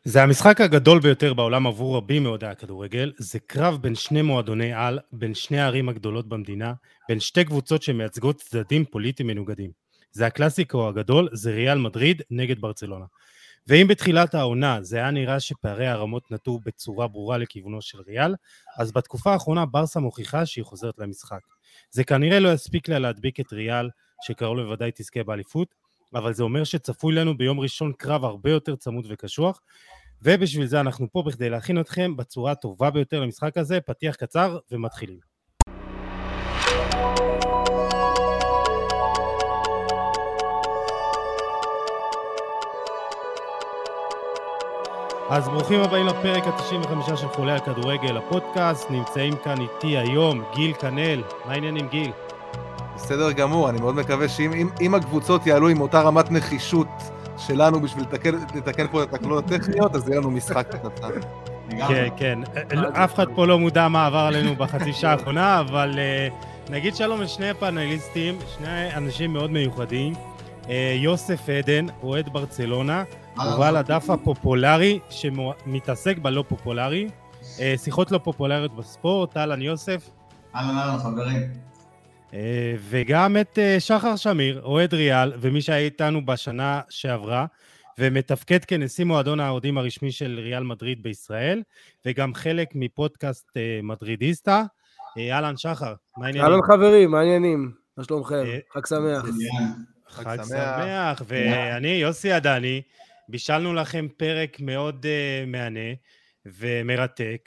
זה המשחק הגדול ביותר בעולם עבור רבים מאוהדי הכדורגל, זה קרב בין שני מועדוני על, בין שני הערים הגדולות במדינה, בין שתי קבוצות שמייצגות צדדים פוליטיים מנוגדים. זה הקלאסיקו הגדול, זה ריאל מדריד נגד ברצלונה. ואם בתחילת העונה זה היה נראה שפערי הרמות נטו בצורה ברורה לכיוונו של ריאל, אז בתקופה האחרונה ברסה מוכיחה שהיא חוזרת למשחק. זה כנראה לא יספיק לה להדביק את ריאל, שקרוב לוודאי תזכה באליפות, אבל זה אומר שצפוי לנו ביום ראשון קרב הרבה יותר צמוד וקשוח, ובשביל זה אנחנו פה בכדי להכין אתכם בצורה הטובה ביותר למשחק הזה. פתיח קצר ומתחילים. אז ברוכים הבאים לפרק ה-95 של חולי הכדורגל, הפודקאסט. נמצאים כאן איתי היום גיל קנל. מה העניינים גיל? בסדר גמור, אני מאוד מקווה שאם הקבוצות יעלו עם אותה רמת נחישות שלנו בשביל לתקן פה את התקלות הטכניות, אז יהיה לנו משחק קטן. כן, כן. אף אחד פה לא מודע מה עבר עלינו בחצי שעה האחרונה, אבל נגיד שלום לשני הפאנליסטים, שני אנשים מאוד מיוחדים. יוסף עדן, אוהד ברצלונה, ובעל הדף הפופולרי שמתעסק בלא פופולרי. שיחות לא פופולריות בספורט. אהלן יוסף. אהלן חברים. וגם את שחר שמיר, אוהד ריאל, ומי שהיה איתנו בשנה שעברה, ומתפקד כנשיא מועדון האוהדים הרשמי של ריאל מדריד בישראל, וגם חלק מפודקאסט מדרידיסטה. אהלן שחר, מה העניינים? אהלן חברים, מה העניינים? מה שלומכם? חג שמח. חג שמח, ואני יוסי עדני, בישלנו לכם פרק מאוד מענה ומרתק,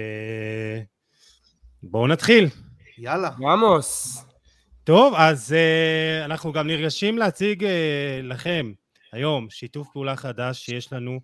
ובואו נתחיל. יאללה. עמוס. טוב, אז אנחנו גם נרגשים להציג לכם היום שיתוף פעולה חדש שיש לנו,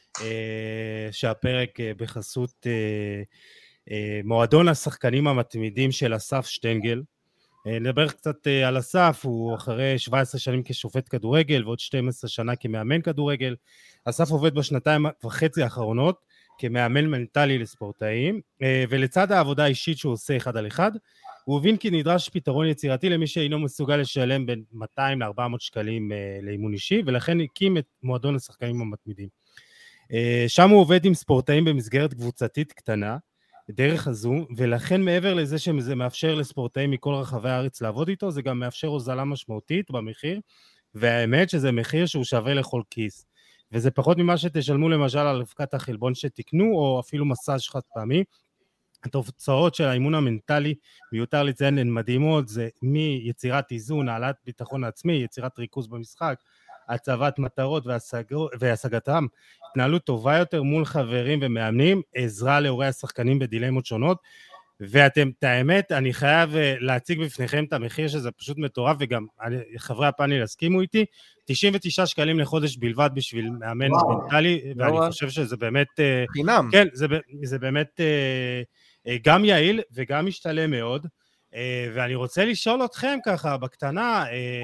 שהפרק בחסות מועדון השחקנים המתמידים של אסף שטנגל. נדבר קצת על אסף, הוא אחרי 17 שנים כשופט כדורגל ועוד 12 שנה כמאמן כדורגל. אסף עובד בשנתיים וחצי האחרונות כמאמן מנטלי לספורטאים, ולצד העבודה האישית שהוא עושה אחד על אחד, הוא הבין כי נדרש פתרון יצירתי למי שאינו מסוגל לשלם בין 200 ל-400 שקלים לאימון אישי, ולכן הקים את מועדון השחקנים המתמידים. שם הוא עובד עם ספורטאים במסגרת קבוצתית קטנה, דרך הזום, ולכן מעבר לזה שזה מאפשר לספורטאים מכל רחבי הארץ לעבוד איתו, זה גם מאפשר הוזלה משמעותית במחיר, והאמת שזה מחיר שהוא שווה לכל כיס. וזה פחות ממה שתשלמו למשל על אבקת החלבון שתקנו, או אפילו מסאז' חד פעמי. התוצאות של האימון המנטלי, מיותר לציין, הן מדהימות, זה מיצירת איזון, העלאת ביטחון עצמי, יצירת ריכוז במשחק, הצבת מטרות והשגתם, התנהלות טובה יותר מול חברים ומאמנים, עזרה להורי השחקנים בדילמות שונות, ואתם, את האמת, אני חייב להציג בפניכם את המחיר שזה פשוט מטורף, וגם חברי הפאנל הסכימו איתי, 99 שקלים לחודש בלבד בשביל מאמן מנטלי, ואני חושב שזה באמת, חינם. כן, זה באמת גם יעיל וגם משתלם מאוד, ואני רוצה לשאול אתכם ככה בקטנה,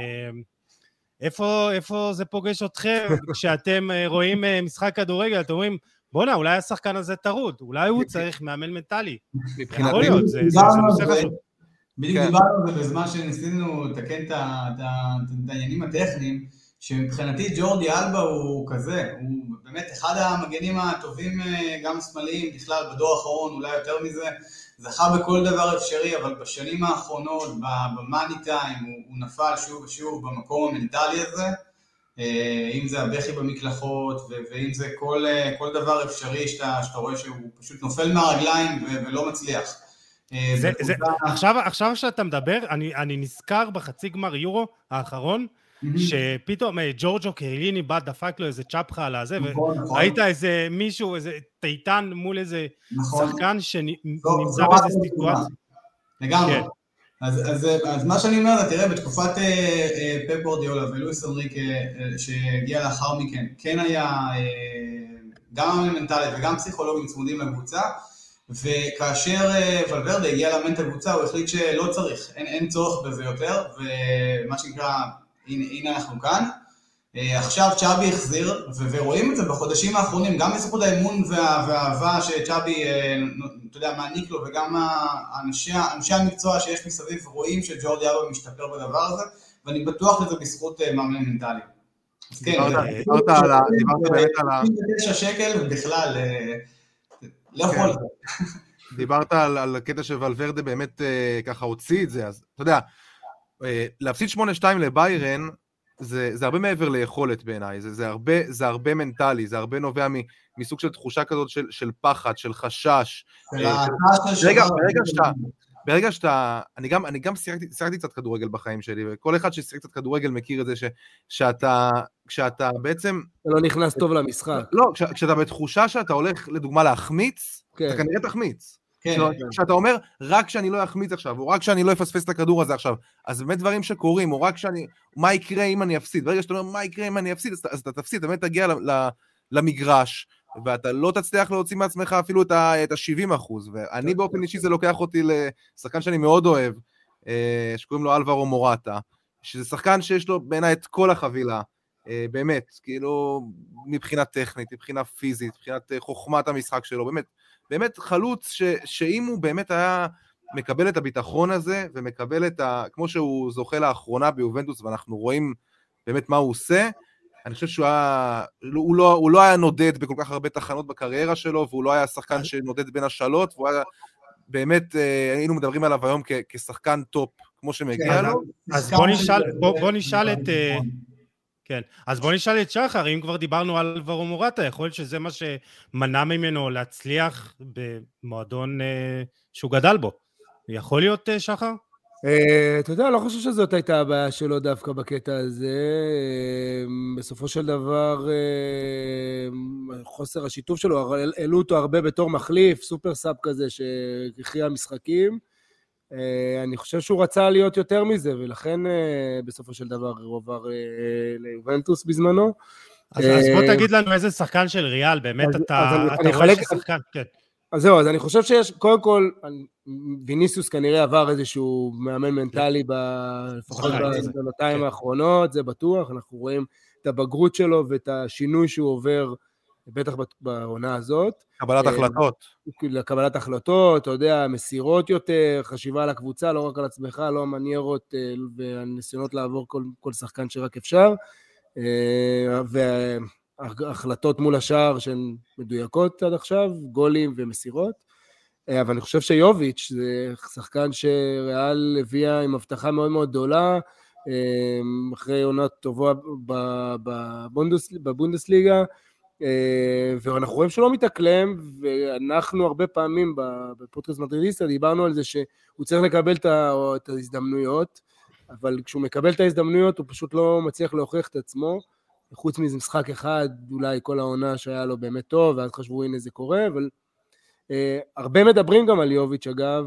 איפה זה פוגש אתכם כשאתם רואים משחק כדורגל, אתם אומרים, בונה, אולי השחקן הזה טרוד, אולי הוא צריך מאמן מנטלי. יכול להיות, זה נושא חשוב. בדיוק דיברנו על זה בזמן שניסינו לתקן את העניינים הטכניים, שמבחינתי ג'ורדי אלבה הוא כזה, הוא באמת אחד המגנים הטובים, גם שמאליים, בכלל בדור האחרון, אולי יותר מזה, זכה בכל דבר אפשרי, אבל בשנים האחרונות, במאני טיים, הוא נפל שוב ושוב במקום המנטלי הזה, אם זה הבכי במקלחות, ואם זה כל דבר אפשרי שאתה רואה שהוא פשוט נופל מהרגליים ולא מצליח. עכשיו שאתה מדבר, אני נזכר בחצי גמר יורו האחרון, שפתאום ג'ורג'ו קהליני בא דפק לו איזה צ'פחה על הזה, וראית איזה מישהו, איזה טיטן מול איזה שחקן שנמצא באיזה סיטואציה. לגמרי. אז מה שאני אומר, תראה, בתקופת פפ גוארדיולה ולואיס אנריקה שהגיע לאחר מכן, כן היה גם מנטלי וגם פסיכולוגים צמודים לקבוצה, וכאשר ולוורדה הגיע לאמן את הקבוצה, הוא החליט שלא צריך, אין צורך בזה יותר, ומה שנקרא, הנה אנחנו כאן. עכשיו צ'אבי החזיר, ורואים את זה בחודשים האחרונים, גם בזכות האמון והאהבה שצ'אבי, אתה יודע, מעניק לו, וגם אנשי המקצוע שיש מסביב, רואים שג'ורדי אלבה משתפר בדבר הזה, ואני בטוח לזה בזכות מאמן מנטלי. דיברת באמת על 9 שקל בכלל, לא יכול. דיברת על הקטע שוולברדה באמת ככה הוציא את זה, אז אתה יודע, להפסיד 8-2 לביירן, זה הרבה מעבר ליכולת בעיניי, זה הרבה מנטלי, זה הרבה נובע מסוג של תחושה כזאת של פחד, של חשש. ברגע שאתה, אני גם שיחקתי קצת כדורגל בחיים שלי, וכל אחד ששיחק קצת כדורגל מכיר את זה, כשאתה בעצם... לא נכנס טוב למשחק. לא, כשאתה בתחושה שאתה הולך לדוגמה להחמיץ, אתה כנראה תחמיץ. כשאתה אומר, רק שאני לא אחמיץ עכשיו, או רק שאני לא אפספס את הכדור הזה עכשיו, אז באמת דברים שקורים, או רק שאני, מה יקרה אם אני אפסיד? ברגע שאתה אומר, מה יקרה אם אני אפסיד, אז אתה תפסיד, אתה באמת תגיע למגרש, ואתה לא תצליח להוציא מעצמך אפילו את ה-70%, ואני באופן אישי זה לוקח אותי לשחקן שאני מאוד אוהב, שקוראים לו אלברו מורטה, שזה שחקן שיש לו בעיניי את כל החבילה, באמת, כאילו, מבחינה טכנית, מבחינה פיזית, מבחינת חוכמת המשחק שלו, באמת חלוץ שאם הוא באמת היה מקבל את הביטחון הזה, ומקבל כמו שהוא זוכה לאחרונה ביובנטוס, ואנחנו רואים באמת מה הוא עושה, אני חושב שהוא לא היה נודד בכל כך הרבה תחנות בקריירה שלו, והוא לא היה שחקן שנודד בין השאלות, והוא היה באמת, היינו מדברים עליו היום כשחקן טופ, כמו שמגיע לו. אז בוא נשאל את שחר, אם כבר דיברנו על אלברו מורטה, יכול להיות שזה מה שמנע ממנו להצליח במועדון שהוא גדל בו. יכול להיות, שחר? אתה יודע, לא חושב שזאת הייתה הבעיה שלו דווקא בקטע הזה. בסופו של דבר, חוסר השיתוף שלו, העלו אותו הרבה בתור מחליף, סופר סאב כזה שהכריע משחקים. אני חושב שהוא רצה להיות יותר מזה, ולכן בסופו של דבר הוא עבר ליובנטוס בזמנו. אז בוא תגיד לנו איזה שחקן של ריאל, באמת אתה רואה ששחקן, כן. אז זהו, אז אני חושב שיש, קודם כל, ויניסיוס כנראה עבר איזשהו מאמן מנטלי, לפחות בנתיים האחרונות, זה בטוח, אנחנו רואים את הבגרות שלו ואת השינוי שהוא עובר, בטח בעונה הזאת. קבלת החלטות. לקבלת החלטות, אתה יודע, מסירות יותר, חשיבה על הקבוצה, לא רק על עצמך, לא מניירות והניסיונות לעבור כל שחקן שרק אפשר, והחלטות מול השאר שהן מדויקות עד עכשיו, גולים ומסירות, אבל אני חושב שיוביץ' זה שחקן שריאל הביאה עם הבטחה מאוד מאוד גדולה, אחרי עונת טובה בבונדסליגה, ואנחנו רואים שלא מתאקלם, ואנחנו הרבה פעמים בפודקאסט מדרידיסטה דיברנו על זה שהוא צריך לקבל את ההזדמנויות, אבל כשהוא מקבל את ההזדמנויות הוא פשוט לא מצליח להוכיח את עצמו, חוץ מזה משחק אחד, אולי כל העונה שהיה לו באמת טוב, ואז חשבו הנה זה קורה, אבל הרבה מדברים גם על יוביץ' אגב,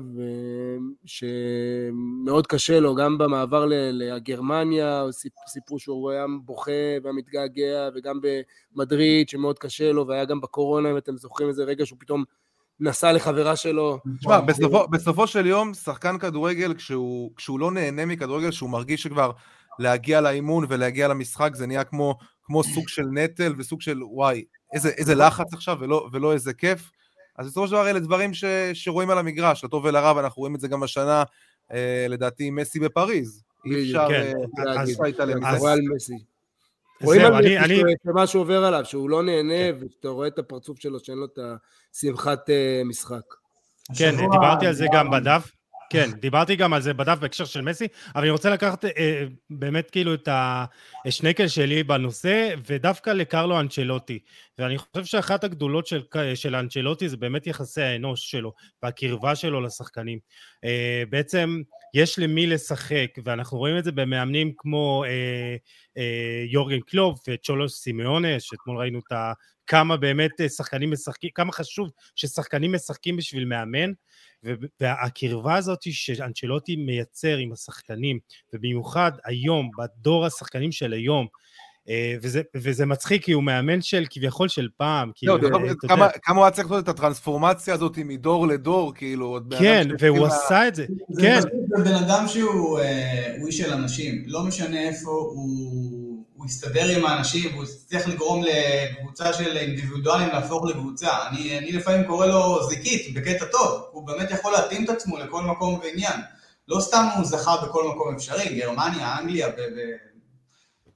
שמאוד קשה לו, גם במעבר לגרמניה, סיפרו שהוא היה בוכה והמתגעגע, וגם במדריד שמאוד קשה לו, והיה גם בקורונה, אם אתם זוכרים איזה רגע שהוא פתאום נסע לחברה שלו. תשמע, בסופו של יום, שחקן כדורגל, כשהוא לא נהנה מכדורגל, שהוא מרגיש שכבר להגיע לאימון ולהגיע למשחק, זה נהיה כמו סוג של נטל, וסוג של וואי, איזה לחץ עכשיו, ולא איזה כיף. אז בסופו של דבר אלה דברים שרואים על המגרש, לטוב ולרע, ואנחנו רואים את זה גם השנה, לדעתי, מסי בפריז. אי אפשר להתעלם מזה. רואים על מסי שמה שעובר עליו, שהוא לא נהנה, ואתה רואה את הפרצוף שלו, שאין לו את השמחת משחק. כן, דיברתי על זה גם בדף. כן, דיברתי גם על זה בדף בהקשר של מסי, אבל אני רוצה לקחת באמת כאילו את השנקל שלי בנושא, ודווקא לקרלו אנצ'לוטי. ואני חושב שאחת הגדולות של אנצ'לוטי זה באמת יחסי האנוש שלו, והקרבה שלו לשחקנים. בעצם יש למי לשחק, ואנחנו רואים את זה במאמנים כמו יורגן קלופ וצ'ולו סימאונה, שאתמול ראינו את כמה באמת שחקנים משחקים, כמה חשוב ששחקנים משחקים בשביל מאמן, והקרבה הזאת שאנצ'לוטי מייצר עם השחקנים, ובמיוחד היום, בדור השחקנים של היום, וזה מצחיק, כי הוא מאמן של כביכול של פעם. כמה הוא היה צריך לעשות את הטרנספורמציה הזאת מדור לדור, כאילו. כן, והוא עשה את זה. זה בן אדם שהוא איש של אנשים, לא משנה איפה הוא יסתדר עם האנשים, והוא צריך לגרום לקבוצה של אינדיבידואלים להפוך לקבוצה. אני לפעמים קורא לו זיקית, בקטע טוב, הוא באמת יכול להתאים את עצמו לכל מקום ועניין. לא סתם הוא זכה בכל מקום אפשרי, גרמניה, אנגליה,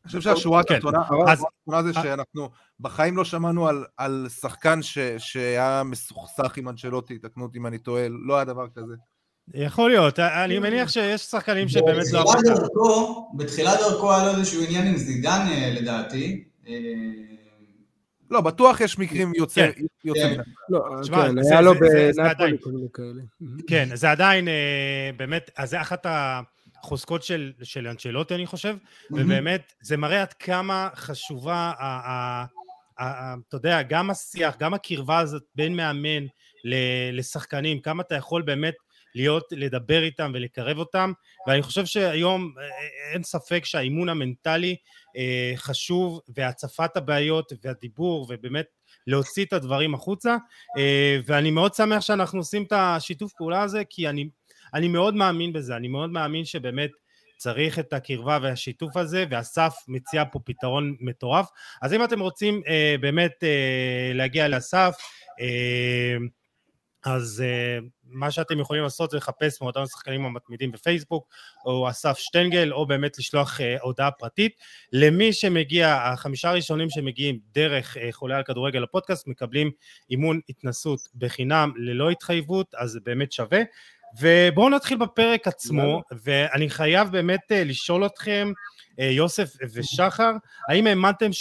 חושב שהשורה התחתונה זה שאנחנו בחיים לא שמענו על שחקן שהיה מסוכסך עם אנצ'לוטי, תקנו אותי אם אני טועה, לא היה דבר כזה. יכול להיות, אני מניח שיש שחקנים שבאמת לא... בתחילת דרכו היה לו איזשהו עניין עם זידן לדעתי. לא, בטוח יש מקרים יוצא מן. כן, היה לו בנאפולי כאלה. כן, זה עדיין באמת, אז זה אחת החוזקות של אנצ'לוטי, אני חושב, ובאמת זה מראה עד כמה חשובה, אתה יודע, גם השיח, גם הקרבה הזאת בין מאמן לשחקנים, כמה אתה יכול באמת לדבר איתם ולקרב אותם, ואני חושב שהיום אין ספק שהאימון המנטלי חשוב, והצפת הבעיות והדיבור, ובאמת להוציא את הדברים החוצה, ואני מאוד שמח שאנחנו עושים את השיתוף פעולה הזה, כי אני מאוד מאמין בזה, אני מאוד מאמין שבאמת צריך את הקרבה והשיתוף הזה, ואסף מציע פה פתרון מטורף. אז אם אתם רוצים באמת להגיע לאסף, אז מה שאתם יכולים לעשות זה לחפש מועדון השחקנים המתמידים בפייסבוק, או אסף שטנגל, או באמת לשלוח הודעה פרטית. למי שמגיע, 5 הראשונים שמגיעים דרך חולה על כדורגל הפודקאסט, מקבלים אימון התנסות בחינם ללא התחייבות, אז זה באמת שווה. ובואו נתחיל בפרק עצמו, ואני חייב באמת לשאול אתכם, יוסף ושחר, האם האמנתם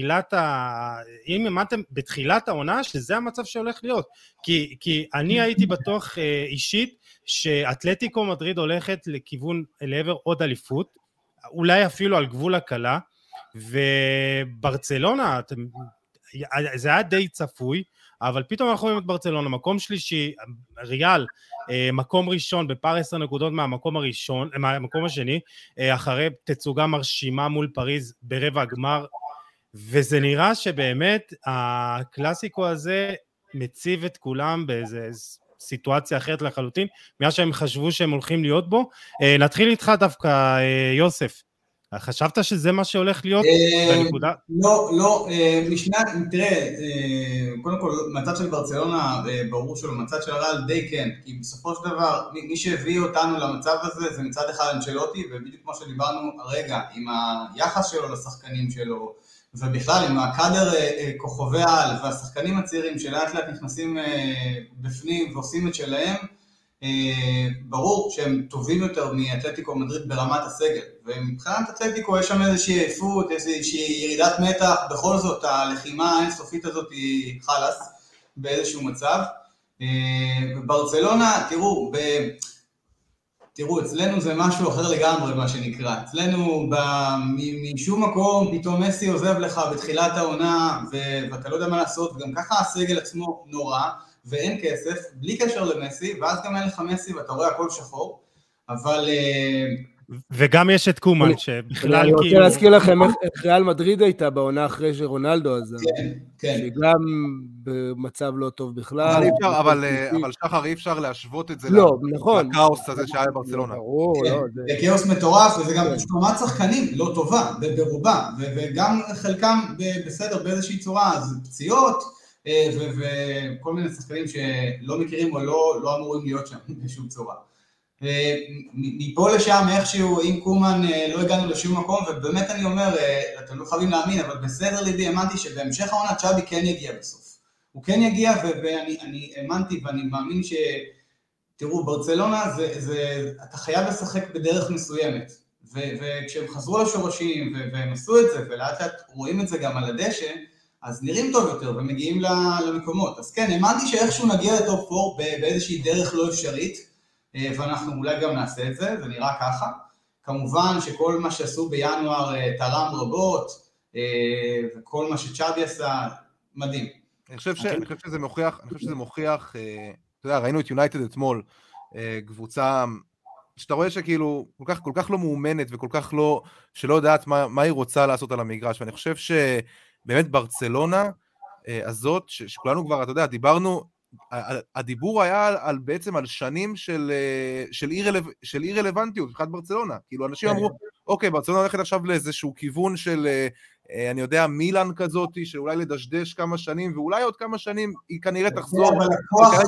בתחילת העונה שזה המצב שהולך להיות? כי אני הייתי בטוח אישית שאתלטיקו מדריד הולכת לעבר עוד אליפות, אולי אפילו על גבול הקלה, וברצלונה, זה היה די צפוי, אבל פתאום אנחנו רואים את ברצלונה, מקום שלישי, ריאל, מקום ראשון בפער 10 נקודות מהמקום השני, אחרי תצוגה מרשימה מול פריז ברבע הגמר, וזה נראה שבאמת הקלאסיקו הזה מציב את כולם באיזה סיטואציה אחרת לחלוטין, מה שהם חשבו שהם הולכים להיות בו. נתחיל איתך דווקא, יוסף. חשבת שזה מה שהולך להיות בנקודה? לא, תראה, קודם כל, מצד של ברצלונה, ברור שלו, מצד של ריאל די כן, כי בסופו של דבר, מי שהביא אותנו למצב הזה, זה מצד אחד אנצ'לוטי, ובדיוק כמו שדיברנו הרגע, עם היחס שלו לשחקנים שלו, ובכלל עם הקאדר כוכבי העל, והשחקנים הצעירים שלאט לאט נכנסים בפנים ועושים את שלהם, ברור שהם טובים יותר מאתלטיקו מדריד ברמת הסגל, ומבחינת אתלטיקו יש שם איזושהי עייפות, איזושהי ירידת מתח, בכל זאת הלחימה האינסופית הזאת היא חלס באיזשהו מצב. בברצלונה, תראו, אצלנו זה משהו אחר לגמרי מה שנקרא, אצלנו משום מקום פתאום מסי עוזב לך בתחילת העונה, ואתה לא יודע מה לעשות, וגם ככה הסגל עצמו נורא, ואין כסף, בלי קשר למסי, ואז גם אין לך מסי, ואתה רואה הכל שחור, אבל... וגם יש את קומן, שבכלל אני רוצה להזכיר לכם איך ריאל מדריד הייתה בעונה אחרי שרונלדו עזב. כן. שגם במצב לא טוב בכלל. אבל שחר, אי אפשר להשוות את זה לקאוס הזה שהיה בברצלונה. זה כאוס מטורף, וזה גם שתומת שחקנים לא טובה, ברובה, וגם חלקם בסדר באיזושהי צורה, אז פציעות, וכל מיני שחקנים שלא מכירים או לא אמורים להיות שם בשום צורה. מפה לשם איכשהו, עם קומן לא הגענו לשום מקום, ובאמת אני אומר, אתם לא חייבים להאמין, אבל בסדר ליבי האמנתי שבהמשך העונה צ'אבי כן יגיע בסוף. הוא כן יגיע, ואני האמנתי ואני מאמין תראו, ברצלונה אתה חייב לשחק בדרך מסוימת, וכשהם חזרו לשורשים והם עשו את זה, ולאט לאט רואים את זה גם על הדשא, אז נראים טוב יותר ומגיעים למקומות. אז כן, האמנתי שאיכשהו נגיע לטופ 4 באיזושהי דרך לא אפשרית, ואנחנו אולי גם נעשה את זה, זה נראה ככה. כמובן שכל מה שעשו בינואר תרם רבות, וכל מה שצ'אבי עשה, מדהים. אני חושב שזה מוכיח, אתה יודע, ראינו את יונייטד אתמול, קבוצה שאתה רואה שכאילו כל כך לא מאומנת, וכל כך לא, שלא יודעת מה היא רוצה לעשות על המגרש, ואני חושב באמת ברצלונה הזאת, שכולנו כבר, אתה יודע, דיברנו, הדיבור היה בעצם על שנים של אי רלוונטיות, מבחינת ברצלונה, כאילו אנשים אמרו, אוקיי, ברצלונה הולכת עכשיו לאיזשהו כיוון של, אני יודע, מילאן כזאת, שאולי לדשדש כמה שנים, ואולי עוד כמה שנים היא כנראה תחזור,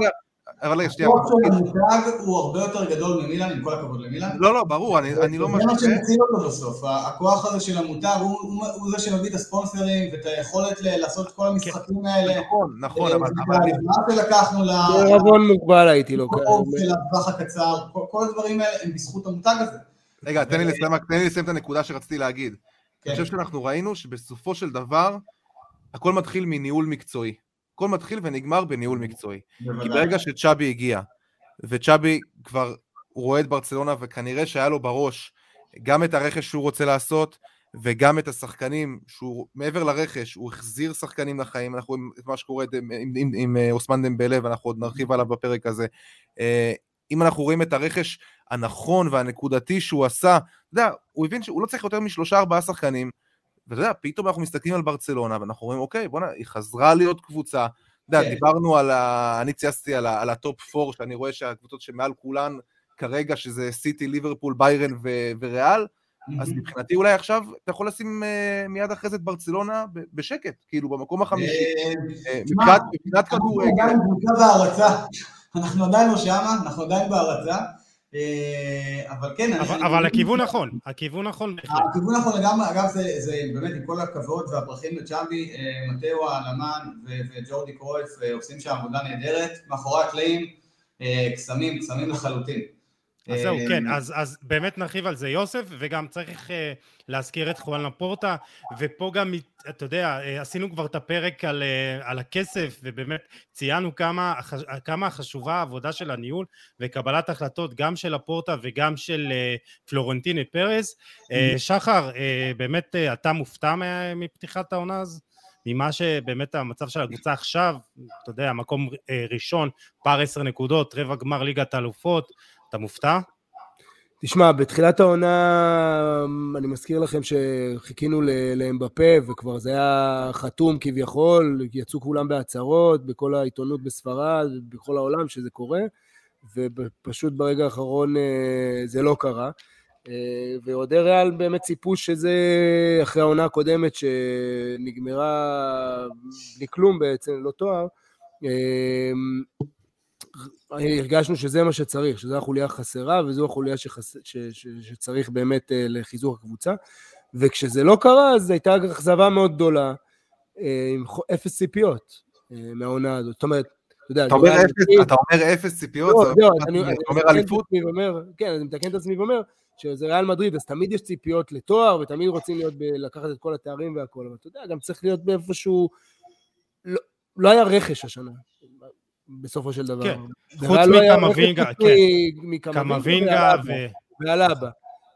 אבל רגע, שנייה. הכוח של המותג הוא הרבה יותר גדול ממילן, עם כל הכבוד למילן. לא, ברור, אני לא משהו. זה מה שמציל אותו בסוף, הכוח הזה של המותג הוא זה שמביא את הספונסרים ואת היכולת לעשות את כל המשחקים האלה. נכון, אבל... מה שלקחנו בערבון מוגבל הייתי לו. של הטווח הקצר, כל הדברים האלה הם בזכות המותג הזה. רגע, תן לי לסיים את הנקודה שרציתי להגיד. אני חושב שאנחנו ראינו שבסופו של דבר, הכל מתחיל מניהול מקצועי. הכל מתחיל ונגמר בניהול מקצועי. כי ברגע שצ'אבי הגיע, וצ'אבי כבר רואה את ברצלונה, וכנראה שהיה לו בראש גם את הרכש שהוא רוצה לעשות, וגם את השחקנים, שהוא מעבר לרכש, הוא החזיר שחקנים לחיים, אנחנו רואים את מה שקורה עם אוסמן דמבלה, ואנחנו עוד נרחיב עליו בפרק הזה. אם אנחנו רואים את הרכש הנכון והנקודתי שהוא עשה, אתה יודע, הוא הבין שהוא לא צריך יותר מ3-4 שחקנים, ואתה יודע, פתאום אנחנו מסתכלים על ברצלונה, ואנחנו רואים, אוקיי, בוא'נה, היא חזרה להיות קבוצה, אתה יודע, דיברנו אני צייסתי על הטופ 4, שאני רואה שהקבוצות שמעל כולן, כרגע שזה סיטי, ליברפול, ביירן וריאל, אז מבחינתי אולי עכשיו אתה יכול לשים מיד אחרי זה את ברצלונה בשקט, כאילו במקום החמישי. מבחינת כדורגל. אנחנו עדיין לא שמה, אנחנו עדיין בהרצה. אבל כן, אבל הכיוון נכון, הכיוון נכון לגמרי, אגב זה באמת עם כל הכבוד והפרחים לצ'אבי, מטאו האלמן וג'ורדי קרויף עושים שם עבודה נהדרת, מאחורי הקלעים קסמים לחלוטין. אז זהו, כן, אז באמת נרחיב על זה יוסף, וגם צריך להזכיר את חואן לפורטה, ופה גם, אתה יודע, עשינו כבר את הפרק על הכסף, ובאמת ציינו כמה חשובה העבודה של הניהול, וקבלת החלטות גם של לפורטה וגם של פלורנטינו פרז. שחר, באמת אתה מופתע מפתיחת העונה הזו? ממה שבאמת המצב של הקבוצה עכשיו, אתה יודע, מקום ראשון, פער 10 נקודות, רבע גמר ליגת האלופות, אתה מופתע? תשמע, בתחילת העונה, אני מזכיר לכם שחיכינו לאמבפה, וכבר זה היה חתום כביכול, יצאו כולם בהצהרות, בכל העיתונות בספרד, בכל העולם שזה קורה, ופשוט ברגע האחרון זה לא קרה. ועוד ריאל באמת ציפו שזה אחרי העונה הקודמת שנגמרה בלי כלום בעצם, לא תואר, הרגשנו שזה מה שצריך, שזו החוליה חסרה וזו החוליה שצריך באמת לחיזוק הקבוצה, וכשזה לא קרה אז הייתה אכזבה מאוד גדולה עם 0 ציפיות מהעונה הזאת. זאת אומרת, אתה אומר 0 ציפיות? אני מתקן את עצמי ואומר שזה ריאל מדריד, אז תמיד יש ציפיות לתואר, ותמיד רוצים לקחת את כל התארים והכל, אבל אתה יודע, גם צריך להיות באיפשהו, לא היה רכש השנה, בסופו של דבר. כן, חוץ מקמבינגה, כן, קמבינגה ואלאבה.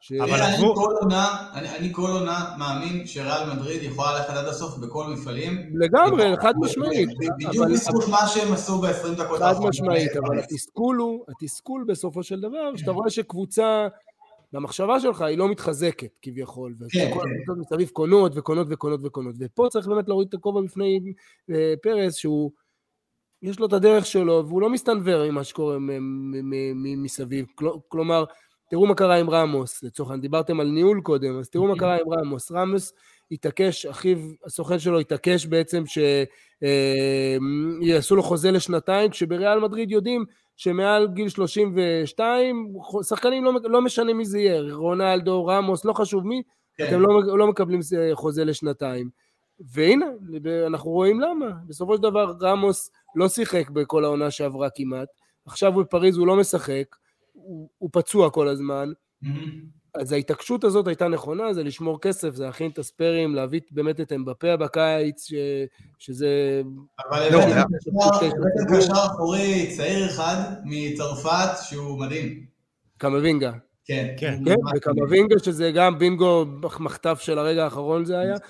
אני כל עונה מאמין שריאל מדריד יכולה ללכת עד הסוף בכל מפעלים. לגמרי, חד משמעית. בדיוק בזכות מה שהם עשו ב-20 דקות. חד משמעית, אבל התסכול בסופו של דבר, שאתה רואה שקבוצה, והמחשבה שלך היא לא מתחזקת כביכול, וכל הקבוצות מסביב קונות וקונות וקונות וקונות, ופה צריך באמת להוריד את הכובע בפני פרס, שהוא יש לו את הדרך שלו, והוא לא מסתנבר עם מה שקורה מסביב, כלומר, תראו מה קרה עם רמוס, לצורך העניין, דיברתם על ניהול קודם, אז תראו מה קרה עם רמוס, רמוס התעקש, אחיו, הסוכן שלו התעקש בעצם שיעשו לו חוזה לשנתיים, כשבריאל מדריד יודעים שמעל גיל 32, שחקנים לא משנה מי זה יהיה, רונלדו, רמוס, לא חשוב מי, אתם לא מקבלים חוזה לשנתיים. והנה, אנחנו רואים למה. בסופו של דבר רמוס לא שיחק בכל העונה שעברה כמעט, עכשיו בפריז הוא לא משחק, הוא פצוע כל הזמן, אז ההתעקשות הזאת הייתה נכונה, זה לשמור כסף, זה להכין את הספרים, להביא באמת את אמבפה בקיץ, שזה... אבל הבאתם קשר אחורי צעיר אחד מצרפת שהוא מדהים. קמבינגה. כן. וקמבינגה שזה גם בינגו מחטף של הרגע האחרון זה היה,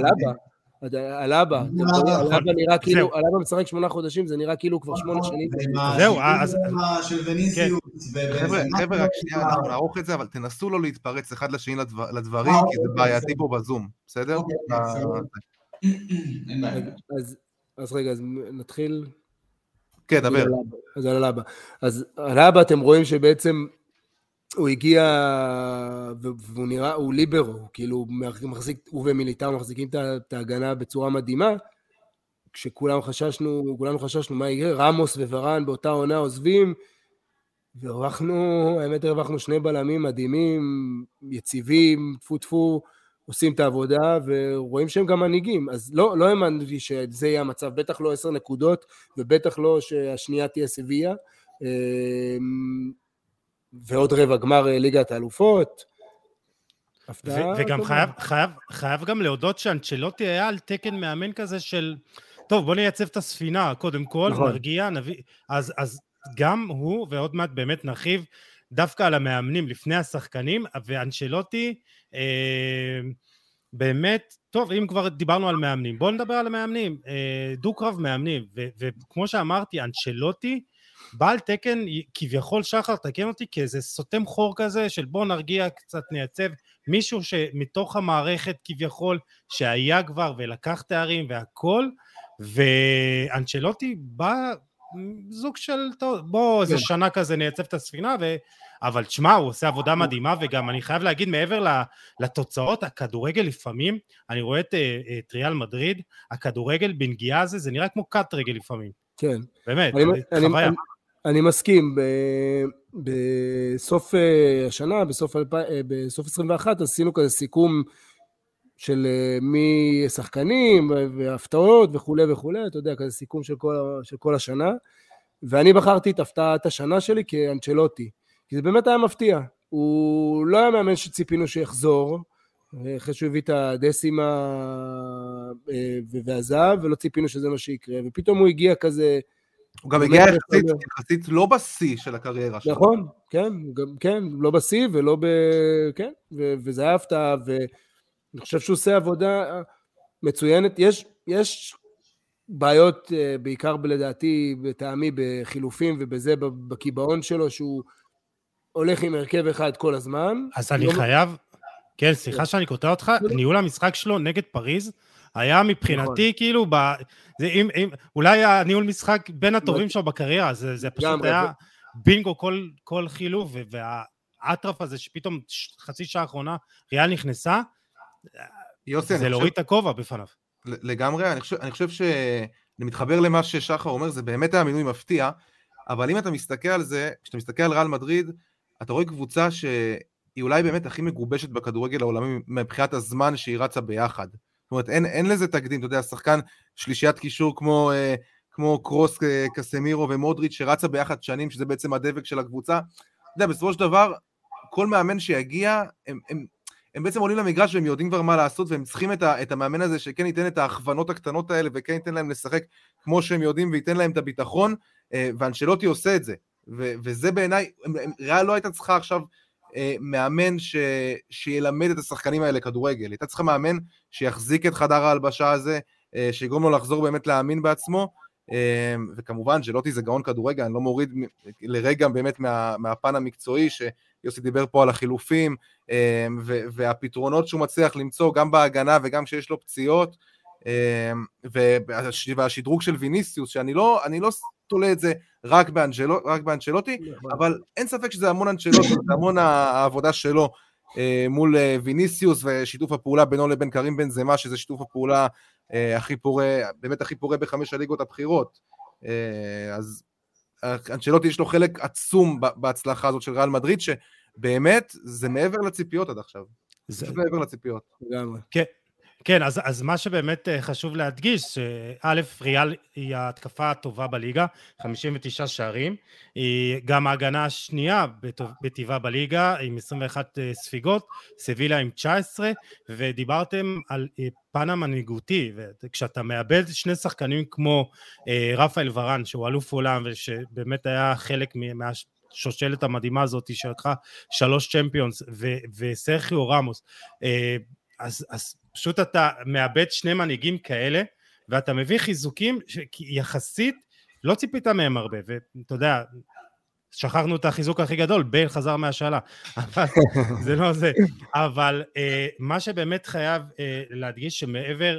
אלאבה נראה כאילו, אלאבה משחק 8 חודשים, זה נראה כאילו כבר 8 שנים. זהו, אז... של וניסיוס. חבר'ה, רק שנייה, אנחנו נערוך את זה, אבל תנסו לא להתפרץ אחד לשני לדברים, כי זה בעייתי פה בזום, בסדר? אז רגע, אז נתחיל. כן, דבר. אז על אלאבה אתם רואים שבעצם הוא הגיע, והוא נראה, הוא ליברו, כאילו הוא ומיליטר מחזיקים את ההגנה בצורה מדהימה, כשכולנו חששנו מה יקרה, רמוס וורן באותה עונה עוזבים, הרווחנו שני בלמים מדהימים, יציבים, טפו, עושים את העבודה, ורואים שהם גם מנהיגים, אז לא האמנתי שזה יהיה המצב, בטח לא 10 נקודות, ובטח לא שהשנייה תהיה סביליה, ועוד רבע גמר ליגת האלופות, וגם חייב גם להודות שאנצ'לוטי היה על תקן מאמן כזה של, טוב בוא נייצב את הספינה, קודם כל, נרגיע, נביא, אז גם הוא, ועוד מעט באמת נרחיב, דווקא על המאמנים לפני השחקנים, ואנצ'לוטי באמת, טוב, אם כבר דיברנו על מאמנים, בואו נדבר על המאמנים, דו-קרב מאמנים, וכמו שאמרתי, אנצ'לוטי, בעל תקן, כביכול שחר, תקן אותי, כאיזה סותם חור כזה, של בואו נרגיע קצת נייצב, מישהו שמתוך המערכת כביכול, שהיה כבר ולקח תארים והכל, ואנצ'לוטי בא זוג של, בוא איזה שנה כזה נייצב את הספינה, אבל תשמע, הוא עושה עבודה מדהימה, וגם אני חייב להגיד מעבר לתוצאות, הכדורגל לפעמים, אני רואה את ריאל מדריד, הכדורגל בנגיעה הזה, זה נראה כמו קאט רגל לפעמים. כן. באמת, חוויה. אני מסכים, בסוף השנה, בסוף 21, עשינו כזה סיכום של מי שחקנים והפתעות וכו', אתה יודע, כזה סיכום של כל השנה, ואני בחרתי את הפתעת השנה שלי כאנצ'לוטי, כי זה באמת היה מפתיע, הוא לא היה מאמן שציפינו שיחזור, אחרי שהוא הביא את הדסימה והזהב, ולא ציפינו שזה מה שיקרה, ופתאום הוא הגיע כזה, הוא גם הגיע יחסית לא בשיא של הקריירה שלו. נכון, כן, לא בשיא ולא כן, וזה היה הפתעה, ואני חושב שהוא עושה עבודה מצוינת, יש בעיות בעיקר לדעתי בטעמי בחילופים ובזה בקיבעון שלו, שהוא הולך עם הרכב אחד כל הזמן. אז אני חייב, כן, סליחה שאני קוטע אותך, ניהול המשחק שלו נגד פריז, היה מבחינתי כאילו, אולי הניהול משחק בין הטובים שלו בקריירה, זה פשוט היה בינגו כל חילוף, והאטרף הזה שפתאום חצי שעה האחרונה ריאל נכנסה, זה להוריד את הכובע בפניו. לגמרי, אני חושב שאני מתחבר למה ששחר אומר, זה באמת היה מינוי מפתיע, אבל אם אתה מסתכל על זה, כשאתה מסתכל על ריאל מדריד, אתה רואה קבוצה שהיא אולי באמת הכי מגובשת בכדורגל העולמי, מבחינת הזמן שהיא רצה ביחד. זאת אומרת, אין לזה תקדים, אתה יודע, שחקן שלישיית קישור כמו קרוס, קסמירו ומודריץ' שרצה ביחד שנים, שזה בעצם הדבק של הקבוצה. אתה יודע, בסופו של דבר, כל מאמן שיגיע, הם בעצם עולים למגרש והם יודעים כבר מה לעשות, והם צריכים את המאמן הזה שכן ייתן את ההכוונות הקטנות האלה, וכן ייתן להם לשחק כמו שהם יודעים, וייתן להם את הביטחון, ואנצ'לוטי עושה את זה. וזה בעיניי, ריאל לא הייתה צריכה עכשיו מאמן שילמד את השחקנים האלה כדורגל, הייתה צריכה מאמן שיחזיק את חדר ההלבשה הזה, שיגרום לו לחזור באמת להאמין בעצמו, וכמובן אנצ'לוטי זה גאון כדורגל, אני לא מוריד לרגע באמת מהפן המקצועי, שיוסי דיבר פה על החילופים, והפתרונות שהוא מצליח למצוא גם בהגנה וגם כשיש לו פציעות, והשדרוג של ויניסיוס, שאני לא תולה את זה רק באנצ'לוטי, אבל אין ספק שזה המון אנצ'לוטי, זה המון העבודה שלו מול ויניסיוס, ושיתוף הפעולה בינו לבין קרים בנזמה, שזה שיתוף הפעולה הכי פורה, באמת הכי פורה ב5 הליגות הבחירות. אז אנצ'לוטי יש לו חלק עצום בהצלחה הזאת של ריאל מדריד, שבאמת זה מעבר לציפיות עד עכשיו. זה מעבר לציפיות. כן, אז מה שבאמת חשוב להדגיש, שא' ריאל היא ההתקפה הטובה בליגה, 59 שערים, היא גם ההגנה השנייה בטבעה בליגה, עם 21 ספיגות, סבילה עם 19, ודיברתם על פן המנהיגותי, וכשאתה מאבד שני שחקנים כמו רפאל ורן, שהוא אלוף עולם, ושבאמת היה חלק מהשושלת המדהימה הזאת, שלקחה 3 צ'מפיונס, וסרחיו רמוס, אז פשוט אתה מאבד שני מנהיגים כאלה, ואתה מביא חיזוקים שיחסית לא ציפית מהם הרבה, ואתה יודע, שכחנו את החיזוק הכי גדול, בייל חזר מהשאלה, אבל זה לא זה, אבל מה שבאמת חייב להדגיש שמעבר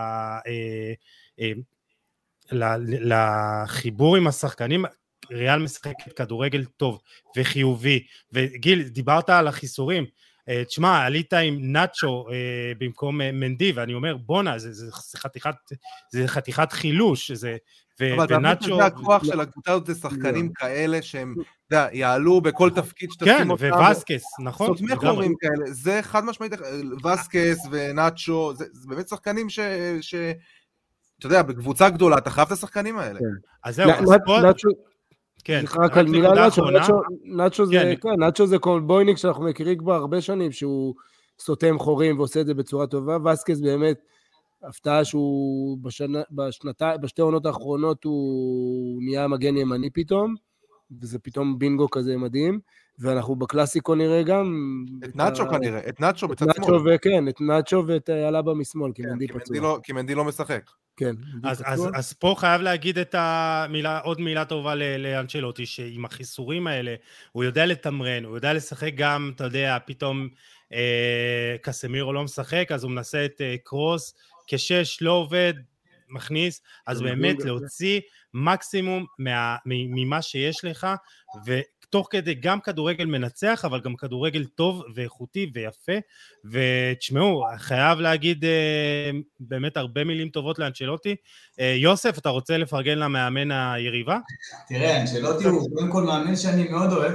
לחיבור עם השחקנים, ריאל משחקת כדורגל טוב וחיובי, וגיל, דיברת על החיסורים, תשמע, עלית עם נאצ'ו במקום מנדי, ואני אומר, בונה, זה חתיכת חילוש, ונאצ'ו... זה הכוח של הקבוצה הזאת, זה שחקנים כאלה שהם יעלו בכל תפקיד שתשים אותם. כן, ווסקס, נכון. סותמי חורים כאלה, זה חד משמעית, ווסקס ונאצ'ו, זה באמת שחקנים אתה יודע, בקבוצה גדולה, אתה חייב את השחקנים האלה. אז זהו, כן, רק על מילה נאצ'ו זה קולבויניק שאנחנו מכירים כבר הרבה שנים, שהוא סותם חורים ועושה את זה בצורה טובה, ווסקס באמת הפתעה שהוא בשתי עונות האחרונות הוא נהיה מגן ימני פתאום, וזה פתאום בינגו כזה מדהים, ואנחנו בקלאסיקו נראה גם... את נאצ'ו כנראה, את נאצ'ו בצד שמאל. כן, את נאצ'ו ואת אלאבה משמאל, כי מנדי פצוע. כי מנדי לא משחק. כן. אז פה חייב להגיד עוד מילה טובה לאנצ'לוטי, שעם החיסורים האלה, הוא יודע לתמרן, הוא יודע לשחק גם, אתה יודע, פתאום קסמירו לא משחק, אז הוא מנסה את קרוס, כשש לא עובד, מכניס, אז באמת להוציא מקסימום ממה שיש לך, ותוך כדי גם כדורגל מנצח, אבל גם כדורגל טוב ואיכותי ויפה, ותשמעו, חייב להגיד באמת הרבה מילים טובות לאנצ'לוטי. יוסף, אתה רוצה לפרגן למאמן היריבה? תראה, אנצ'לוטי הוא קודם כל מאמן שאני מאוד אוהב,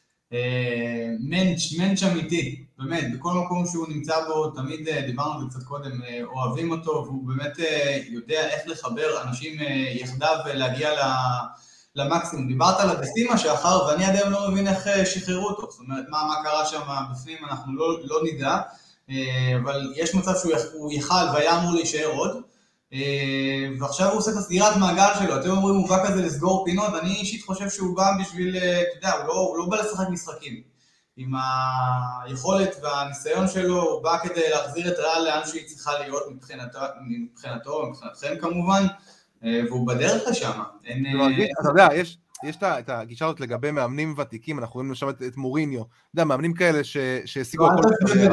מנץ' אמיתי, באמת, בכל מקום שהוא נמצא בו, תמיד דיברנו על זה קצת קודם, אוהבים אותו, והוא באמת יודע איך לחבר אנשים יחדיו ולהגיע למקסימום. דיברת על הבסימה שאחר, ואני עדיין לא מבין איך שחררו אותו, זאת אומרת, מה קרה שם בפנים, אנחנו לא נדע, אבל יש מצב שהוא יחל והיה אמור להישאר עוד, ועכשיו הוא עושה את הסגירת מעגל שלו, אתם אומרים הוא בא כזה לסגור פינות, אני אישית חושב שהוא בא בשביל, אתה יודע, הוא לא בא לשחק משחקים, עם היכולת והניסיון שלו, הוא בא כדי להחזיר את ריאל לאן שהיא צריכה להיות מבחינתו, מבחינתכם כמובן, והוא בדרך לשם. אתה יודע, יש את הגישה הזאת לגבי מאמנים ותיקים, אנחנו רואים לשם את מוריניו, אתה יודע, מאמנים כאלה שהשיגו הכל.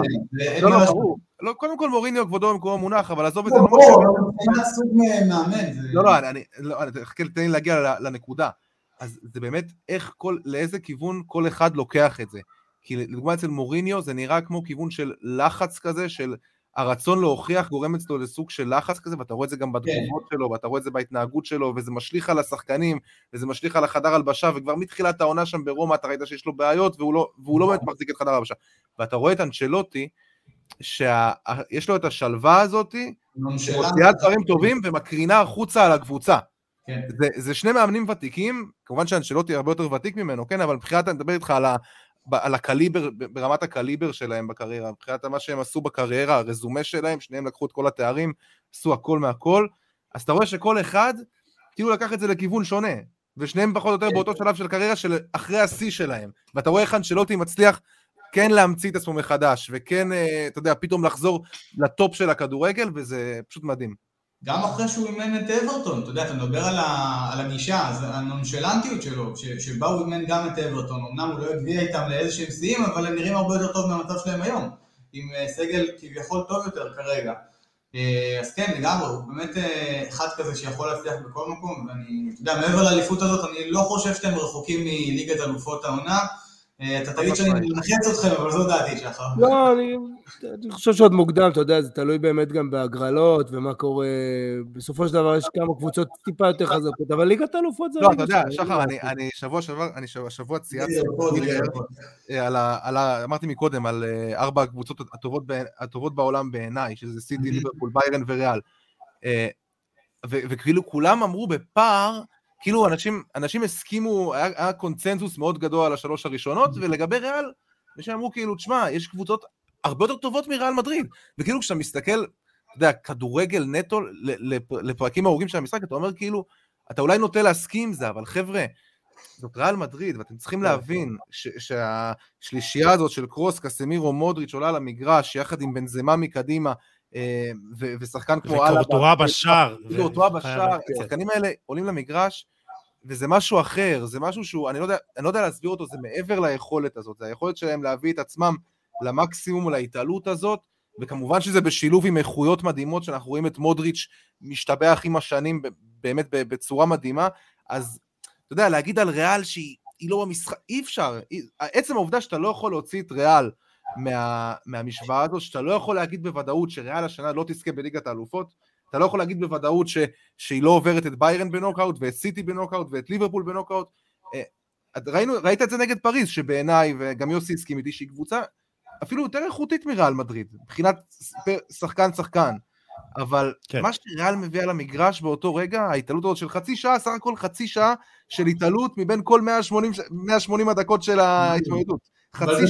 לא, קודם כל מוריניו כבודו במקומו מונח, אבל עזוב את זה. אין סוג מאמן. לא, תן לי להגיע לנקודה. אז זה באמת לאיזה כיוון כל אחד לוקח את זה. כי לדוגמה אצל מוריניו זה נראה כמו כיוון של לחץ כזה, של הרצון להוכיח גורם אצלו לסוג של לחץ כזה, ואתה רואה את זה גם בתגובות שלו, ואתה רואה את זה בהתנהגות שלו, וזה משליך על השחקנים, וזה משליך על החדר הלבשה, וכבר מתחילת העונה שם ברומא, אתה ראית שיש לו בעיות, והוא לא באמת מחזיק את חדר הלבשה. ואתה רואה את אנצ'לוטי, שיש לו את השלווה הזאת, מוציאה דברים טובים, ומקרינה החוצה על הקבוצה. זה שני מאמנים ותיקים, כמובן שאנצ'לוטי הרבה יותר ותיק ממנו, כן, אבל מבחינת, אני מדבר איתך על הקליבר, ברמת הקליבר שלהם בקריירה, מבחינת מה שהם עשו בקריירה, הרזומה שלהם, שניהם לקחו את כל התארים, עשו הכל מהכל, אז אתה רואה שכל אחד, כאילו לקח את זה לכיוון שונה, ושניהם פחות או יותר באותו שלב של קריירה של אחרי השיא שלהם, ואתה רואה איך אנצ'לוטי מצליח כן להמציא את עצמו מחדש, וכן, אתה יודע, פתאום לחזור לטופ של הכדורגל, וזה פשוט מדהים. גם אחרי שהוא אימן את אברטון, אתה יודע, אתה מדבר על הגישה, אז הנונשלנטיות שלו, שבה הוא אימן גם את אברטון, אמנם הוא לא הגביע איתם לאיזשהם שיאים, אבל הם נראים הרבה יותר טוב מהמצב שלהם היום, עם סגל כביכול טוב יותר כרגע. אז כן, לגמרי, הוא באמת אחד כזה שיכול להצליח בכל מקום, ואני, אתה יודע, מעבר לאליפות הזאת, אני לא חושב שאתם רחוקים מליגת אלופות העונה, אתה תגיד שאני מנחץ אתכם, אבל זו דעתי שחר. לא, אני חושב שעוד מוקדם, אתה יודע, זה תלוי באמת גם בהגרלות, ומה קורה, בסופו של דבר יש כמה קבוצות טיפה יותר חזקות, אבל ליגת אלופות זה... לא, אתה יודע, שחר, אני שבוע צייצתי, אמרתי מקודם, על 4 הקבוצות הטובות בעולם בעיניי, שזה סיטי, ליברפול, ביירן וריאל, וכאילו כולם אמרו בפער, כאילו אנשים הסכימו, היה קונצנזוס מאוד גדול על 3 הראשונות, ולגבי ריאל, אנשים אמרו כאילו, תשמע, יש קבוצות הרבה יותר טובות מריאל מדריד, וכאילו כשאתה מסתכל, אתה יודע, כדורגל נטו לפרקים ארוגים של המשחק, אתה אומר כאילו, אתה אולי נוטה להסכים זה, אבל חבר'ה, זאת ריאל מדריד, ואתם צריכים להבין שהשלישייה הזאת של קרוס, קסמירו, מודריץ' עולה למגרש, יחד עם בנזמה מקדימה, ושחקן כמו אלבה, וקורטואה בשער, השחקנים האלה עולים למגרש, וזה משהו אחר, זה משהו שהוא, אני לא יודע להסביר אותו, זה מעבר ליכולת הזאת, זה היכולת שלהם להביא את עצמם למקסימום, להתעלות הזאת, וכמובן שזה בשילוב עם איכויות מדהימות, שאנחנו רואים את מודריץ' משתבח עם השנים, באמת בצורה מדהימה, אז אתה יודע, להגיד על ריאל שהיא לא במשחק, אי אפשר, עצם העובדה שאתה לא יכול להוציא את ריאל, מהמשוואה הזאת, שאתה לא יכול להגיד בוודאות שריאל השנה לא תזכה בליגת האלופות, אתה לא יכול להגיד בוודאות שהיא לא עוברת את ביירן בנוקאוט, ואת סיטי בנוקאוט, ואת ליברפול בנוקאוט. ראית את זה נגד פריז, שבעיניי, וגם יוסי הסכים איתי, שהיא קבוצה אפילו יותר איכותית מריאל מדריד, מבחינת שחקן, אבל מה שריאל מביא על המגרש באותו רגע, ההתעלות הזאת של חצי שעה, סך הכל חצי שעה של התעלות מבין כל 180 הדקות של ההתמודדות. אבל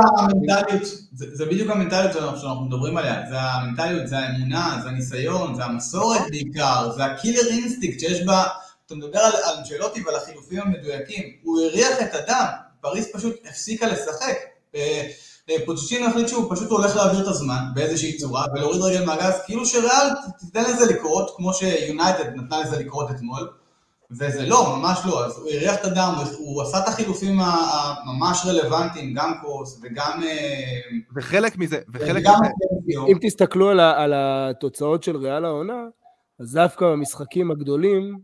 זה בדיוק המנטליות שאנחנו מדברים עליה, זה המנטליות, זה האמונה, זה הניסיון, זה המסורת בעיקר, זה הקילר אינסטינקט שיש בה, אתה מדבר על אנצ'לוטי ועל החילופים המדויקים, הוא הריח את הדם, פריז פשוט הפסיקה לשחק, פוצ'ינו החליט שהוא פשוט הולך להעביר את הזמן באיזושהי צורה, ולהוריד רגל מהגז, כאילו שריאל תיתן לזה לקרות, כמו שיונייטד נתנה לזה לקרות אתמול, וזה לא, ממש לא, אז הוא הריח את הדם, הוא עשה את החילופים הממש רלוונטיים, גם קורס וגם... וחלק מזה, אם תסתכלו על התוצאות של ריאל העונה, אז דווקא במשחקים הגדולים,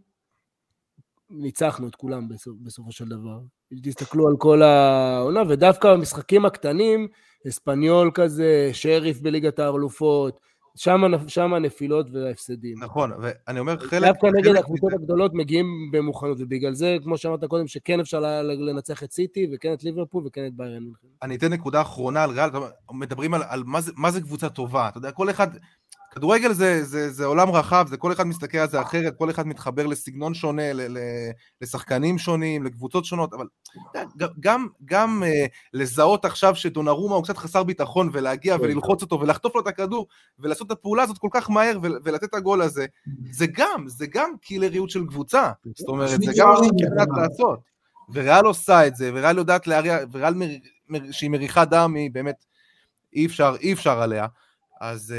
ניצחנו את כולם בסופו של דבר. תסתכלו על כל העונה, ודווקא במשחקים הקטנים, אספניול כזה, שריף בליגת האלופות, שם הנפילות וההפסדים. נכון, ואני אומר חלק... דווקא נגד הקבוצות הגדולות מגיעים במוכנות, ובגלל זה, כמו שאמרת קודם, שכן אפשר לנצח את סיטי, וכן את ליברפול, וכן את ביירן. אני אתן נקודה אחרונה על ריאל, מדברים על מה זה קבוצה טובה, אתה יודע, כל אחד... כדורגל זה עולם רחב, זה כל אחד מסתכל על זה אחרת, כל אחד מתחבר לסגנון שונה, לשחקנים שונים, לקבוצות שונות, אבל גם לזהות עכשיו שדונרומה הוא קצת חסר ביטחון, ולהגיע וללחוץ אותו, ולחטוף לו את הכדור, ולעשות את הפעולה הזאת כל כך מהר, ולתת את הגול הזה, זה גם קילריות של קבוצה, זאת אומרת, זה גם יודעת לעשות, וריאל עושה את זה, וריאל יודעת להריע, וריאל שהיא מריחה דם, היא באמת, אי אפשר עליה, אז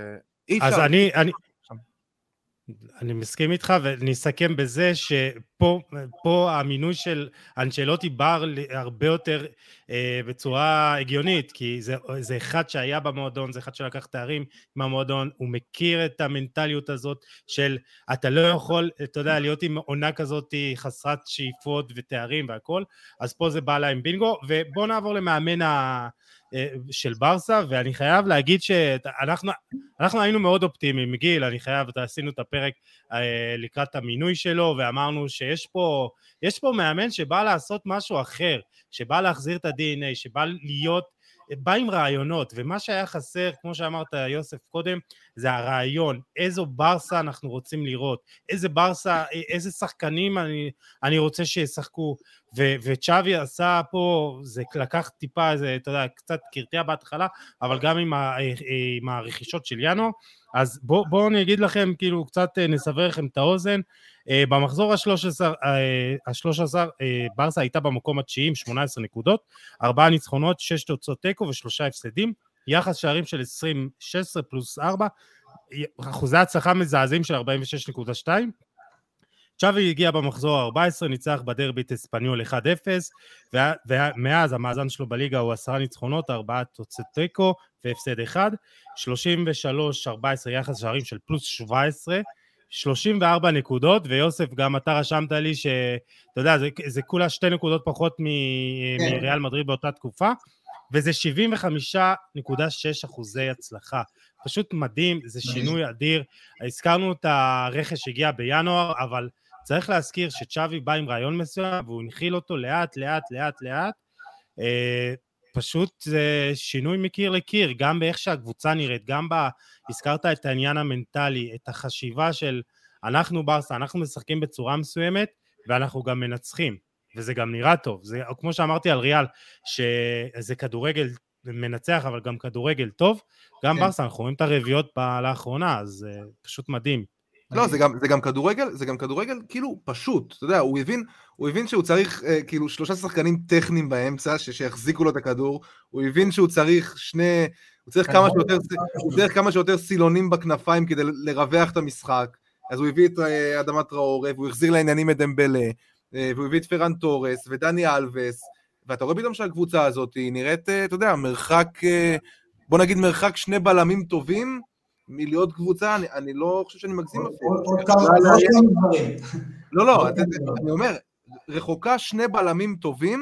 אני מסכים איתך, ונסכם בזה שפה המינוי של אנצ'לוטי בא הרבה יותר בצורה הגיונית, כי זה אחד שהיה במועדון, זה אחד שלקח תארים מהמועדון, הוא מכיר את המנטליות הזאת של אתה לא יכול, אתה יודע, להיות עם עונה כזאת חסרת שאיפות ותארים והכל, אז פה זה בא להם בינגו, ובוא נעבור למאמן של ברסה, ואני חייב להגיד שאנחנו היינו מאוד אופטימיים, גיל, אני חייב, עשינו את הפרק לקראת המינוי שלו, ואמרנו שיש פה מאמן שבא לעשות משהו אחר, שבא להחזיר את ה-DNA, שבא בא עם רעיונות, ומה שהיה חסר, כמו שאמרת יוסף קודם, זה הרעיון, איזו ברסה אנחנו רוצים לראות, איזה ברסה, איזה שחקנים אני רוצה שישחקו, וצ'אבי עשה פה, זה לקח טיפה, אתה יודע, קצת קרטיה בהתחלה, אבל גם עם הרכישות של ינואר, אז בואו אני אגיד לכם, כאילו קצת נסבר לכם את האוזן, במחזור ה-13 ברסה הייתה במקום ה-9 עם 18 נקודות, 4 ניצחונות, 6 תוצאות תיקו ו3 הפסדים, יחס שערים של 20-16 פלוס 4, אחוזי הצלחה מזעזעים של 46.2, צ'אבי הגיע במחזור ה-14, ניצח בדרבית אספניול 1-0, ומאז המאזן שלו בליגה הוא 10 ניצחונות, 4 תוצאות תיקו והפסד 1, 33-14 יחס שערים של פלוס 17, 34 נקודות, ויוסף גם אתה רשמת לי שאתה יודע, זה כולה 2 נקודות פחות מריאל מדריד באותה תקופה, וזה 75.6% הצלחה, פשוט מדהים, זה שינוי אדיר, הזכרנו את הרכש שהגיע בינואר, אבל צריך להזכיר שצ'אבי בא עם רעיון מסוים, והוא הנחיל אותו לאט, פשוט זה שינוי מקיר לקיר, גם באיך שהקבוצה נראית, גם הזכרת את העניין המנטלי, את החשיבה של אנחנו ברסה, אנחנו משחקים בצורה מסוימת, ואנחנו גם מנצחים, וזה גם נראה טוב, זה כמו שאמרתי על ריאל, שזה כדורגל מנצח, אבל גם כדורגל טוב, גם ברסה, אנחנו רואים את הרביעיות לאחרונה, אז פשוט מדהים. לא, זה גם כדורגל כאילו פשוט, אתה יודע, הוא הבין שהוא צריך כאילו 3 שחקנים טכניים באמצע, שיחזיקו לו את הכדור, הוא הבין שהוא צריך הוא צריך כמה שיותר סילונים בכנפיים כדי לרווח את המשחק, אז הוא הביא את אדמת טראורה, והוא החזיר לעניינים את דמבלה, והוא הביא את פרן טורס ודני אלווס, ואתה רואה פתאום שהקבוצה הזאת היא נראית, אתה יודע, בוא נגיד מרחק 2 בלמים טובים, מלהיות קבוצה, אני לא חושב שאני מגזים עוד כמה דברים. לא, אני אומר, רחוקה 2 בלמים טובים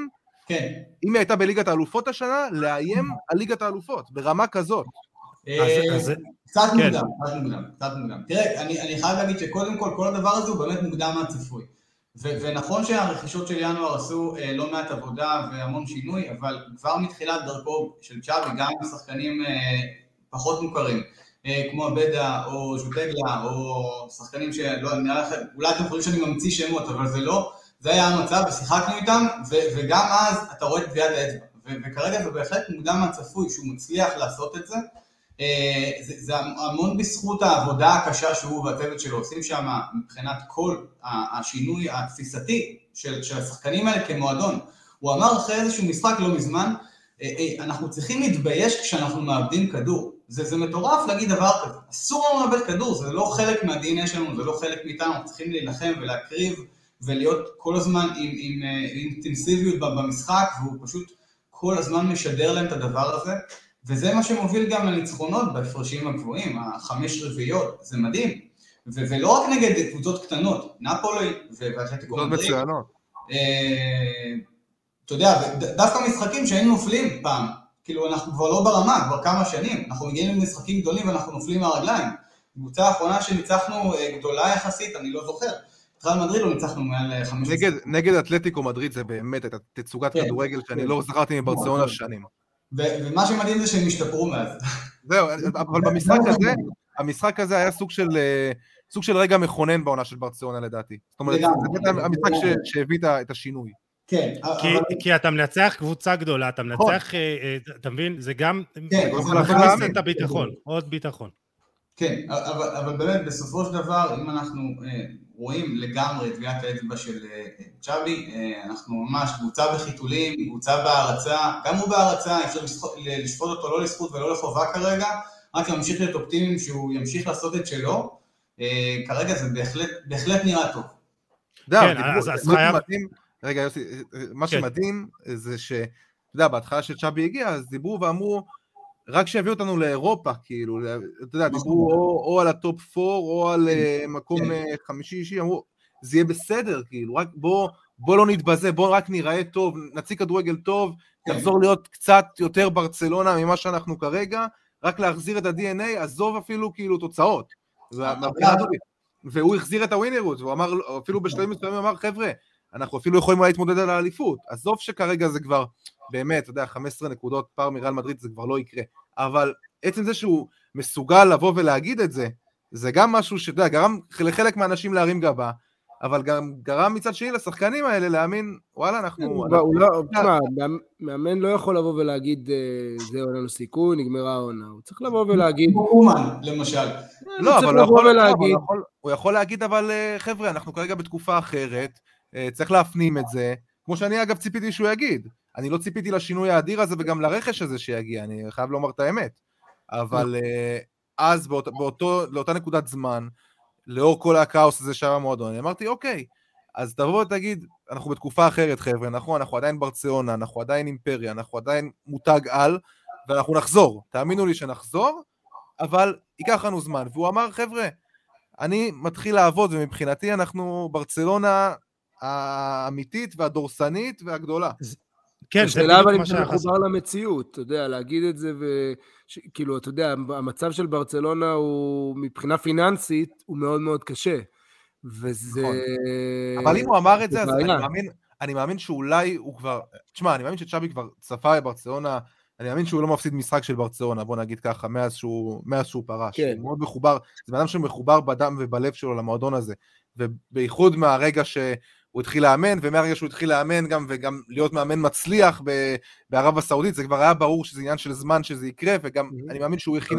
כן. אם היא הייתה בליגת האלופות השנה, לאיים על ליגת האלופות, ברמה כזאת. קצת מוקדם. תראה, אני חייב להגיד שקודם כל הדבר הזה הוא באמת מוקדם מהצפוי. ונכון שהרכישות של ינואר עשו לא מעט עבודה והמון שינוי, אבל כבר מתחילת דרכו של צ'אבי, גם עם שחקנים פחות מוכרים, כמו אבדה או ז'וטגלה, או שחקנים אולי אתם חושבים שאני ממציא שמות, אבל זה לא, זה היה המצב, ושיחקנו איתם, וגם אז אתה רואה את טביעת האצבע. וכרגע זה בהחלט מוקדם מהצפוי שהוא מצליח לעשות את זה. זה המון בזכות העבודה הקשה שהוא והצוות שלו עושים שם, מבחינת כל השינוי התפיסתי של השחקנים האלה כמועדון. הוא אמר אחרי איזשהו משחק לא מזמן, אנחנו צריכים להתבייש כשאנחנו מאבדים כדור. זה מטורף להגיד דבר כזה. אסור לנו לאבד כדור, זה לא חלק מה-DNA שלנו, זה לא חלק מאיתנו, אנחנו צריכים להילחם ולהקריב ולהיות כל הזמן עם אינטנסיביות במשחק, והוא פשוט כל הזמן משדר להם את הדבר הזה. וזה מה שמוביל גם לניצחונות בהפרשים הגבוהים, 5 רביעיות, זה מדהים. ולא רק נגד קבוצות קטנות, נפולי ואתלטיקו מדריד. אתה יודע, דווקא משחקים שהיינו נופלים פעם, כאילו אנחנו כבר לא ברמה, כבר כמה שנים, אנחנו מגיעים למשחקים גדולים ואנחנו נופלים מהרגליים. קבוצה האחרונה שניצחנו גדולה יחסית, אני לא זוכר. ריאל מדריד לא ניצחנו מעל 5. נגד אתלטיקו מדריד זה באמת הייתה תצוגת כדורגל שאני לא זכרתי מברצלונה שנים. ומה שמדהים זה שהם השתפרו מאז. זהו, אבל המשחק הזה היה סוג של רגע מכונן בעונה של ברצלונה לדעתי. זאת אומרת, זה המשחק שהביא את השינוי. כן. כי אתה מנצח קבוצה גדולה, אתה מנצח, אתה מבין, זה גם, את הביטחון, עוד ביטחון. כן, אבל באמת בסופו של דבר, אם אנחנו רואים לגמרי את טביעת האצבע של צ'אבי, אנחנו ממש קבוצה בחיתולים, קבוצה בהרצה, גם הוא בהרצה, אפשר לשפוט אותו לא לזכות ולא לחובה כרגע, רק להמשיך להיות אופטימיים שהוא ימשיך לעשות את שלו, כרגע זה בהחלט נראה טוב. רגע יוסי, מה שמדהים זה ש, אתה יודע, בהתחלה שצ'אבי הגיע, אז דיברו ואמרו, רק שיביאו אותנו לאירופה, כאילו, אתה יודע, דיברו או על הטופ 4, או על מקום חמישי, אמרו, זה יהיה בסדר, כאילו, רק בוא לא נתבזה, בוא רק נראה טוב, נציג כדורגל טוב, תחזור להיות קצת יותר ברצלונה ממה שאנחנו כרגע, רק להחזיר את ה-DNA, עזוב אפילו כאילו תוצאות, והוא החזיר את הווינרות, והוא אמר, אפילו בשלבים מסוימים אמר, חבר'ה, אנחנו אפילו יכולים להתמודד על האליפות, עזוב שכרגע זה כבר, באמת, אתה יודע, 15 נקודות פער מריאל מדריד, זה כבר לא יקרה, אבל עצם זה שהוא מסוגל לבוא ולהגיד את זה, זה גם משהו שאתה יודע, גרם לחלק מהאנשים להרים גבה, אבל גם גרם מצד שני לשחקנים האלה להאמין, וואלה, אנחנו... מאמן לא יכול לבוא ולהגיד, זהו, אין לנו סיכוי, נגמרה העונה, הוא צריך לבוא ולהגיד... אומן, למשל. לא, אבל הוא יכול להגיד, אבל חבר'ה, אנחנו כרגע בתקופה אחרת, צריך להפנים את זה, כמו שאני אגב ציפיתי שהוא יגיד, אני לא ציפיתי לשינוי האדיר הזה וגם לרכש הזה שיגיע, אני חייב לומר את האמת, אבל אז לאותה נקודת זמן, לאור כל הכאוס הזה שם המועדון, אני אמרתי אוקיי, אז תבוא ותגיד, אנחנו בתקופה אחרת חבר'ה, נכון, אנחנו עדיין ברצלונה, אנחנו עדיין אימפריה, אנחנו עדיין מותג על, ואנחנו נחזור, תאמינו לי שנחזור, אבל ייקח לנו זמן, והוא אמר חבר'ה, אני מתחיל לעבוד, ומבחינתי אנחנו ברצלונה האמיתית והדורסנית והגדולה. כן, זה בדיוק מה שאתה מחובר למציאות, אתה יודע, להגיד את זה, וכאילו, אתה יודע, המצב של ברצלונה הוא, מבחינה פיננסית, הוא מאוד מאוד קשה, וזה... אבל אם הוא אמר את זה, אז אני מאמין שאולי הוא כבר, תשמע, אני מאמין שצ'אבי כבר צפה בברצלונה, אני מאמין שהוא לא מפסיד משחק של ברצלונה, בוא נגיד ככה, מאז שהוא פרש, הוא מאוד מחובר, זה בן אדם שמחובר בדם ובלב שלו למועדון הזה, ובייחוד מהרגע שהוא התחיל לאמן, ומהרגע שהוא התחיל לאמן וגם להיות מאמן מצליח בערב הסעודית, זה כבר היה ברור שזה עניין של זמן שזה יקרה, וגם אני מאמין שהוא הכין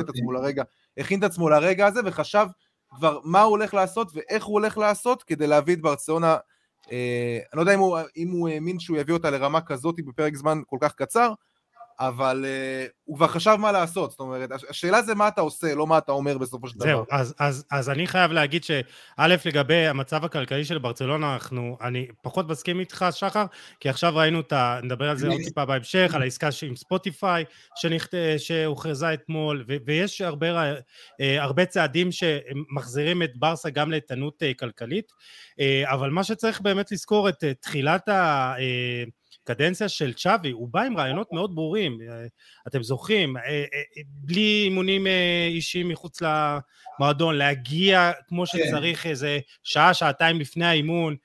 את עצמו לרגע הזה, וחשב כבר מה הוא הולך לעשות, ואיך הוא הולך לעשות, כדי להביא את ברצלונה, אני לא יודע אם הוא האמין שהוא יביא אותה לרמה כזאת בפרק זמן כל כך קצר, אבל הוא כבר חשב מה לעשות, זאת אומרת, השאלה זה מה אתה עושה, לא מה אתה אומר בסופו של דבר. זהו, אז אני חייב להגיד שא' לגבי המצב הכלכלי של ברצלונה, אני פחות מסכים איתך שחר, כי עכשיו ראינו נדבר על זה עוד טיפה בהמשך, על העסקה עם ספוטיפיי, שהוכרזה אתמול, ויש הרבה צעדים שמחזירים את ברסה גם לאיתנות כלכלית, אבל מה שצריך באמת לזכור את תחילת בקדנציה של צ'אבי, הוא בא עם רעיונות מאוד ברורים, אתם זוכרים, בלי אימונים אישיים מחוץ למועדון, להגיע כמו שצריך איזה שעה, שעתיים לפני האימון,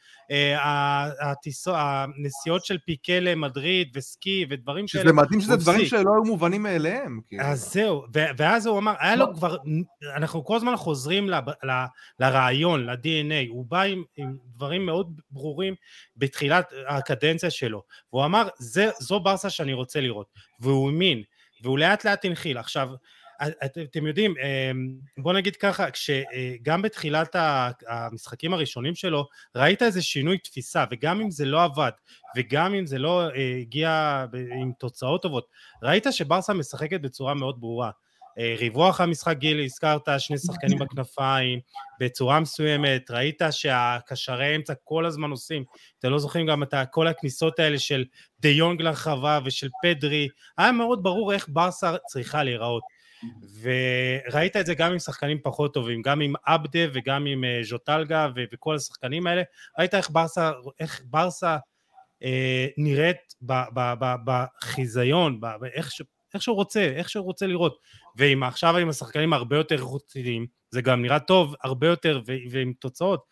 הנסיעות של פיקה למדריד וסקי ודברים כאלה. שזה מדהים שזה דברים שלא היו מובנים מאליהם. אז זהו, ואז הוא אמר, היה לו כבר, אנחנו כל הזמן חוזרים לרעיון, ל-DNA, הוא בא עם דברים מאוד ברורים בתחילת הקדנציה שלו, והוא אמר, זו ברסה שאני רוצה לראות, והוא האמין, והוא לאט לאט הנחיל. עכשיו, אתם יודעים, בוא נגיד ככה, כשגם בתחילת המשחקים הראשונים שלו, ראית איזה שינוי תפיסה, וגם אם זה לא עבד, וגם אם זה לא הגיע עם תוצאות טובות, ראית שברסה משחקת בצורה מאוד ברורה. ריווח המשחק, גיל, הזכרת שני שחקנים בכנפיים, בצורה מסוימת, ראית שהקשרי אמצע כל הזמן עושים, אתם לא זוכרים גם את כל הכניסות האלה של דיונג לרחבה ושל פדרי, היה מאוד ברור איך ברסה צריכה להיראות. וראית את זה גם עם שחקנים פחות טובים, גם עם אבדה וגם עם ז'וטלגה וכל השחקנים האלה, ראית איך ברסה נראית בחיזיון, איך שהוא רוצה לראות, ועכשיו עם השחקנים הרבה יותר איכותיים, זה גם נראה טוב הרבה יותר ועם תוצאות,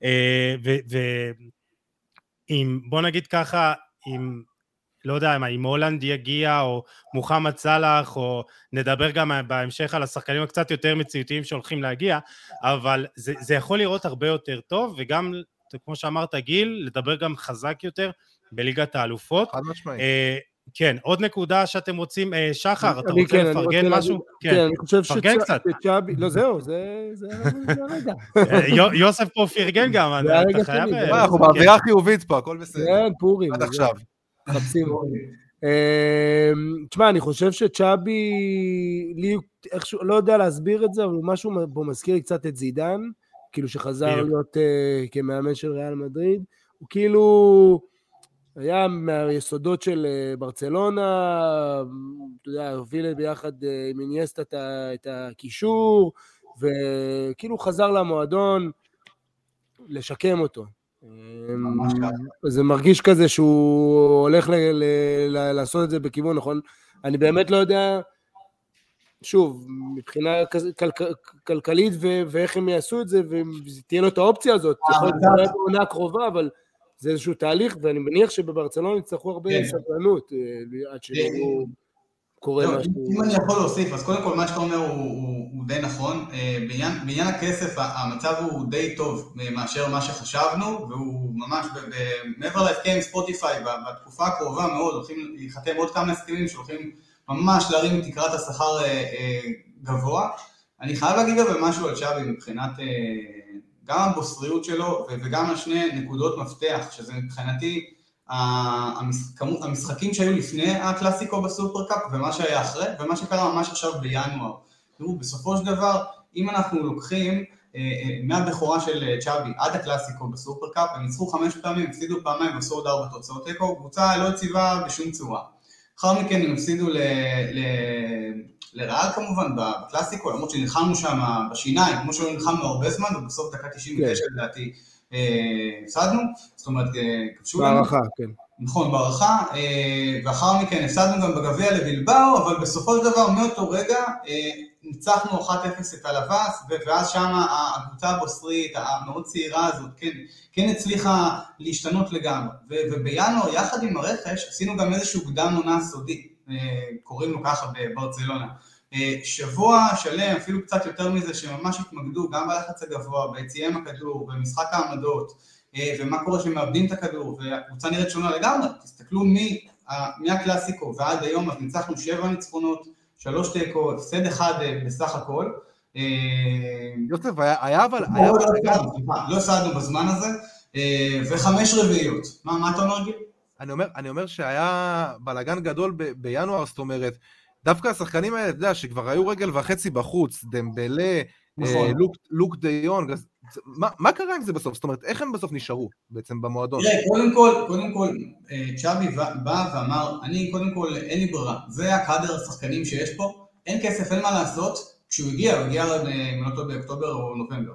בוא נגיד ככה, לא יודע אם הולנד יגיע, או מוחמד סלאח, או נדבר גם בהמשך על השחקנים הקצת יותר מציאותיים שהולכים להגיע, אבל זה יכול לראות הרבה יותר טוב, וגם, כמו שאמרת גיל, לדבר גם חזק יותר בליגת האלופות. חד משמעית. כן, עוד נקודה שאתם רוצים, שחר, אתה רוצה לפרגן משהו? כן, אני חושב פרגן קצת. לא, זהו, זה הרגע. יוסף פה פרגן גם, אתה חייב... אנחנו באווירה חיובית פה, הכל בסדר. כן, פורים. עד עכשיו. חפשים. תשמע, אני חושב שצ'אבי, לא יודע להסביר את זה, אבל משהו בו מזכיר לי קצת את זידן, כאילו שחזר להיות כמאמן של ריאל מדריד, הוא כאילו היה מהיסודות של ברצלונה, אתה יודע, הוביל ביחד עם אינייסטה את הקישור, וכאילו חזר למועדון לשקם אותו. זה מרגיש כזה שהוא הולך לעשות את זה בכיוון נכון. אני באמת לא יודע, שוב, מבחינה כלכלית ואיך הם יעשו את זה, ותהיה לו את האופציה הזאת, יכול להיות בעונה הקרובה, אבל זה איזשהו תהליך, ואני מניח שבברצלונה יצטרכו הרבה סבלנות עד שהוא קורא משהו. אם אני יכול להוסיף, אז קודם כל מה שאתה אומר הוא די נכון. בעניין הכסף המצב הוא די טוב מאשר מה שחשבנו, והוא ממש מעבר להסכם עם ספוטיפיי בתקופה הקרובה מאוד, הולכים להיחתם עוד כמה הסכמים שהולכים ממש להרים את תקרת השכר גבוה. אני חייב להגיד אבל משהו על צ'אבי מבחינת גם הבוסריות שלו וגם על שני נקודות מפתח, שזה מבחינתי המשחקים שהיו לפני הקלאסיקו בסופרקאפ ומה שהיה אחרי, ומה שקרה ממש עכשיו בינואר. תראו, בסופו של דבר, אם אנחנו לוקחים מהבכורה של צ'אבי עד הקלאסיקו בסופרקאפ, הם ניצחו 5 פעמים, הפסידו פעמיים, עשו עוד 4 תוצאות תיקו, קבוצה לא יציבה בשום צורה. אחר מכן הם הפסידו לריאל כמובן בקלאסיקו, למרות שנלחמנו שם בשיניים, כמו שלא נלחמנו הרבה זמן, ובסוף דקה 99 לדעתי הפסדנו, זאת אומרת, כבשו לנו. בערכה, כן. נכון, בערכה, ואחר מכן הפסדנו גם בגביע לבילבאו, אבל בסופו של דבר מאותו רגע ניצחנו 1-0 את הלבאס, ואז שם הקבוצה הבוסרית, המאוד צעירה הזאת, כן הצליחה להשתנות לגמרי. ובינואר, יחד עם הרכש, עשינו גם איזשהו קדם עונה סודי, קוראים לו ככה בברצלונה. שבוע שלם, אפילו קצת יותר מזה, שממש התמקדו גם בלחץ הגבוה, ביציאה עם הכדור, במשחק העמדות, ומה קורה שמאבדים את הכדור, והקבוצה נראית שונה לגמרי. תסתכלו מהקלאסיקו ועד היום, אז ניצחנו 7 ניצחונות, 3 תיקו, הפסד 1 בסך הכל. יוסף, היה אבל... לא הפסדנו בזמן הזה, ו5 רביעיות. מה אתה אומר, גיל? אני אומר שהיה בלגן גדול בינואר, זאת אומרת, דווקא השחקנים האלה, אתה יודע, שכבר היו רגל וחצי בחוץ, דמבלה, לוק דיונג, מה קרה עם זה בסוף? זאת אומרת, איך הם בסוף נשארו בעצם במועדון? קודם כל, צ'אבי בא ואמר, אני קודם כל אין לי ברירה, זה הקאדר השחקנים שיש פה, אין כסף, אין מה לעשות, כשהוא הגיע באוקטובר או נובמבר,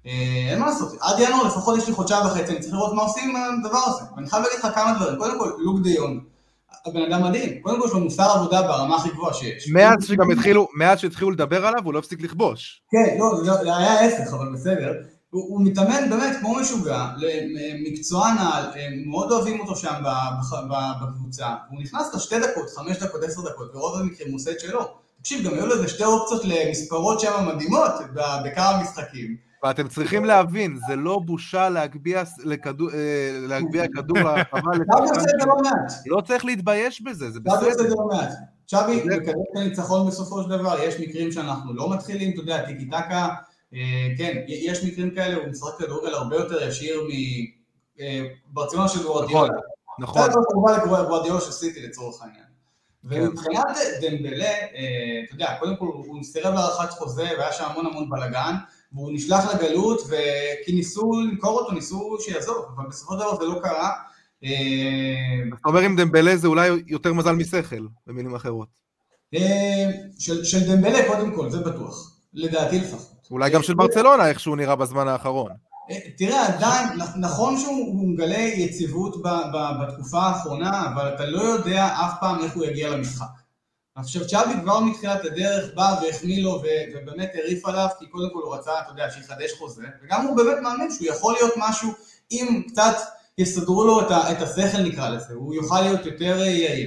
אין מה לעשות, עד ינואר לפחות יש לי חודשיים וחצי, אני צריך לראות מה עושים עם הדבר הזה. ואני חייב להגיד לך כמה דברים. קודם כל, לוק דה יונג, הבן אדם מדהים. קודם כל, יש לו מוסר עבודה ברמה הכי גבוהה שיש. מאז שהתחילו לדבר עליו, הוא לא הפסיק לכבוש. כן, לא, זה היה ההפך, אבל בסדר. הוא מתאמן באמת כמו משוגע, מקצוען, מאוד אוהבים אותו שם בקבוצה. הוא נכנס ל2 דקות, 5 דקות, 10 דקות, ורוב המקרים הוא עושה את שלו. תקשיב, גם היו לו איזה 2 אופציות למספרות שם מדהימות בכמה משחקים. ואתם צריכים להבין, זה לא בושה להגביע כדור אבל לא צריך להתבייש בזה, זה בסדר. צ'אבי, מקדם את הניצחון בסופו של דבר, יש מקרים שאנחנו לא מתחילים, אתה יודע, טיקי טקה, כן, יש מקרים כאלה, הוא משחק כדורגל הרבה יותר ישיר מברצלונה של גוארדיולה. נכון. זה כמובן לגוארדיולה של סיטי לצורך העניין. ומבחינת דמבלה, אתה יודע, קודם כל הוא סירב להארכת חוזה, והיה שם המון בלגן, והוא נשלח לגלות, כי ניסו למכור אותו, ניסו שיעזוב, אבל בסופו של דבר זה לא קרה. אתה אומר עם דמבלה זה אולי יותר מזל משכל, במילים אחרות. של דמבלה קודם כל, זה בטוח, לדעתי לפחות. אולי גם של ברצלונה, איך שהוא נראה בזמן האחרון. תראה, עדיין, נכון שהוא מגלה יציבות בתקופה האחרונה, אבל אתה לא יודע אף פעם איך הוא יגיע למשחק. אני חושב צ'אבי כבר מתחילת הדרך בא והחמיא לו ובאמת הריף עליו, כי קודם כל הוא רצה, אתה יודע, שיחדש חוזה, וגם הוא באמת מאמין שהוא יכול להיות משהו, אם קצת יסדרו לו את השכל נקרא לזה, הוא יוכל להיות יותר יעיל.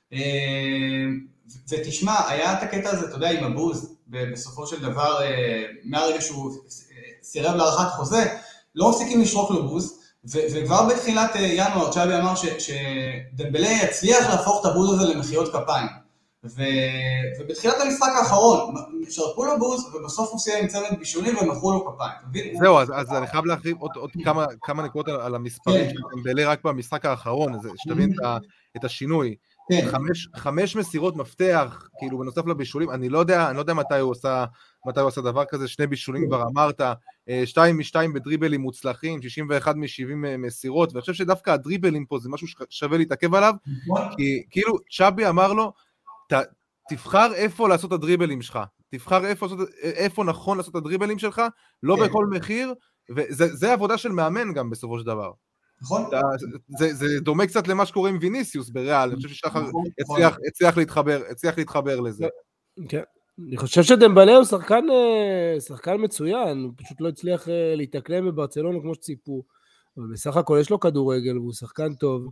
ותשמע, היה את הקטע הזה, אתה יודע, עם הבוז, בסופו של דבר, מהרגע שהוא סירב להארכת חוזה, לא מפסיקים לשרוק לו בוז, וכבר בתחילת ינואר צ'אבי אמר שדמבלה יצליח להפוך את הבוז הזה למחיאות כפיים. ובתחילת המשחק האחרון, שרקו לו בוז, ובסוף הוא סיים עם צמד בישולים ומחאו לו כפיים. זהו, אז אני חייב להחריב עוד כמה נקודות על המספרים של דמבלה רק במשחק האחרון, שתבין את השינוי. 5 מסירות מפתח, כאילו בנוסף לבישולים, אני לא יודע מתי הוא עושה דבר כזה, 2 בישולים כבר אמרת, 2 מ-2 בדריבלים מוצלחים, 61 מ-70 מסירות, ואני חושב שדווקא הדריבלים פה זה משהו ששווה להתעכב עליו, כי כאילו צ'אבי אמר לו, תבחר איפה לעשות את הדריבלים שלך, תבחר איפה נכון לעשות את הדריבלים שלך, לא בכל מחיר, וזה עבודה של מאמן גם בסופו של דבר. נכון. זה דומה קצת למה שקורה עם ויניסיוס בריאל, אני חושב ששחר הצליח להתחבר לזה. כן. אני חושב שדמבלה הוא שחקן מצוין, הוא פשוט לא הצליח להתאקלם בברצלונה כמו שציפו, אבל בסך הכל יש לו כדורגל והוא שחקן טוב.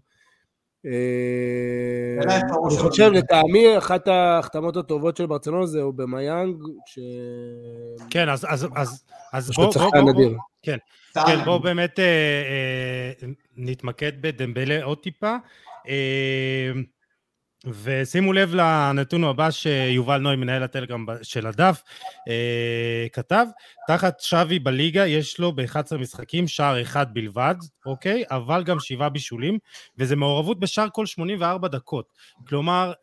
אני חושב לטעמי אחת ההחתמות הטובות של ברצלונה זה אובמיאנג, כן, אז בואו באמת נתמקד בדמבלה עוד טיפה, ושימו לב לנתון הבא שיובל נוי, מנהל הטלגרם של הדף, כתב, תחת צ'אבי בליגה יש לו ב-11 משחקים שער אחד בלבד, אוקיי? אבל גם 7 בישולים, וזה מעורבות בשער כל 84 דקות. כלומר,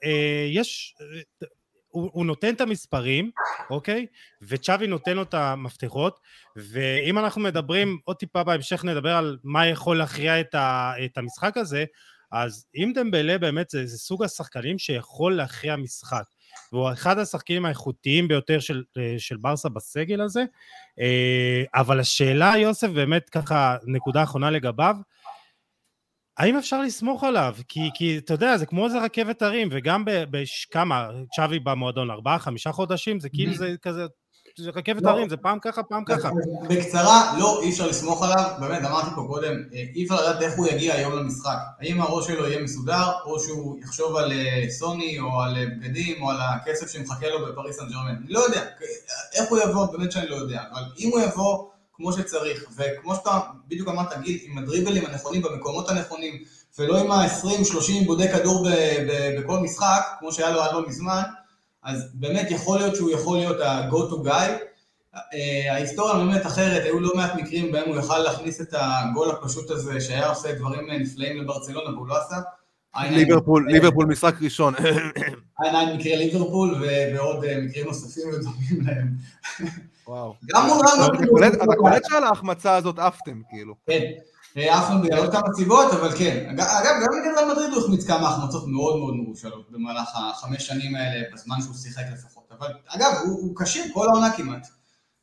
הוא נותן את המספרים, אוקיי? וצ'אבי נותן לו את המפתחות, ואם אנחנו מדברים, עוד טיפה בהמשך נדבר על מה יכול להכריע את המשחק הזה, אז אם דמבלה באמת זה סוג השחקנים שיכול להכריע משחק, והוא אחד השחקנים האיכותיים ביותר של ברסה בסגל הזה, אבל השאלה יוסף באמת ככה נקודה אחרונה לגביו, האם אפשר לסמוך עליו? כי אתה יודע, זה כמו איזה רכבת הרים, וגם בכמה, צ'אבי במועדון 4-5 חודשים, זה כאילו זה כזה, זה רכבת הרים, זה פעם ככה, פעם ככה. בקצרה, לא, אי אפשר לסמוך עליו, באמת, אמרתי פה קודם, אי אפשר לדעת איך הוא יגיע היום למשחק. האם הראש שלו יהיה מסודר, או שהוא יחשוב על סוני, או על בגדים, או על הכסף שמחכה לו בפריס סן ז'רמן. אני לא יודע, איך הוא יבוא, באמת שאני לא יודע, אבל אם הוא יבוא כמו שצריך, וכמו שאתה בדיוק אמרת, גיל, עם הדריבלים הנכונים, במקומות הנכונים, ולא עם ה-20-30 בודי כדור בכל משחק, כמו שהיה לו עד לא מזמן, אז באמת יכול להיות שהוא יכול להיות ה-go to guy. ההיסטוריה באמת אחרת, היו לא מעט מקרים בהם הוא יכל להכניס את הגול הפשוט הזה, שהיה עושה דברים נפלאים לברצלונה, והוא לא עשה. ליברפול משחק ראשון. עין מקרה ליברפול, ועוד מקרים נוספים ודומים להם. וואו. גם מול רעיון... אתה קולט שעל ההחמצה הזאת עפתם, כאילו. כן. עפנו בגלל עוד כמה סיבות, אבל כן. אגב, גם בגלל מדריד הוא החמיץ כמה החמצות מאוד מאוד מרושלות במהלך 5 שנים האלה, בזמן שהוא שיחק לפחות. אבל אגב, הוא קשיר כל העונה כמעט.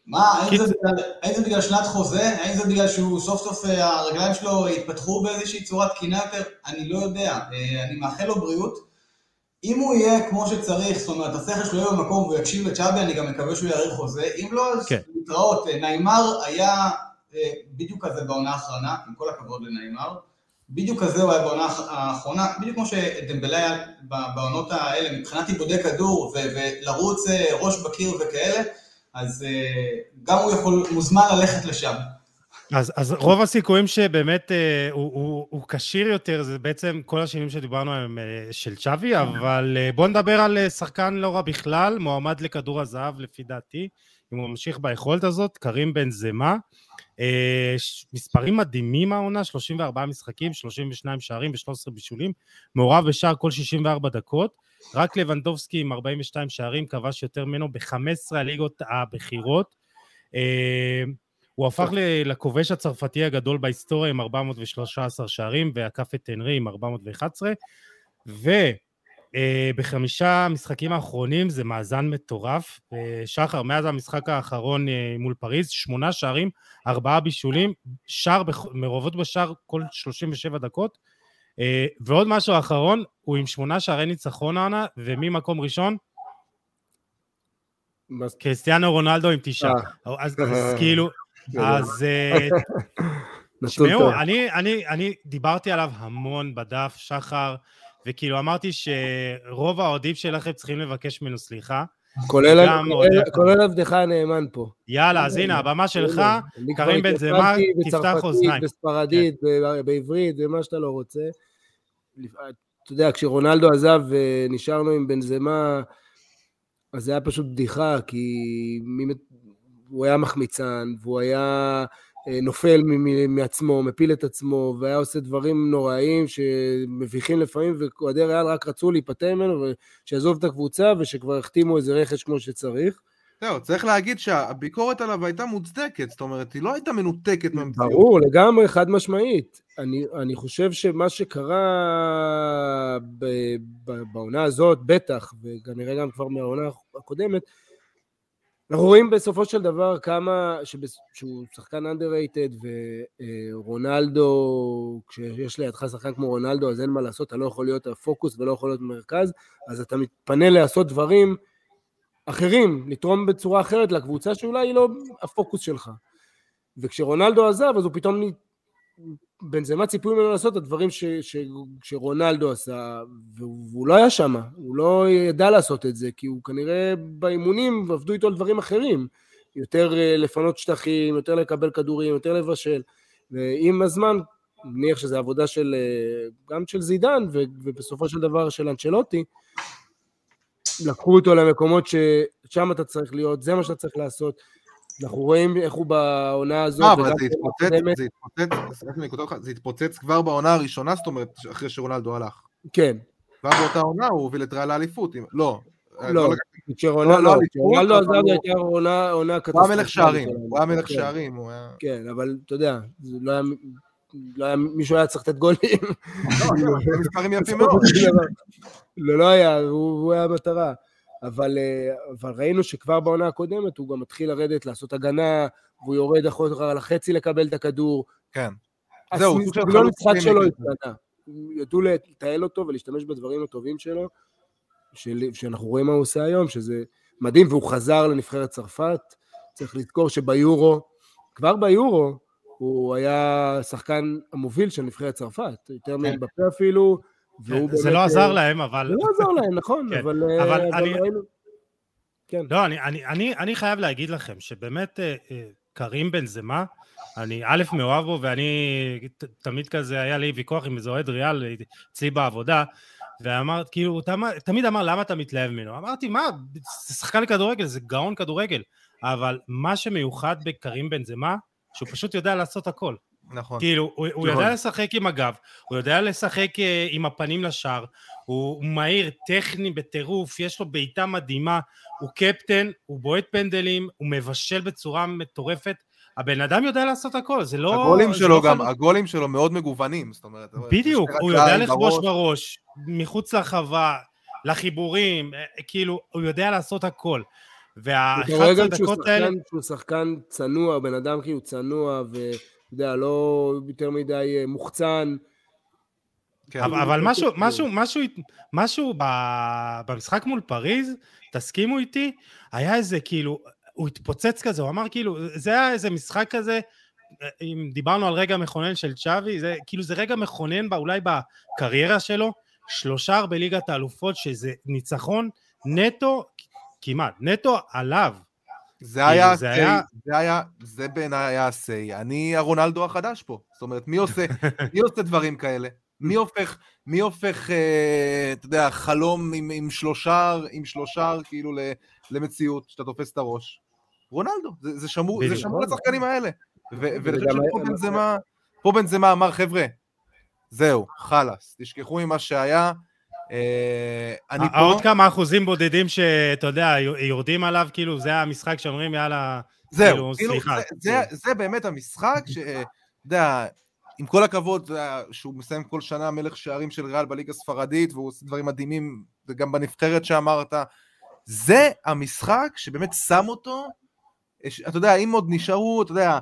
מה, האם זה בגלל שנת חוזה? האם זה בגלל שהוא סוף סוף הרגליים שלו התפתחו באיזושהי צורה תקינה יותר? אני לא יודע. אני מאחל לו בריאות. אם הוא יהיה כמו שצריך, זאת אומרת, השכל שלו יהיה במקום והוא יקשיב לצ'אבי, אני גם מקווה שהוא יאריך חוזה. אם לא, אז להתראות. ניימר היה בדיוק כזה בעונה האחרונה, עם כל הכבוד לניימר. בדיוק כזה הוא היה בעונה האחרונה, בדיוק כמו שדמבלה היה בעונות האלה, מבחינת איבודי כדור ולרוץ ראש בקיר וכאלה, אז גם הוא יכול, מוזמן ללכת לשם. אז רוב הסיכויים שבאמת הוא קשיר יותר, זה בעצם כל השינויים שדיברנו הם של צ'אבי, אבל בוא נדבר על שחקן לא רע בכלל, מועמד לכדור הזהב לפי דעתי, אם הוא ממשיך ביכולת הזאת, קרים בנזמה, מספרים מדהימים העונה, 34 משחקים, 32 שערים ו13 בישולים, מעורב בשער כל 64 דקות, רק לבנדובסקי עם 42 שערים, כבש יותר ממנו ב-15 הליגות הבכירות, הוא הפך לכובש הצרפתי הגדול בהיסטוריה עם 413 שערים, ועקף את הנרי עם 411, ובחמישה משחקים האחרונים זה מאזן מטורף, שחר, מאז המשחק האחרון מול פריז, 8 שערים, 4 בישולים, מרובות בשער כל 37 דקות, ועוד משהו האחרון, הוא עם 8 שערי ניצחון העונה, וממקום ראשון, קריסטיאנו רונלדו עם 9, אז כאילו, אז תשמעו, אני דיברתי עליו המון בדף, שחר, וכאילו אמרתי שרוב האוהדים שלכם צריכים לבקש ממנו סליחה. כולל עבדך הנאמן פה. יאללה, אז הנה, הבמה שלך, קרים בנזמה, תפתח אוזניים. בספרדית, בעברית, ומה שאתה לא רוצה. אתה יודע, כשרונלדו עזב ונשארנו עם בנזמה, אז זה היה פשוט בדיחה, כי הוא היה מחמיצן, והוא היה נופל מעצמו, מפיל את עצמו, והיה עושה דברים נוראים שמביכים לפעמים, וכועדי ריאל רק רצו להיפטר ממנו, ושיעזוב את הקבוצה, ושכבר החתימו איזה רכש כמו שצריך. זהו, צריך להגיד שהביקורת עליו הייתה מוצדקת, זאת אומרת, היא לא הייתה מנותקת מהמציאות. ברור, לגמרי, חד משמעית. אני חושב שמה שקרה בעונה הזאת, בטח, וכנראה גם כבר מהעונה הקודמת, אנחנו רואים בסופו של דבר כמה, שהוא שחקן underrated, ורונלדו, כשיש לידך שחקן כמו רונלדו, אז אין מה לעשות, אתה לא יכול להיות הפוקוס ולא יכול להיות מרכז, אז אתה מתפנה לעשות דברים אחרים, לתרום בצורה אחרת לקבוצה שאולי היא לא הפוקוס שלך. וכשרונלדו עזב, אז הוא פתאום, בנזמה ציפוי ממנו לעשות את הדברים שרונלדו עשה, והוא לא היה שם, הוא לא ידע לעשות את זה, כי הוא כנראה באימונים עבדו איתו על דברים אחרים, יותר לפנות שטחים, יותר לקבל כדורים, יותר לבשל, ועם הזמן, נניח שזה עבודה של, גם של זידן, ובסופו של דבר של אנצ'לוטי, לקחו אותו למקומות ששם אתה צריך להיות, זה מה שאתה צריך לעשות, אנחנו רואים איך הוא בעונה הזאת. אבל זה התפוצץ כבר בעונה הראשונה, זאת אומרת, אחרי שרונלדו הלך. כן. כבר באותה עונה הוא הוביל את ריאל לאליפות. לא. כשרונלדו עזב הייתה עונה קטסטרופלית. הוא היה מלך שערים. הוא היה מלך שערים. כן, אבל אתה יודע, מישהו היה צריך לתת גולים. לא, מספרים יפים מאוד. לא היה, הוא היה מטרה. אבל ראינו שכבר בעונה הקודמת הוא גם מתחיל לרדת, לעשות הגנה, והוא יורד אחורה לחצי לקבל את הכדור. כן. זהו, לא נצחק שלו התקנה. ידעו לתעל אותו ולהשתמש בדברים הטובים שלו, שאנחנו רואים מה הוא עושה היום, שזה מדהים, והוא חזר לנבחרת צרפת. צריך לזכור שביורו, כבר ביורו, הוא היה שחקן המוביל של נבחרת צרפת, יותר מבפה אפילו, זה לא עזר להם, אבל... זה לא עזר להם, נכון, אבל ראינו... לא, אני חייב להגיד לכם, שבאמת קרים בנזמה, אני א' מאוהב בו, ואני תמיד כזה, היה לי ויכוח עם איזה אוהד ריאל, אצלי בעבודה, ואמרת, כאילו, הוא תמיד אמר, למה אתה מתלהב ממנו? אמרתי, מה, זה שחקן כדורגל, זה גאון כדורגל, אבל מה שמיוחד בקרים בנזמה, שהוא פשוט יודע לעשות הכל. נכון. כאילו, הוא יודע לשחק עם הגב, הוא יודע לשחק עם הפנים לשער, הוא מהיר, טכני בטירוף, יש לו בעיטה מדהימה, הוא קפטן, הוא בועט פנדלים, הוא מבשל בצורה מטורפת, הבן אדם יודע לעשות הכל, זה לא... הגולים שלו גם, הגולים שלו מאוד מגוונים, זאת אומרת... בדיוק, הוא יודע לכבוש בראש, מחוץ לחווה, לחיבורים, כאילו, הוא יודע לעשות הכל, וה-11 דקות האלה... שהוא שחקן צנוע, בן אדם כאילו צנוע, ויודע, לא יותר מדי מוחצן. אבל משהו במשחק מול פריז, תסכימו איתי, היה איזה כאילו, הוא התפוצץ כזה, הוא אמר כאילו, זה היה איזה משחק כזה, אם דיברנו על רגע מכונן של צ'אבי, זה כאילו זה רגע מכונן אולי בקריירה שלו, 3 בליגת האלופות, שזה ניצחון נטו, כמעט, נטו עליו. זה בעיניי היה הסי, אני הרונלדו החדש פה, זאת אומרת, מי עושה דברים כאלה? מי הופך, אתה יודע, חלום עם שלושה כאילו למציאות, שאתה תופס את הראש? רונלדו, זה שמור לשחקנים האלה. פה בנזמה אמר, חבר'ה, זהו, חלאס, תשכחו ממה שהיה. עוד כמה אחוזים בודדים שאתה יודע, יורדים עליו, כאילו זה המשחק שאומרים, יאללה, זהו, זה באמת המשחק שאתה יודע, עם כל הכבוד שהוא מסיים כל שנה מלך שערים של ריאל בליגה הספרדית, והוא עושה דברים מדהימים, וגם בנבחרת שאמרת, זה המשחק שבאמת שם אותו, אתה יודע, אם עוד נשארו, אתה יודע,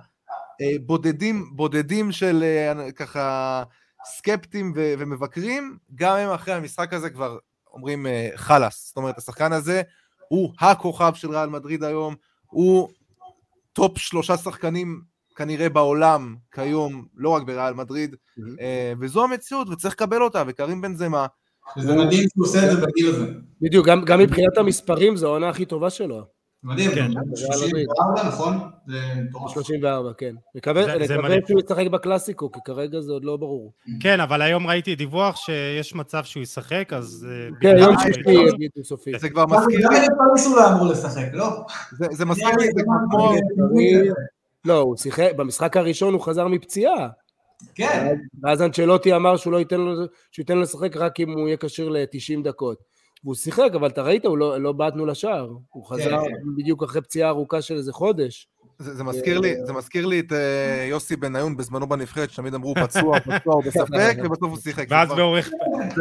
בודדים של ככה סקפטים ומבקרים, גם הם אחרי המשחק הזה כבר אומרים חלאס, זאת אומרת, השחקן הזה הוא הכוכב של ריאל מדריד היום, הוא טופ 3 שחקנים כנראה בעולם כיום, לא רק בריאל מדריד, וזו המציאות, וצריך לקבל אותה, וקרים בנזמה. וזה מדהים שהוא עושה את זה בגיל הזה. בדיוק, גם מבחינת המספרים, זו העונה הכי טובה שלו. מדהים, 34, נכון? 34, כן. נקווה שהוא ישחק בקלאסיקו, כי כרגע זה עוד לא ברור. כן, אבל היום ראיתי דיווח שיש מצב שהוא ישחק, אז... כן, היום שישי יגידו סופי. זה כבר מזכיר... גם אין פריס הוא לא אמור לשחק, לא? זה מזכיר לי, זה כמו... לא, הוא שיחק, במשחק הראשון הוא חזר מפציעה. כן. ואז אנצ'לוטי אמר שהוא ייתן לו לשחק רק אם הוא יהיה קשיר ל-90 דקות. והוא שיחק, אבל אתה ראית, הוא לא בעטנו לשער. הוא חזר בדיוק אחרי פציעה ארוכה של איזה חודש. זה מזכיר לי את יוסי בניון בזמנו בנבחרת, שתמיד אמרו פצוע, הוא בספק, ובסוף הוא שיחק. ואז באורך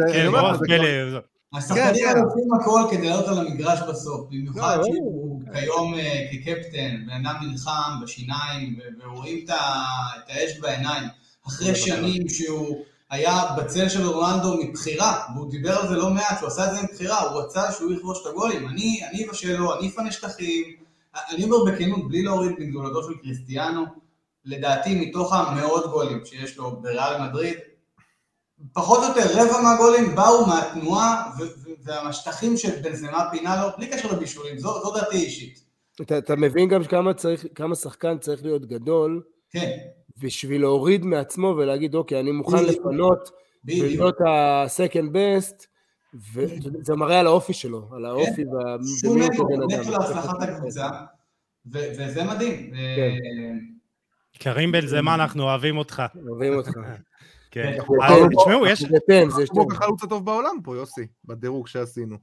פלא. השחקנים עושים הכל כדי לעלות על המגרש בסוף, במיוחד שהוא כיום כקפטן, בן אדם נלחם בשיניים, ורואים את האש בעיניים, אחרי שנים שהוא היה בצל של רונלדו מבחירה, והוא דיבר על זה לא מעט, שהוא עשה את זה מבחירה, הוא רצה שהוא יכבוש את הגולים, אני אבשל לו, אני אפנה שטחים, אני אומר בכנות, בלי להוריד מגדולתו של קריסטיאנו, לדעתי מתוך המאות גולים שיש לו בריאל מדריד, פחות או יותר רבע מהגולים באו מהתנועה והמשטחים של בנזמה פינה לו, בלי קשר לבישולים, זו דעתי אישית. אתה מבין גם כמה שחקן צריך להיות גדול, כן. בשביל להוריד מעצמו ולהגיד, אוקיי, אני מוכן לפנות, ולהיות ה-second best, וזה מראה על האופי שלו, על האופי והמדיניות הבן אדם. נטו להצלחת הקבוצה, וזה מדהים. קרים בנזמה, אנחנו אוהבים אותך. אוהבים אותך. כן. תשמעו, יש... כמו החלוץ הטוב בעולם פה, יוסי, בדירוג שעשינו.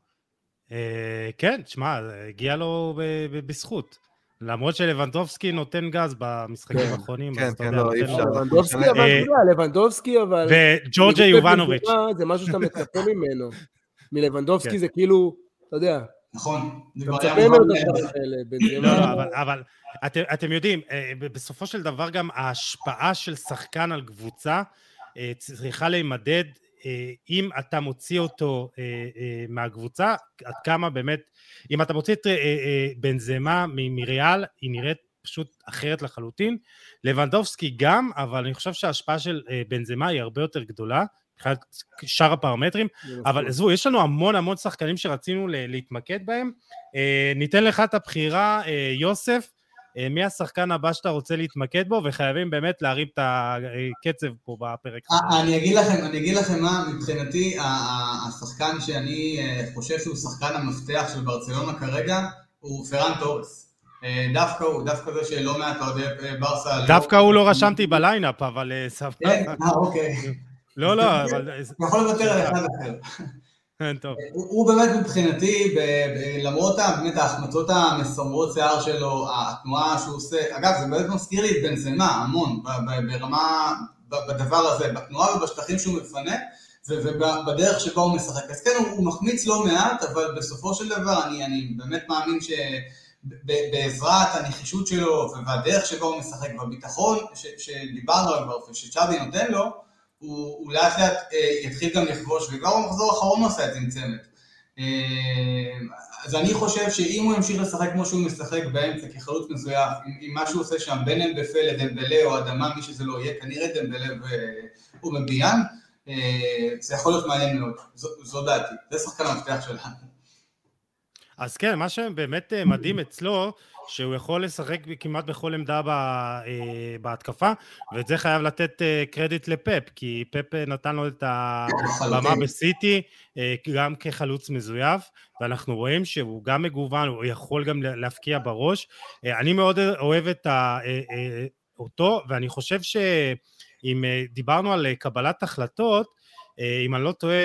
כן, תשמע, הגיע לו בזכות. למרות שלוונדובסקי נותן גז במשחקים האחרונים. כן, כן, לא, אי אפשר. לבנדובסקי, אבל... וג'ורג'ה יובנוביץ'. זה משהו שאתה מצפה ממנו. מלבנדובסקי זה כאילו, אתה יודע... נכון. אתה מצפה ממנו את הדברים האלה. אבל אתם יודעים, בסופו של דבר גם ההשפעה של שחקן על קבוצה צריכה להימדד, אם אתה מוציא אותו מהקבוצה, עד כמה באמת, אם אתה מוציא את בנזמה מריאל, היא נראית פשוט אחרת לחלוטין. לבנדובסקי גם, אבל אני חושב שההשפעה של בנזמה היא הרבה יותר גדולה, מבחינת שאר הפרמטרים, אבל עזבו, יש לנו המון שחקנים שרצינו להתמקד בהם. ניתן לך את הבחירה, יוסף, מי השחקן הבא שאתה רוצה להתמקד בו, וחייבים באמת להרים את הקצב פה בפרק. אני אגיד לכם מה, מבחינתי, השחקן שאני חושב שהוא שחקן המפתח של ברצלונה כרגע, הוא פרן טורס. דווקא זה שלא מעט אוהדי ברסה... דווקא הוא לא רשמתי בליינאפ, אבל סבבה. כן, אוקיי. לא, אבל... יכול לוותר על אחד אחר. טוב. הוא באמת מבחינתי, למרות באמת ההחמצות המסמרות שיער שלו, התנועה שהוא עושה, אגב זה באמת מזכיר לי את בנזמה המון, ברמה, בדבר הזה, בתנועה ובשטחים שהוא מפנה, ובדרך שבה הוא משחק. אז כן, הוא מחמיץ לא מעט, אבל בסופו של דבר אני באמת מאמין בעזרת הנחישות שלו והדרך שבו הוא משחק בביטחון שדיברנו עליו כבר ושצ'אבי נותן לו, הוא לאט לאט יתחיל גם לכבוש, וכבר במחזור האחרון הוא עשה את זה עם צמד. אז אני חושב שאם הוא ימשיך לשחק כמו שהוא משחק באמצע כחלוץ מזויף, עם מה שהוא עושה שם בין אמבפה לדמבלה או אדמה, מי שזה לא יהיה, כנראה דמבלה ומביאן, זה יכול להיות מעניין מאוד, זו דעתי, זה שחקן המפתח שלנו. אז כן, מה שבאמת מדהים אצלו, שהוא יכול לשחק כמעט בכל עמדה בהתקפה, ואת זה חייב לתת קרדיט לפפ, כי פפ נתן לו את הבמה בסיטי, גם כחלוץ מזויף, ואנחנו רואים שהוא גם מגוון, הוא יכול גם להפקיע בראש. אני מאוד אוהב אותו, ואני חושב שאם דיברנו על קבלת החלטות, אם אני לא טועה,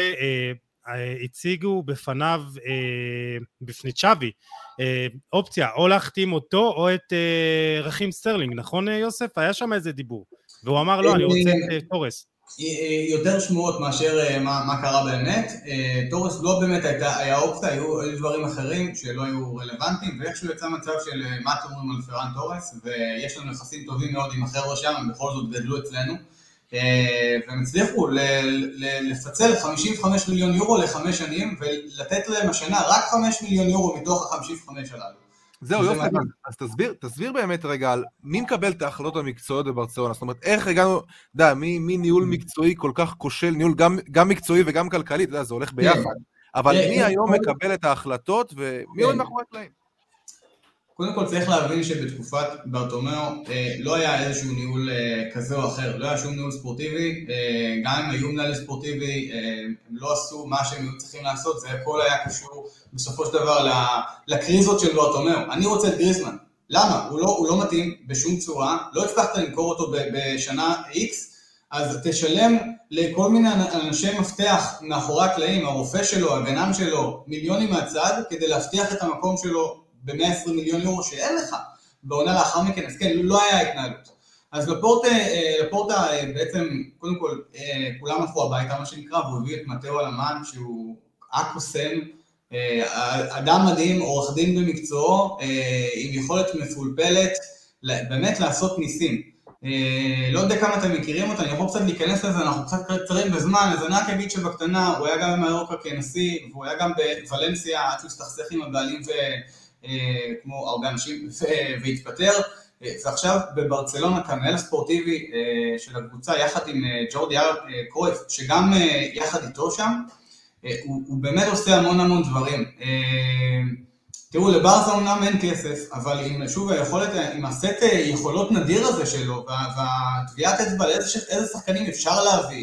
הציגו בפניו, בפני צ'אבי, אופציה, או להחתים אותו או את רכים סטרלינג, נכון יוסף? היה שם איזה דיבור, והוא אמר לא, אני רוצה את טורס. יותר שמועות מאשר מה קרה באמת, טורס לא באמת היה אופציה, היו דברים אחרים שלא היו רלוונטיים, ואיכשהו יצא מצב של מה אתם אומרים על פרן טורס, ויש לנו יחסים טובים מאוד עם החבר'ה שם, הם בכל זאת גדלו אצלנו, והם הצליחו לפצל 55 מיליון יורו ל5 שנים, ולתת להם השנה רק 5 מיליון יורו מתוך ה-55 הללו. זהו, יוסף, אז תסביר באמת רגע על מי מקבל את ההחלטות המקצועיות בברצלונה, זאת אומרת, איך הגענו, מי ניהול מקצועי כל כך כושל, ניהול גם מקצועי וגם כלכלי, אתה יודע, זה הולך ביחד, אבל מי היום מקבל את ההחלטות, ומי עוד מאחורי הקלעים? קודם כל צריך להבין שבתקופת ברטומיאו לא היה איזשהו ניהול כזה או אחר, לא היה שום ניהול ספורטיבי, גם אם היו מנהל ספורטיבי, הם לא עשו מה שהם היו צריכים לעשות, זה הכל היה קשור בסופו של דבר לקריזות של ברטומיאו. אני רוצה את גריזמן, למה? הוא לא מתאים בשום צורה, לא הצלחת למכור אותו בשנה X, אז תשלם לכל מיני אנשי מפתח מאחורי הקלעים, הרופא שלו, הגנן שלו, מיליונים מהצד, כדי להבטיח את המקום שלו ב-120 מיליון יורו שאין לך בעונה לאחר מכן, אז כן, לא היה התנהלות. אז לפורטה בעצם, קודם כל, כולם הלכו הביתה, מה שנקרא, והוא הביא את מתאו אלמן, שהוא אקוסם, אדם מדהים, עורך דין במקצועו, עם יכולת מפולפלת, באמת לעשות ניסים. לא יודע כמה אתם מכירים אותה, אני יכול קצת להיכנס לזה, אנחנו קצת קצרים בזמן, אז אני רק אגיד שבקטנה, הוא היה גם במאיורקה כנשיא, והוא היה גם בוולנסיה, עד שהוא הסתכסך עם הבעלים כמו הרבה אנשים, והתפטר, ועכשיו בברצלונה כמנהל הספורטיבי של הקבוצה, יחד עם ג'ורדי קרויף, שגם יחד איתו שם, הוא באמת עושה המון דברים. תראו, לברסה אומנם אין כסף, אבל עם שוב היכולת, עם הסט יכולות נדיר הזה שלו, והטביעת אצבע לאיזה שחקנים אפשר להביא.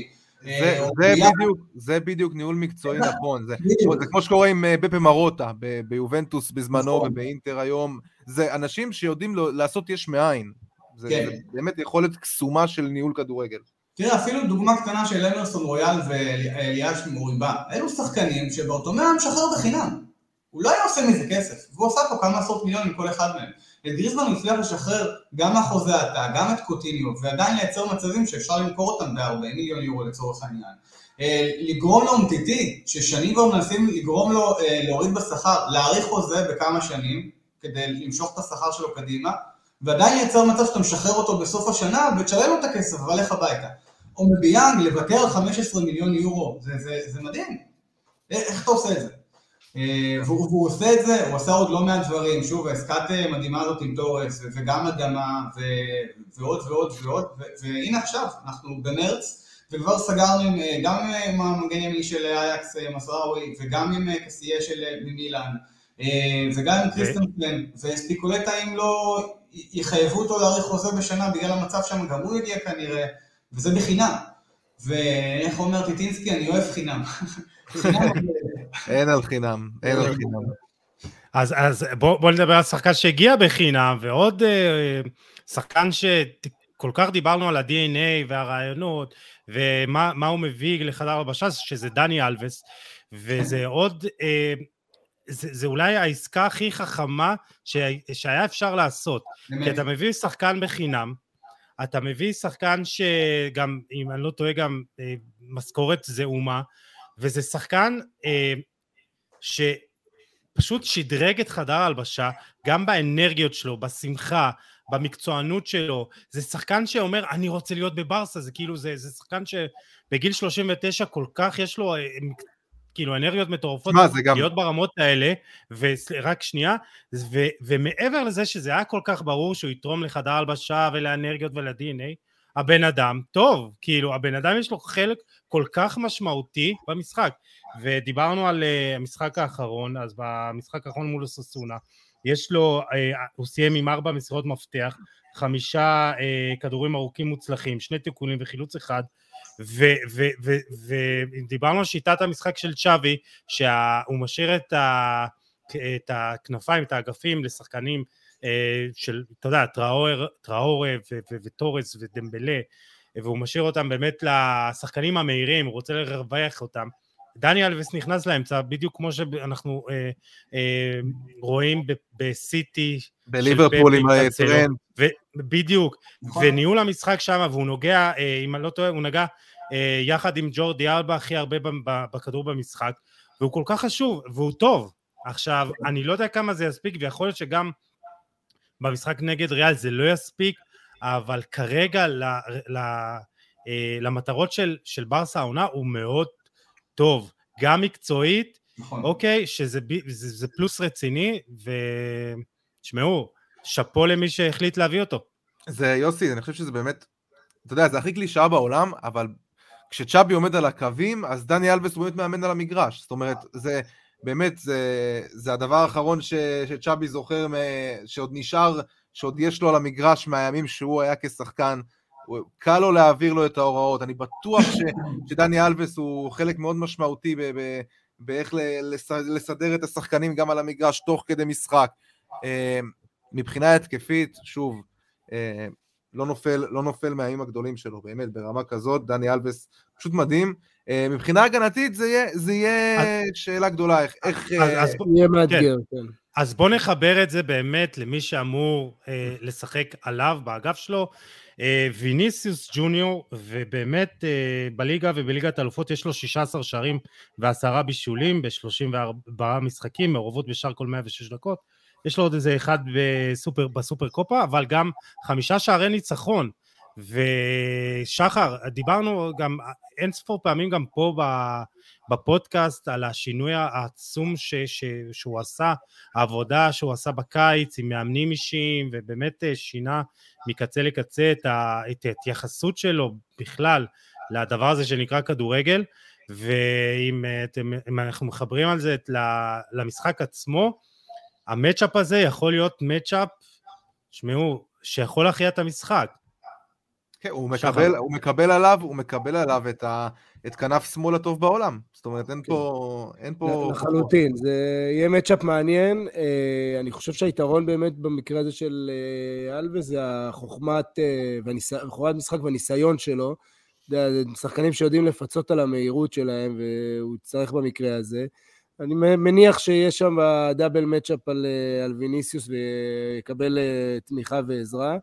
זה בדיוק ניהול מקצועי נכון, זה כמו שקורה עם בפה מרוטה ביובנטוס בזמנו ובאינטר היום, זה אנשים שיודעים לעשות יש מאין, זה באמת יכולת קסומה של ניהול כדורגל. תראה, אפילו דוגמה קטנה של אמרסון רויאל ואליאש מוריבה, אלו שחקנים שבאוטומט משחרר בחינם, הוא לא היה עושה מזה כסף, והוא עושה פה כמה עשרות מיליונים כל אחד מהם. את גריזמן הוא הצליח לשחרר גם מהחוזה עתה, גם את קוטיניו, ועדיין לייצר מצבים שאפשר למכור אותם ב-40 מיליון יורו לצורך העניין. לגרום לו אומטיטי, ששנים כבר מנסים לגרום לו להוריד בשכר, להאריך חוזה בכמה שנים, כדי למשוך את השכר שלו קדימה, ועדיין לייצר מצב שאתה משחרר אותו בסוף השנה, ותשלם לו את הכסף, והלך הביתה. או מביאנג, לוותר על 15 מיליון יורו, זה מדהים. איך אתה עושה את זה? והוא עושה את זה, הוא עשה עוד לא מעט דברים, שוב, העסקת מדהימה הזאת עם טורס, וגם אדמה, ועוד, והנה עכשיו, אנחנו במרץ, וכבר סגרנו גם עם המגן ימני של אייקס מסראוי, וגם עם קסייה של מילאן, וגם עם קריסטנסן, וספיקולטה אם לא יחייבו אותו להאריך חוזה בשנה, בגלל המצב שם גם הוא יגיע כנראה, וזה בחינם. ואיך אומר טיטינסקי, אני אוהב חינם. אין על חינם. אז בוא נדבר על שחקן שהגיע בחינם, ועוד שחקן שכל כך דיברנו על ה-DNA והרעיונות, ומה הוא מביא לחדר הלבשה, שזה דני אלבס, וזה עוד, זה אולי העסקה הכי חכמה שהיה אפשר לעשות, כי אתה מביא שחקן בחינם, אתה מביא שחקן שגם, אם אני לא טועה, גם משכורת זעומה, וזה שחקן פשוט שדרג את חדר ההלבשה, גם באנרגיות שלו, בשמחה, במקצוענות שלו. זה שחקן שאומר, אני רוצה להיות בברסה, זה כאילו, זה שחקן שבגיל 39 כל כך יש לו כאילו אנרגיות מטורפות להיות ברמות האלה, ורק שנייה, ומעבר לזה שזה היה כל כך ברור שהוא יתרום לחדר ההלבשה ולאנרגיות ול-DNA, הבן אדם טוב, כאילו הבן אדם יש לו חלק כל כך משמעותי במשחק, ודיברנו על המשחק האחרון, אז במשחק האחרון מול אוססונה, יש לו, הוא סיים עם 4 מסירות מפתח, 5 כדורים ארוכים מוצלחים, 2 תיקולים וחילוץ אחד, ודיברנו על שיטת המשחק של צ'אבי, שהוא משאיר את הכנפיים, את האגפים לשחקנים של, אתה יודע, טראורה וטורס ודמבלה, והוא משאיר אותם באמת לשחקנים המהירים, הוא רוצה לרווח אותם. דני אלווס נכנס לאמצע, בדיוק כמו שאנחנו רואים בסיטי, בליברפול עם היצרן. בדיוק, וניהול המשחק שם, והוא נוגע, אם אני לא טועה, הוא נגע יחד עם ג'ורדי אלבה הכי הרבה בכדור במשחק, והוא כל כך חשוב, והוא טוב. עכשיו, אני לא יודע כמה זה יספיק, ויכול להיות שגם במשחק נגד ריאל זה לא יספיק, אבל כרגע למטרות של ברסה העונה הוא מאוד טוב, גם מקצועית, אוקיי, שזה פלוס רציני, ושמעו, שפו למי שהחליט להביא אותו. זה יוסי, אני חושב שזה באמת, אתה יודע, זה הכי קלישאה בעולם, אבל כשצ'אבי עומד על הקווים, אז דני אלווס הוא באמת מאמן על המגרש, זאת אומרת, זה באמת, זה הדבר האחרון שצ'אבי זוכר, שעוד נשאר, שעוד יש לו על המגרש מהימים שהוא היה כשחקן, קל לו להעביר לו את ההוראות, אני בטוח שדני אלווס הוא חלק מאוד משמעותי באיך לסדר את השחקנים גם על המגרש תוך כדי משחק. מבחינה התקפית, שוב, לא נופל מהימים הגדולים שלו, באמת, ברמה כזאת, דני אלווס פשוט מדהים. מבחינה הגנתית זה יהיה שאלה גדולה, איך יהיה מאתגר, כן. אז בוא נחבר את זה באמת למי שאמור לשחק עליו באגף שלו, ויניסיוס ג'וניור, ובאמת בליגה ובליגת האלופות יש לו 16 שערים ו10 בישולים ב34 משחקים, מעורבות בשער כל 106 דקות, יש לו עוד איזה אחד בסופר קופה, אבל גם 5 שערי ניצחון, ושחר, דיברנו גם אין ספור פעמים גם פה בפודקאסט על השינוי העצום שהוא עשה, העבודה שהוא עשה בקיץ עם מאמנים אישיים, ובאמת שינה מקצה לקצה את ההתייחסות שלו בכלל לדבר הזה שנקרא כדורגל, ואם אנחנו מחברים על זה למשחק עצמו, המאצ'אפ הזה יכול להיות מאצ'אפ, שמעו, שיכול להכריע את המשחק. כן, הוא מקבל עליו את כנף שמאל הטוב בעולם. זאת אומרת, אין פה... לחלוטין, זה יהיה מאצ'אפ מעניין. אני חושב שהיתרון באמת במקרה הזה של אלווס, זה חוכמת משחק והניסיון שלו. שחקנים שיודעים לפצות על המהירות שלהם, והוא צריך במקרה הזה. אני מניח שיש שם דאבל מאצ'אפ על ויניסיוס, ויקבל תמיכה ועזרה.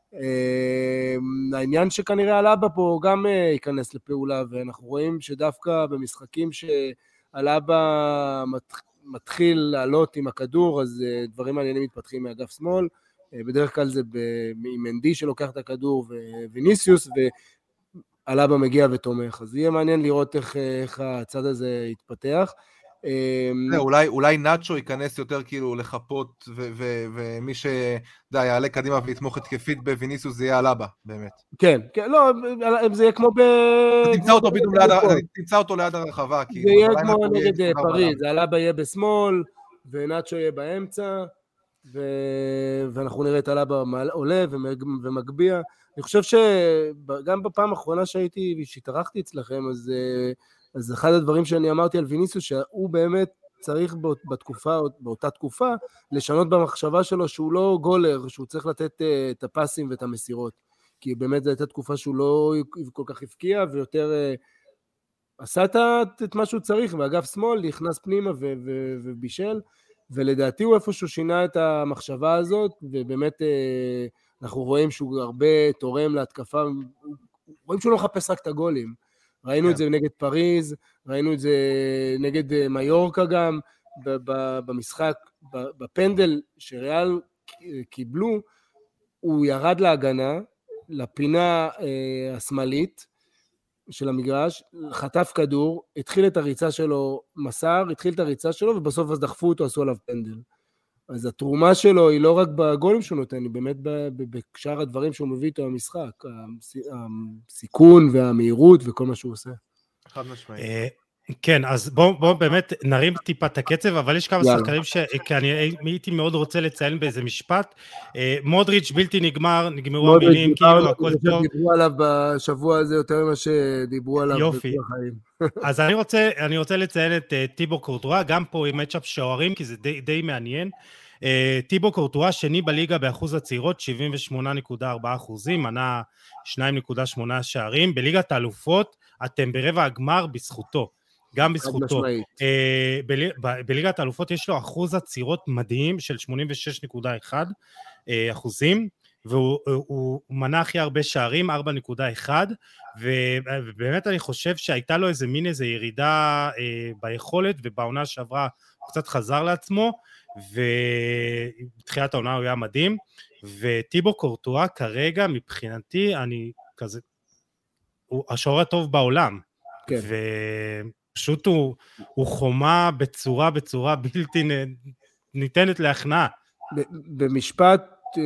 העניין שכנראה הלאבה פה גם ייכנס לפעולה, ואנחנו רואים שדווקא במשחקים שהלאבה מתחיל לעלות עם הכדור, אז דברים מעניינים מתפתחים מאגף שמאל, בדרך כלל זה עם מנדי שלוקח את הכדור וויניסיוס, והלאבה מגיע ותומך, אז יהיה מעניין לראות איך הצד הזה יתפתח. אולי נאצ'ו ייכנס יותר כאילו לחפות, ומי שיעלה קדימה ויתמוך התקפית בוויניסיוס זה יהיה אלאבה, באמת. כן, לא, זה יהיה כמו תמצא אותו ליד הרחבה. זה יהיה כמו נגד פריז, אלאבה יהיה בשמאל, ונאצ'ו יהיה באמצע, ואנחנו נראה את אלאבה עולה ומגביע. אני חושב שגם בפעם האחרונה שהתארחתי אצלכם, אז אחד הדברים שאני אמרתי על ויניסיוס, שהוא באמת צריך באותה תקופה, לשנות במחשבה שלו שהוא לא גולר, שהוא צריך לתת את הפסים ואת המסירות, כי באמת זו הייתה תקופה שהוא לא כל כך הפקיע, ויותר עשה את מה שהוא צריך, ואגף שמאל נכנס פנימה ובישל, ולדעתי הוא איפשהו שינה את המחשבה הזאת, ובאמת אנחנו רואים שהוא הרבה תורם להתקפה, רואים שהוא לא מחפש רק את הגולים, ראינו את זה נגד פריז, ראינו את זה נגד מיורקה גם, במשחק, בפנדל שריאל קיבלו, הוא ירד להגנה, לפינה השמאלית של המגרש, חטף כדור, התחיל את הריצה שלו, מסר, התחיל את הריצה שלו, ובסוף אז דחפו אותו, עשו עליו פנדל. אז התרומה שלו היא לא רק בגולים שהוא נותן, היא באמת בשאר הדברים שהוא מביא איתו במשחק, הסיכון והמהירות וכל מה שהוא עושה. חד משמעית. כן, אז בואו באמת נרים טיפה את הקצב, אבל יש כמה שחקנים שאני הייתי מאוד רוצה לציין באיזה משפט. מודריץ' בלתי נגמר, נגמרו המילים, כאילו הכל טוב. דיברו עליו בשבוע הזה יותר ממה שדיברו עליו. יופי. אז אני רוצה לציין את טיבו קורטואה, גם פה עם מצ'אפ שוערים, כי זה די מעניין. טיבו קורטואה, שני בליגה באחוז הצעירות, 78.4%, מנה 2.8 שערים. בליגת האלופות, אתם ברבע הגמר בזכותו. גם בזכותו. בליגת האלופות יש לו אחוז עצירות מדהים של 86.1%, והוא מנה הכי הרבה שערים, 4.1, ובאמת אני חושב שהייתה לו איזה ירידה ביכולת, ובעונה שעברה הוא קצת חזר לעצמו, ובתחילת העונה הוא היה מדהים, וטיבו קורטואה כרגע מבחינתי, הוא השוער הטוב בעולם, כן. פשוט הוא חומה בצורה בלתי ניתנת להכנעה. במשפט,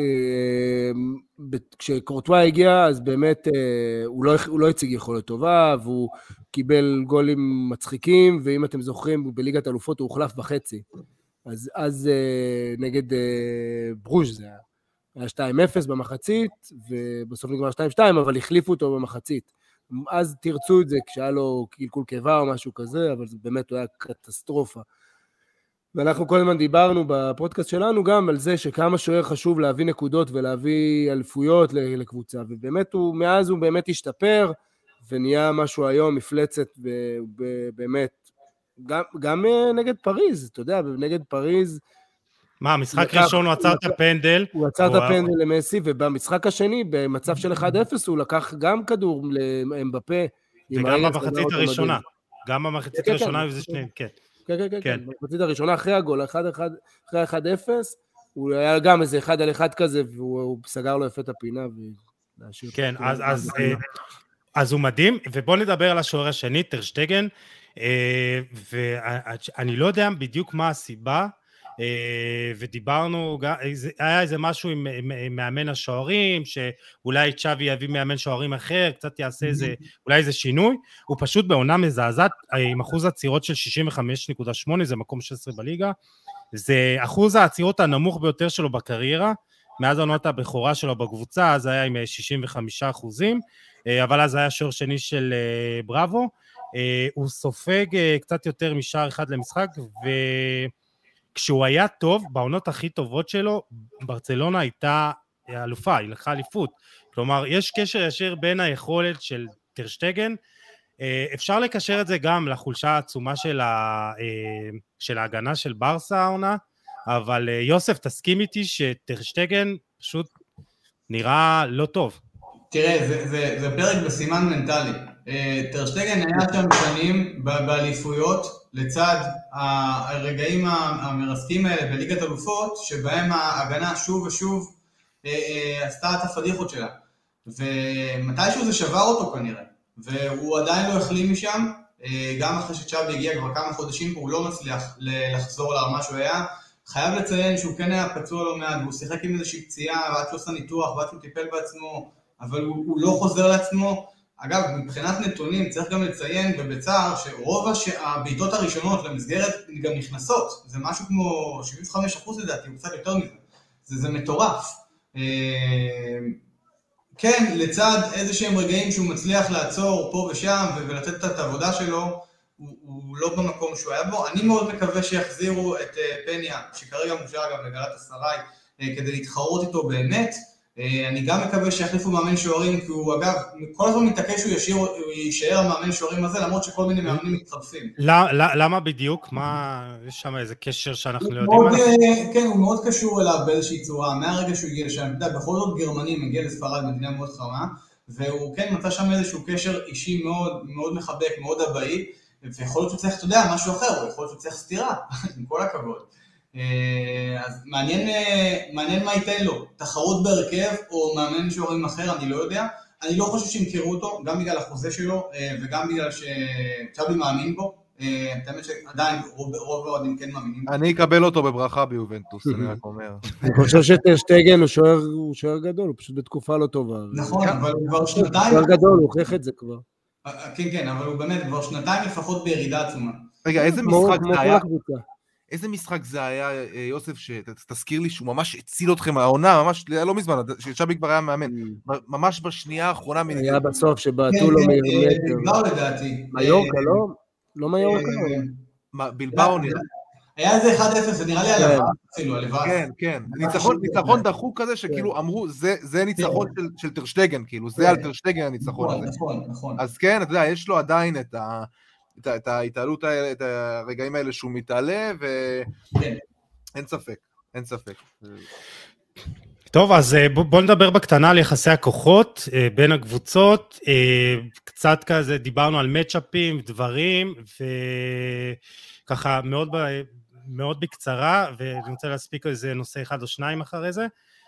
כשקורטואה הגיע, אז באמת הוא לא הציג יכולת טובה, והוא קיבל גולים מצחיקים, ואם אתם זוכרים, בליגת אלופות הוא הוחלף בחצי. אז נגד ברוז' זה היה 2-0 במחצית, ובסוף נגמר 2-2, אבל החליפו אותו במחצית. אז תרצו את זה כשהיה לו קלקול קיבה או משהו כזה, אבל זה באמת היה קטסטרופה. ואנחנו כל הזמן דיברנו בפודקאסט שלנו גם על זה שכמה שוער חשוב להביא נקודות ולהביא אליפויות לקבוצה, ובאמת מאז הוא באמת השתפר, ונהיה משהו היום מפלצת, ובאמת, גם נגד פריז, אתה יודע, נגד פריז, מה, המשחק ראשון הוא עצר את הפנדל. הוא עצר את הפנדל למסי, ובמשחק השני, במצב של 1-0, הוא לקח גם כדור לאמבפה. וגם במחצית הראשונה. גם במחצית הראשונה, וזה שניהם, כן. כן. במחצית הראשונה, אחרי הגול, אחרי 1-0, הוא היה גם איזה 1-1 כזה, והוא סגר לו יפה את הפינה. כן, אז הוא מדהים, ובוא נדבר על השוער השני, טר שטגן, ואני לא יודע בדיוק מה הסיבה, ודיברנו, היה איזה משהו עם מאמן השוערים, שאולי צ'אבי יביא מאמן שוערים אחר, קצת יעשה אולי איזה שינוי, הוא פשוט בעונה מזעזעת, עם אחוז העצירות של 65.8, זה מקום 16 בליגה, זה אחוז העצירות הנמוך ביותר שלו בקריירה, מאז העונת הבכורה שלו בקבוצה, אז היה עם 65%, אבל אז היה שוער שני של בראבו, הוא סופג קצת יותר משער אחד למשחק, כשהוא היה טוב, בעונות הכי טובות שלו, ברצלונה הייתה אלופה, היא לקחה אליפות. כלומר, יש קשר ישיר בין היכולת של טר שטגן, אפשר לקשר את זה גם לחולשה העצומה של ההגנה של ברסה העונה, אבל יוסף, תסכים איתי שטר שטגן פשוט נראה לא טוב. תראה, זה פרק בסימן מנטלי. טר שטגן היה שם שנים באליפויות, לצד הרגעים המרסקים האלה בליגת אלופות, שבהם ההגנה שוב ושוב עשתה את הפדיחות שלה. ומתישהו זה שבר אותו כנראה, והוא עדיין לא החלים משם, גם אחרי שצ'אבי הגיע כבר כמה חודשים פה, הוא לא מצליח לחזור לרמה שהוא היה. חייב לציין שהוא כן היה פצוע לא מעט, והוא שיחק עם איזושהי פציעה, ועד שהוא עושה ניתוח, ועד שהוא טיפל בעצמו, אבל הוא לא חוזר לעצמו. אגב, מבחינת נתונים צריך גם לציין ובצער שרוב הבעיטות הראשונות למסגרת גם נכנסות, זה משהו כמו 75% לדעתי, הוא קצת יותר מזה, זה מטורף. כן, לצד איזה שהם רגעים שהוא מצליח לעצור פה ושם ולתת את העבודה שלו, הוא לא במקום שהוא היה בו. אני מאוד מקווה שיחזירו את פניה, שכרגע מושר אגב לגלת הסריי, כדי להתחרות איתו באמת. אני גם מקווה שיחליפו מאמן שוערים, כי הוא אגב, כל הזמן מתעקש שהוא יישאר המאמן שוערים הזה, למרות שכל מיני מאמנים מתחלפים. למה בדיוק? מה, יש שם איזה קשר שאנחנו לא יודעים? כן, הוא מאוד קשור אליו באיזושהי צורה, מהרגע שהוא הגיע לשם, בכל זאת גרמני מגיע לספרד, מדינה מאוד חמה, והוא כן מצא שם איזשהו קשר אישי מאוד, מאוד מחבק, מאוד אבאי, ויכול להיות שהוא צריך, אתה יודע, משהו אחר, או יכול להיות שהוא צריך סתירה, עם כל הכבוד. אז מעניין מה ייתן לו, תחרות בהרכב או מאמן שוערים אחר, אני לא יודע. אני לא חושב שימכרו אותו, גם בגלל החוזה שלו וגם בגלל שצ'אבי מאמין בו. האמת שעדיין רוב האוהדים כן מאמינים. אני אקבל אותו בברכה ביובנטוס, אני רק אומר. אני חושב שטר שטגן הוא שוער גדול, הוא פשוט בתקופה לא טובה. נכון, אבל הוא כבר שנתיים... שוער גדול, הוא הוכיח את זה כבר. כן, אבל הוא באמת כבר שנתיים לפחות בירידה עצומה. רגע, איזה משחק זה היה? איזה משחק זה היה, יוסף, שתזכיר לי שהוא ממש הציל אתכם העונה, ממש לא מזמן, שצ'אבי כבר היה מאמן, ממש בשנייה האחרונה... היה בסוף שבעטו לו מיומטר. בלבאו לדעתי. מיורקה, לא? לא מיורקה? בלבאו נראה. היה איזה 1-0, זה נראה לי הלבד, אפילו, הלבד. כן, כן. ניצחון דחוק כזה, שכאילו אמרו, זה ניצחון של טרשטגן, כאילו, זה על טרשטגן הניצחון הזה. נכון. אז כן, אתה יודע, יש לו עדיין את ההתעלות האלה, את הרגעים האלה שהוא מתעלה, ואין ספק, אין ספק. טוב, אז בוא נדבר בקטנה על יחסי הכוחות בין הקבוצות, קצת כזה דיברנו על מצ'אפים, דברים, וככה מאוד בקצרה, ואני רוצה להספיק איזה נושא אחד או שניים אחרי זה.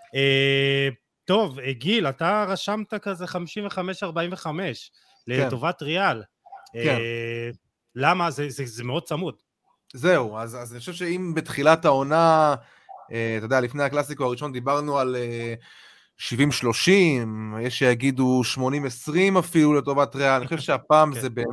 טוב, גיל, אתה רשמת כזה 55-45 לטובת ריאל. כן. למה? זה מאוד צמוד. זהו, אז אני חושב שאם בתחילת העונה, אתה יודע, לפני הקלאסיקו הראשון דיברנו על 70-30, יש שיגידו 80-20 אפילו לטובת ריאל, אני חושב שהפעם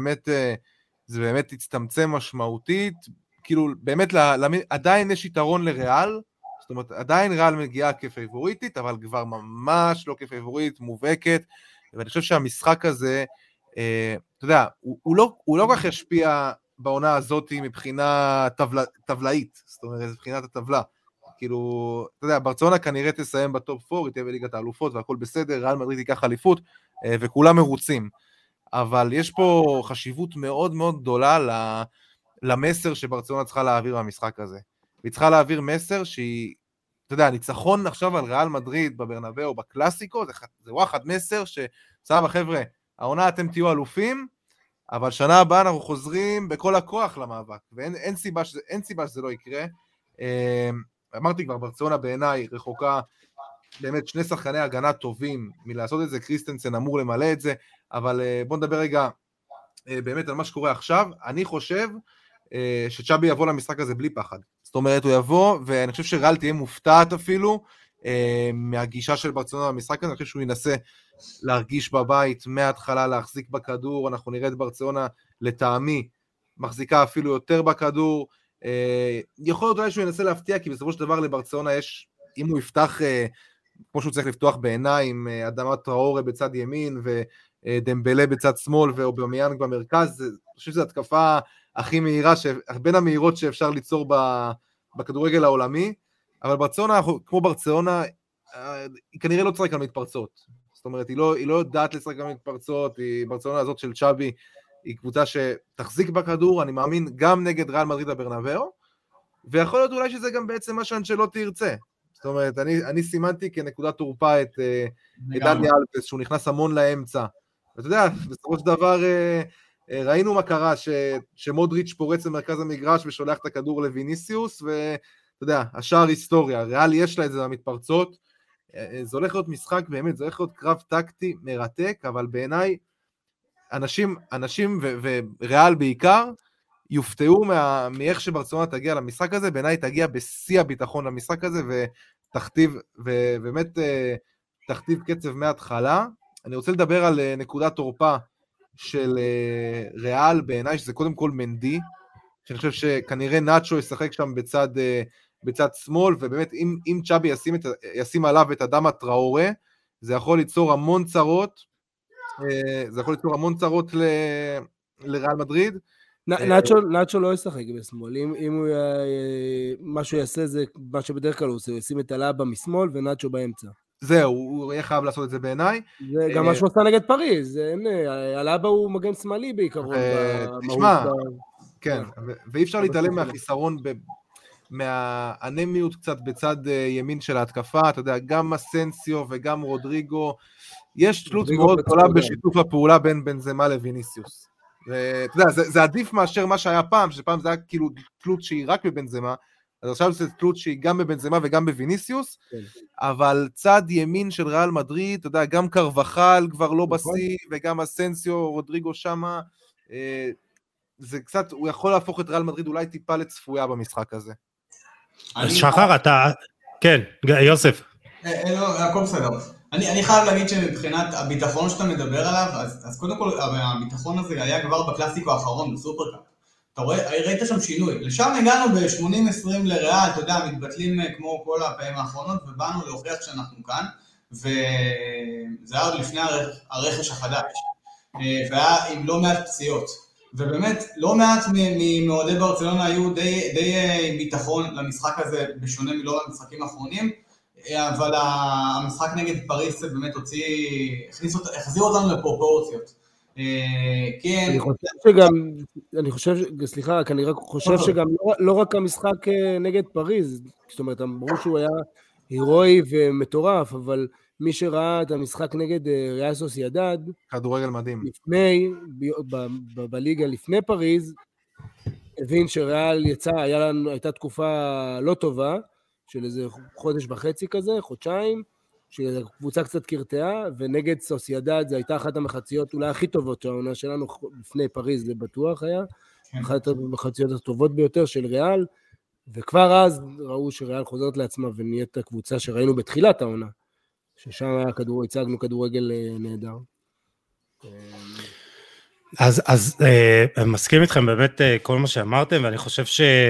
זה באמת הצטמצם משמעותית, כאילו באמת עדיין יש יתרון לריאל, זאת אומרת עדיין ריאל מגיעה כפייבוריטית, אבל כבר ממש לא כפייבוריטית מובהקת, ואני חושב שהמשחק הזה, אתה יודע, הוא לא כך ישפיע בעונה הזאת מבחינה טבלאית, זאת אומרת, מבחינת הטבלה, כאילו, אתה יודע, ברצלונה כנראה תסיים בטופ 4, היא תהיה בליגת האלופות והכל בסדר, ריאל מדריד ייקח אליפות, וכולם מרוצים, אבל יש פה חשיבות מאוד מאוד גדולה למסר שברצלונה צריכה להעביר במשחק הזה, והיא צריכה להעביר מסר שהיא, אתה יודע, ניצחון עכשיו על ריאל מדריד בברנבאו, בקלאסיקו, זה וואחד מסר שסבבה חבר'ה, העונה אתם תהיו אלופים, אבל שנה הבאה אנחנו חוזרים בכל הכוח למאבק, ואין סיבה שזה לא יקרה. אמרתי כבר, ברצלונה בעיניי רחוקה, באמת שני שחקני הגנה טובים מלעשות את זה, קריסטנסן אמור למלא את זה, אבל בוא נדבר רגע באמת על מה שקורה עכשיו. אני חושב שצ'אבי יבוא למשחק הזה בלי פחד, זאת אומרת הוא יבוא, ואני חושב שריאל תהיה מופתעת אפילו מהגישה של ברצלונה במשחק הזה, אני חושב שהוא ינסה להרגיש בבית מההתחלה, להחזיק בכדור, אנחנו נראה את ברצלונה לטעמי מחזיקה אפילו יותר בכדור, יכול להיות אולי שהוא ינסה להפתיע, כי בסופו של דבר לברצלונה יש, אם הוא יפתח כמו שהוא צריך לפתוח בעיניים, אדמה טראורה בצד ימין ודמבלה בצד שמאל ואובמיאנג במרכז, אני חושב שזו התקפה הכי מהירה, בין המהירות שאפשר ליצור בכדורגל העולמי, אבל ברצלונה, כמו ברצלונה, היא כנראה לא תשחק על מתפרצות, זאת אומרת, היא לא יודעת לשחק על מתפרצות, ברצלונה הזאת של צ'אבי, היא קבוצה שתחזיק בכדור, אני מאמין גם נגד ריאל מדריד בברנבאו, ויכול להיות אולי שזה גם בעצם מה שאנצ'לוטי ירצה, זאת אומרת, אני סימנתי כנקודת תורפה את דני אלפס, שהוא נכנס המון לאמצע, ואתה יודע, בסופו של דבר ראינו מה קרה, שמודריץ' פורץ למרכז המגרש ושולח את הכדור לויניסיוס, ואתה יודע, השאר היסטוריה, ריאל יש לה את זה במתפרצות, זה הולך להיות משחק באמת, זה הולך להיות קרב טקטי מרתק, אבל בעיניי, אנשים וריאל בעיקר, יופתעו מאיך שברצלונה תגיע למשחק הזה, בעיניי תגיע בשיא הביטחון למשחק הזה, ובאמת תכתיב קצב מההתחלה. אני רוצה לדבר על נקודת תורפה של ריאל, בעיניי שזה קודם כל מנדי, שאני חושב שכנראה נאצ'ו ישחק שם בצד שמאל, ובאמת אם צ'אבי ישים עליו את אדמה טראורה, זה יכול ליצור המון צרות, לריאל מדריד. נאצ'ו לא ישחק בשמאל, אם מה שהוא יעשה זה מה שבדרך כלל הוא עושה, הוא ישים את הלאבה משמאל ונאצ'ו באמצע. זהו, הוא יהיה חייב לעשות את זה בעיניי. זה גם מה שהוא עושה נגד פריז, הלאבה הוא מגן שמאלי בעיקרון. תשמע, כן, ואי אפשר להתעלם מהחיסרון, מהאנמיות קצת בצד ימין של ההתקפה, אתה יודע, גם אסנסיו וגם רודריגו, יש תלות מאוד גדולה בשיתוף הפעולה בין בנזמה לויניסיוס. אתה יודע, זה עדיף מאשר מה שהיה פעם, שפעם זה היה כאילו תלות שהיא רק בבנזמה, אז עכשיו זה תלות שהיא גם בבנזמה וגם בוויניסיוס, אבל צד ימין של ריאל מדריד, אתה יודע, גם קרבחל כבר לא בשיא, וגם אסנסיו, רודריגו שמה, זה קצת, הוא יכול להפוך את ריאל מדריד אולי טיפה לצפויה במשחק הזה. אז שחר, אתה... כן, יוסף. לא, הכל בסדר. אני חייב להגיד שמבחינת הביטחון שאתה מדבר עליו, אז קודם כל הביטחון הזה היה כבר בקלאסיקו האחרון, בסופרקאפ. אתה רואה, ראית שם שינוי. לשם הגענו ב-80-20 לריאל, אתה יודע, מתבטלים כמו כל הפעמים האחרונות, ובאנו להוכיח שאנחנו כאן, וזה היה עוד לפני הרכש החדש, והיה עם לא מעט פציעות. ובאמת, לא מעט ממועדי ברצלונה היו די ביטחון למשחק הזה, בשונה מלא למשחקים האחרונים, אבל המשחק נגד פריז זה באמת החזיר אותנו לפרופורציות. כן. אני חושב, סליחה, אני רק חושב שגם לא רק המשחק נגד פריז, זאת אומרת, אמרו שהוא היה הירואי ומטורף, אבל מי שראה את המשחק נגד ריאל סוסיידד, כדורגל מדהים. לפני, בליגה לפני פריז, הבין שריאל יצא, הייתה תקופה לא טובה, של איזה חודש וחצי כזה, חודשיים, שקבוצה קצת קרטעה, ונגד סוסיידד, זו הייתה אחת המחציות אולי הכי טובות שהעונה שלנו, לפני פריז זה בטוח היה, אחת המחציות הטובות ביותר של ריאל, וכבר אז ראו שריאל חוזרת לעצמה, ונהיית הקבוצה שראינו בתחילת העונה, ששם היה הצגנו כדורגל נהדר. אז מסכים איתכם באמת כל מה שאמרתם, ואני חושב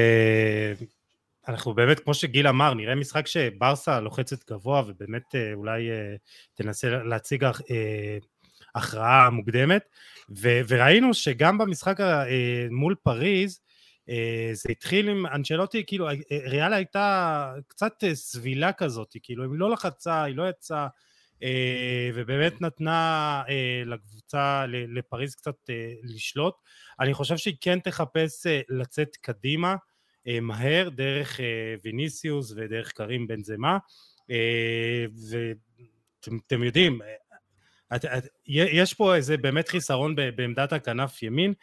אנחנו באמת, כמו שגיל אמר, נראה משחק שברסה לוחצת גבוה, ובאמת אולי תנסה להציג הכרעה מוקדמת, וראינו שגם במשחק מול פריז, זה התחיל עם אנצ'לוטי, כאילו ריאל הייתה קצת סבילה כזאת, כאילו היא לא לחצה, היא לא יצאה, ובאמת נתנה לקבוצה, לפריז קצת לשלוט. אני חושב שהיא כן תחפש לצאת קדימה, מהר, דרך ויניסיוס ודרך קרים בנזמה, ואתם יודעים, יש פה איזה באמת חיסרון בעמדת הכנף ימין,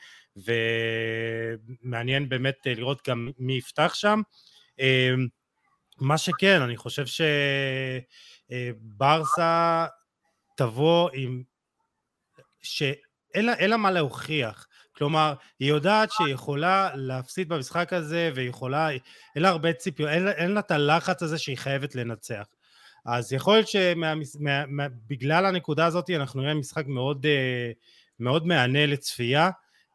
ומעניין באמת לראות גם מי יפתח שם. מה שכן, אני חושב שברסה תבוא עם שאין לה מה להוכיח, כלומר, היא יודעת שהיא יכולה להפסיד במשחק הזה, והיא יכולה, אין לה הרבה ציפיות, אין לה את הלחץ הזה שהיא חייבת לנצח. אז יכול להיות שבגלל הנקודה הזאת אנחנו נראה משחק מאוד, מאוד מענה לצפייה,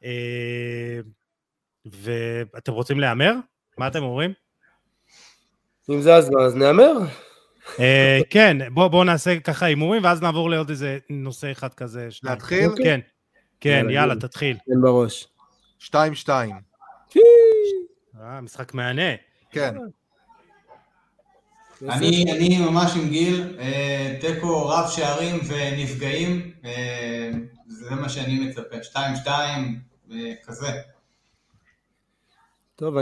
ואתם רוצים להיאמר? מה אתם אומרים? אם זה אז נאמר? כן, בואו נעשה ככה אימורים, ואז נעבור לעוד איזה נושא אחד כזה. להתחיל? כן. כן, יאללה, תתחיל. אין בראש. 2-2. משחק מענה. כן. אני ממש עם גיל, טקו רב שערים ונפגעים, זה מה שאני מצפה, 2-2, כזה. טוב,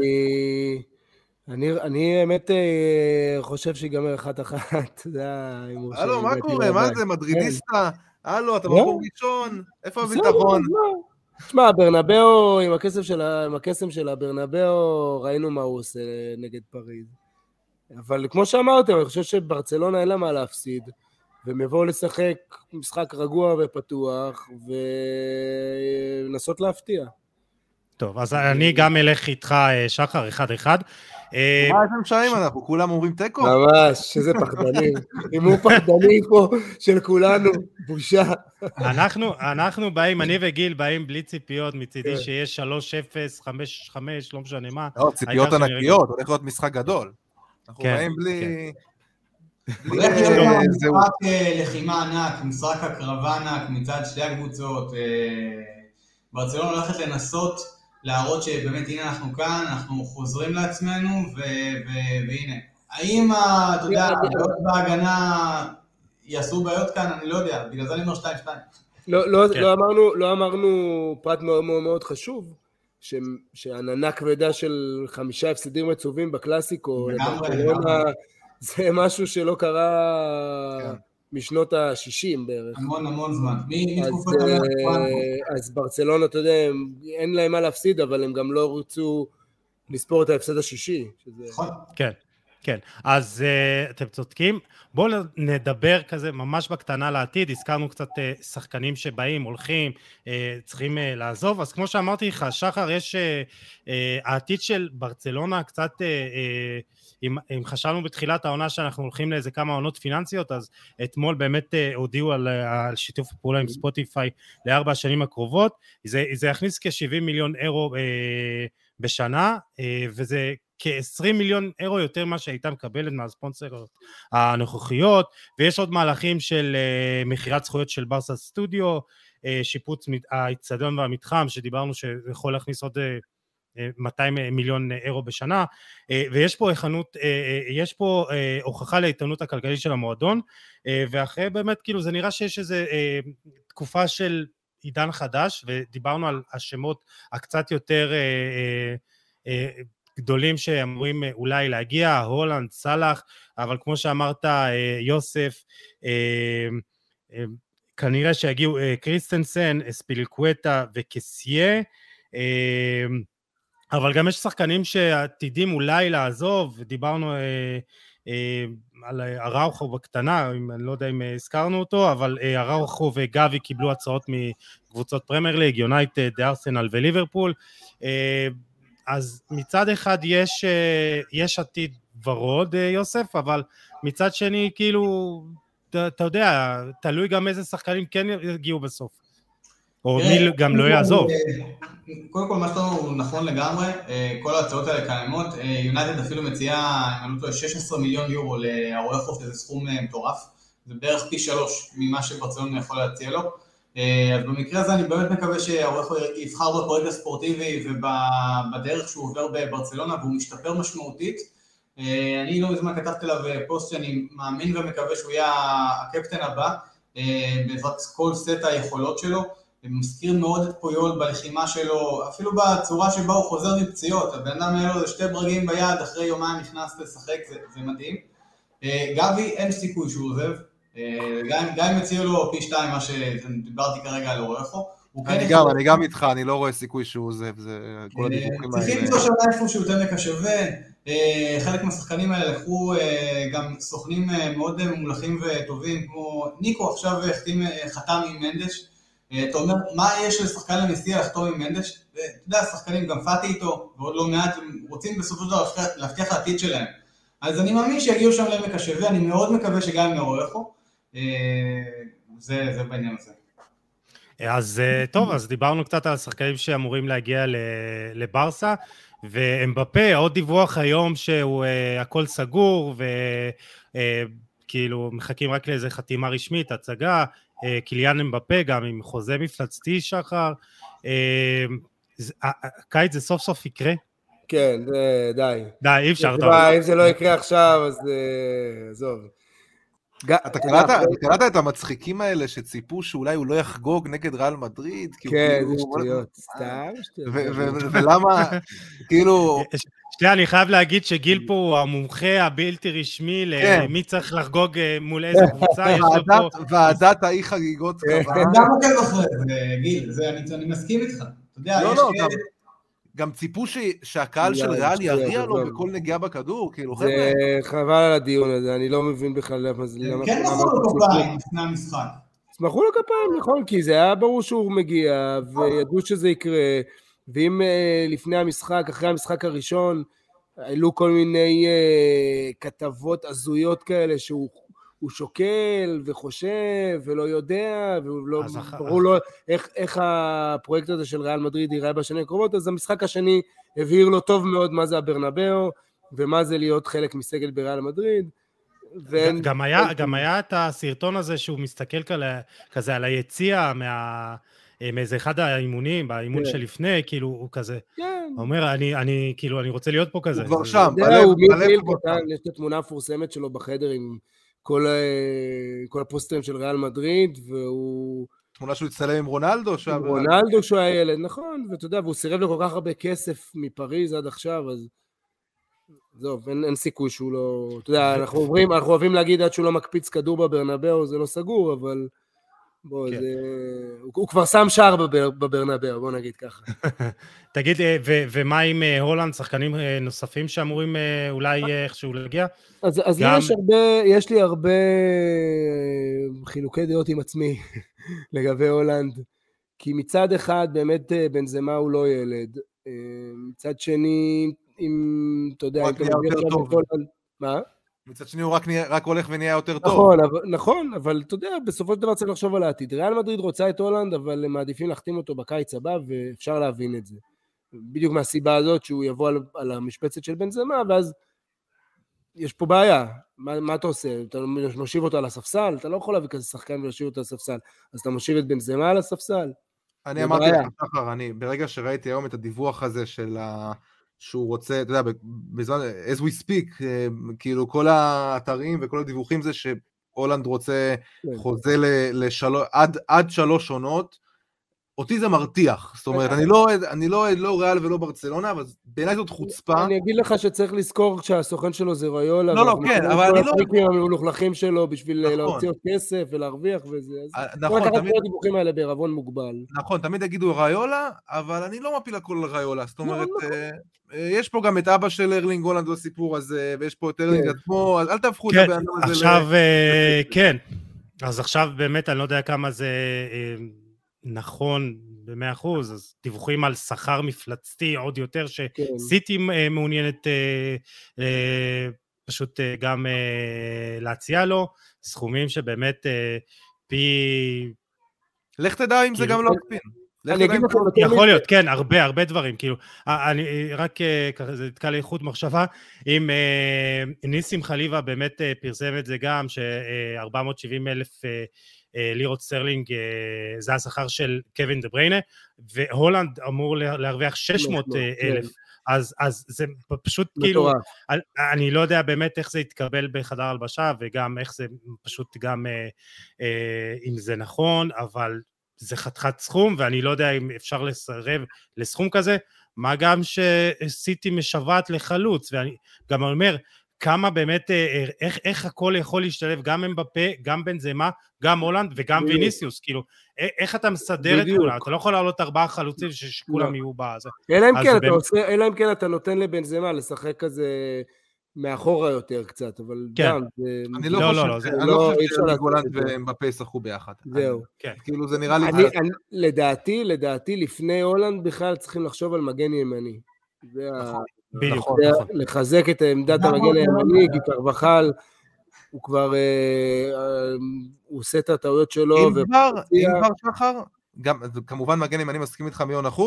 אני האמת חושב שיגמר 1-1. הלו, מה קורה? מה זה, מדרידיסטה? הלו, אתה מקום ראשון? איפה הביטחון? תשמע, ברנבאו, עם הקסם של הברנבאו, ראינו מה הוא עושה נגד פריז. אבל כמו שאמרתם, אני חושב שברצלונה אין לה מה להפסיד, והם יבואו לשחק משחק רגוע ופתוח, ולנסות להפתיע. טוב, אז אני גם אלך איתך, שחר, 1-1. מה אתם שעים אנחנו? כולם אומרים טקו? ממש, איזה פחדנים. הימור פחדני פה של כולנו, בושה. אנחנו באים, אני וגיל באים בלי ציפיות, מצידי שיש 3-0, 5-5, לא משנה מה. לא, ציפיות ענקיות, הולך להיות משחק גדול. אנחנו באים בלי... משחק לחימה ענק, משחק הקרבה ענק מצד שתי הקבוצות. ברצלונה הולכת לנסות להראות שבאמת הנה אנחנו כאן, אנחנו חוזרים לעצמנו, והנה. האם, אתה יודע, הבעיות בהגנה יעשו בעיות כאן? אני לא יודע, בגלל זה אני אומר 2-2. לא אמרנו פרט מאוד מאוד חשוב, שעננה כבדה של 5 הפסדים רצובים בקלאסיקו, זה משהו שלא קרה משנות ה-60 בערך. המון זמן. מתקופת אז ברצלונה, אתה יודע, אין להם מה להפסיד, אבל הם גם לא רצו לספור את ההפסד השישי. כן. כן, אז אתם צודקים. בואו נדבר כזה ממש בקטנה לעתיד, הזכרנו קצת שחקנים שבאים, הולכים, צריכים לעזוב, אז כמו שאמרתי לך, שחר, יש העתיד של ברצלונה קצת, אם חשבנו בתחילת העונה שאנחנו הולכים לאיזה כמה עונות פיננסיות, אז אתמול באמת הודיעו על שיתוף פעולה עם ספוטיפיי ל4 השנים הקרובות, זה יכניס כ-70 מיליון אירו בשנה, וזה כ-20 מיליון אירו יותר מה שהייתה מקבלת מהספונסרות הנוכחיות, ויש עוד מהלכים של מחירת זכויות של ברסה סטודיו, שיפוץ האצטדיון והמתחם, שדיברנו שיכול להכניס עוד 200 מיליון אירו בשנה, ויש פה יש פה הוכחה לאיתנות הכלכלית של המועדון, ואחרי באמת כאילו זה נראה שיש איזו תקופה של עידן חדש, ודיברנו על השמות הקצת יותר גדולים שאמורים אולי להגיע, הולנד, סלאח, אבל כמו שאמרת יוסף, כנראה שהגיעו קריסטנסן, אספיליקווטה וקסיה, אבל גם יש שחקנים שעתידים אולי לעזוב, דיברנו על אראוחו בקטנה, אני לא יודע אם הזכרנו אותו, אבל אראוחו וגבי קיבלו הצעות מקבוצות פרמייר ליג, יונייטד, ארסנל וליברפול, אז מצד אחד יש עתיד ורוד, יוסף, אבל מצד שני, כאילו, אתה יודע, תלוי גם איזה שחקנים כן יגיעו בסוף, או מי גם לא יעזוב. קודם כל, מה שאתה אומר הוא נכון לגמרי, כל ההצעות האלה קיימות, יונייטד אפילו מציעה, אני לא טועה, 16 מיליון יורו לאראוחו, שזה סכום מטורף, זה בערך פי 3 ממה שברצלונה יכול להציע לו, אז במקרה הזה אני באמת מקווה שהאורחו יבחר בפרויקט הספורטיבי ובדרך שהוא עובר בברצלונה והוא משתפר משמעותית. אני לא מזמן כתבתי עליו פוסט שאני מאמין ומקווה שהוא יהיה הקפטן הבא, בעזרת כל סט היכולות שלו, ומזכיר מאוד את פויול בלחימה שלו, אפילו בצורה שבה הוא חוזר מפציעות, הבן אדם היה לו 2 ברגים ביד, אחרי יומיים נכנס לשחק, זה מדהים. גבי אין סיכוי שהוא עוזב, גם אם הציעו לו פי 2 מה שדיברתי כרגע על אורחו. אני גם איתך, אני לא רואה סיכוי שהוא עוזב, זה כל הדיווחים האלה. צריכים למצוא שם איפה שהוא תמק השווה, חלק מהשחקנים האלה לקחו גם סוכנים מאוד ממולכים וטובים, כמו ניקו עכשיו חתם עם מנדש, אתה אומר, מה יש לשחקן למסיע לחתום עם מנדש? אתה יודע, השחקנים גם פאטי איתו, ועוד לא מעט, הם רוצים בסופו של דבר להבטיח העתיד שלהם. אז אני מאמין שיגיעו שם לעמק השווה, אני מאוד מקווה שגם הם אורחו, זה בעניין הזה. אז טוב, אז דיברנו קצת על השחקנים שאמורים להגיע לברסה, ואמבפה, עוד דיווח היום שהוא הכל סגור, וכאילו מחכים רק לאיזה חתימה רשמית, הצגה, קיליאן אמבפה גם עם חוזה מפלצתי שחר, קיץ זה סוף סוף יקרה? כן, די. די, אי אפשר. אם זה לא יקרה עכשיו, אז עזוב. אתה קראת את המצחיקים האלה שציפו שאולי הוא לא יחגוג נגד ריאל מדריד? כן, זה שטויות, סתם שטויות. ולמה, כאילו... שנייה, אני חייב להגיד שגיל פה הוא המומחה הבלתי רשמי למי צריך לחגוג מול איזה קבוצה. ועדת האי חגיגות קבעה. גם עוקב אחרי זה, גיל, אני מסכים איתך. אתה יודע, יש... גם ציפו שהקהל של ריאל יריע לו בכל נגיעה בכדור, כאילו חבר'ה. זה חבל על הדיון הזה, אני לא מבין בכלל למה זה... כן מחאו לו כפיים לפני המשחק. מחאו לו כפיים, נכון, כי זה היה ברור שהוא מגיע, וידעו שזה יקרה, ואם לפני המשחק, אחרי המשחק הראשון, העלו כל מיני כתבות הזויות כאלה שהוא שוקל וחושב ולא יודע, ולא ברור לו איך הפרויקט הזה של ריאל מדריד ייראה בשנים הקרובות, אז המשחק השני הבהיר לו טוב מאוד מה זה הברנבאו, ומה זה להיות חלק מסגל בריאל מדריד. גם היה את הסרטון הזה שהוא מסתכל כזה על היציאה מאיזה אחד האימונים, באימון שלפני, כאילו הוא כזה, הוא אומר, אני רוצה להיות פה כזה. הוא כבר שם, הוא מיל קטן, יש את התמונה המפורסמת שלו בחדר עם כל הפוסטרים של ריאל מדריד, והוא... תמונה שהוא הצטלם עם רונלדו? עם רונלדו שהוא היה ילד, נכון, ואתה יודע, והוא סירב לו כל כך הרבה כסף מפריז עד עכשיו, אז זוב, אין סיכוי שהוא לא... אתה יודע, אנחנו אוהבים להגיד עד שהוא לא מקפיץ כדור בברנבאו, זה לא סגור, אבל... בוא, הוא כבר שם שער בברנבאו, בוא נגיד ככה. תגיד, ומה עם הולנד, שחקנים נוספים שאמורים אולי איכשהו להגיע? אז יש לי הרבה חילוקי דעות עם עצמי לגבי הולנד, כי מצד אחד באמת בנזמה הוא לא ילד, מצד שני, אם אתה יודע, אם אתה מביא עכשיו בהולנד, מה? מצד שני הוא רק הולך ונהיה יותר טוב. נכון, אבל אתה יודע, בסופו של דבר צריך לחשוב על העתיד. ריאל מדריד רוצה את הולנד, אבל הם מעדיפים להחתים אותו בקיץ הבא, ואפשר להבין את זה. בדיוק מהסיבה הזאת שהוא יבוא על המשבצת של בנזמה, ואז יש פה בעיה. מה אתה עושה? אתה מושיב אותו על הספסל? אתה לא יכול להביא כזה שחקן ולהשיב אותו על הספסל. אז אתה מושיב את בנזמה על הספסל? אני אמרתי לך, שחר, ברגע שראיתי היום את הדיווח הזה של שהוא רוצה, אתה יודע, בזמן, as we speak, כאילו כל האתרים וכל הדיווחים זה שהולנד רוצה חוזה עד 3 עונות, אותי זה מרתיח, זאת אומרת, אני לא ריאל ולא ברצלונה, אבל בעיניי זאת חוצפה. אני אגיד לך שצריך לזכור שהסוכן שלו זה ריולה, לא, כן, אבל אני לא... המלוכלכים שלו בשביל להוציא עוד כסף ולהרוויח וזה, נכון, תמיד... כל הדיווחים האלה בערבון מוגבל. נכון, תמיד יגידו ריולה, אבל אני לא מפיל הכל לריולה, זאת אומרת, יש פה גם את אבא של ארלינג הולנד בסיפור הזה, ויש פה את ארלינג עצמו, אז אל תהפכו את הבן הזה. עכשיו, כן, אז עכשיו באמת אני לא יודע כמה זה... נכון, ב100%, אז דיווחים על שכר מפלצתי עוד יותר, שסיטי מעוניינת פשוט גם להציע לו, סכומים שבאמת פי... לך תדע אם זה גם לא קפין. יכול להיות, כן, הרבה דברים, כאילו, אני רק ככה, זה נתקע לי איכות מחשבה, אם ניסים חליבה באמת פרסם את זה גם, ש470,000 לירות סטרלינג, זה השכר של קווין דה בריינה, והולנד אמור להרוויח 600,000, אז זה פשוט כאילו, אני לא יודע באמת איך זה יתקבל בחדר הלבשה, וגם איך זה פשוט גם, אם זה נכון, אבל זה חתיכת סכום, ואני לא יודע אם אפשר לסרב לסכום כזה, מה גם שסיטי משוועת לחלוץ, ואני גם אומר, כמה באמת, איך הכל יכול להשתלב, גם אמבפה, גם בנזמה, גם הולנד וגם ויניסיוס, כאילו, איך אתה מסדר את כולם? אתה לא יכול לעלות 4 חלוצים שכולם יהיו בזה. אלא אם כן אתה נותן לבנזמה לשחק כזה מאחורה יותר קצת, אבל גם... אני לא חושב שהולנד ואמבפה ישחקו ביחד. זהו. כאילו זה נראה לי... לדעתי, לפני הולנד בכלל צריכים לחשוב על מגן ימני. נכון. לחזק את עמדת המגן הימני, כי קרבחל הוא כבר הוא עושה את הטעויות שלו. אם כבר שחר, כמובן מגן ימני מסכים איתך 100%,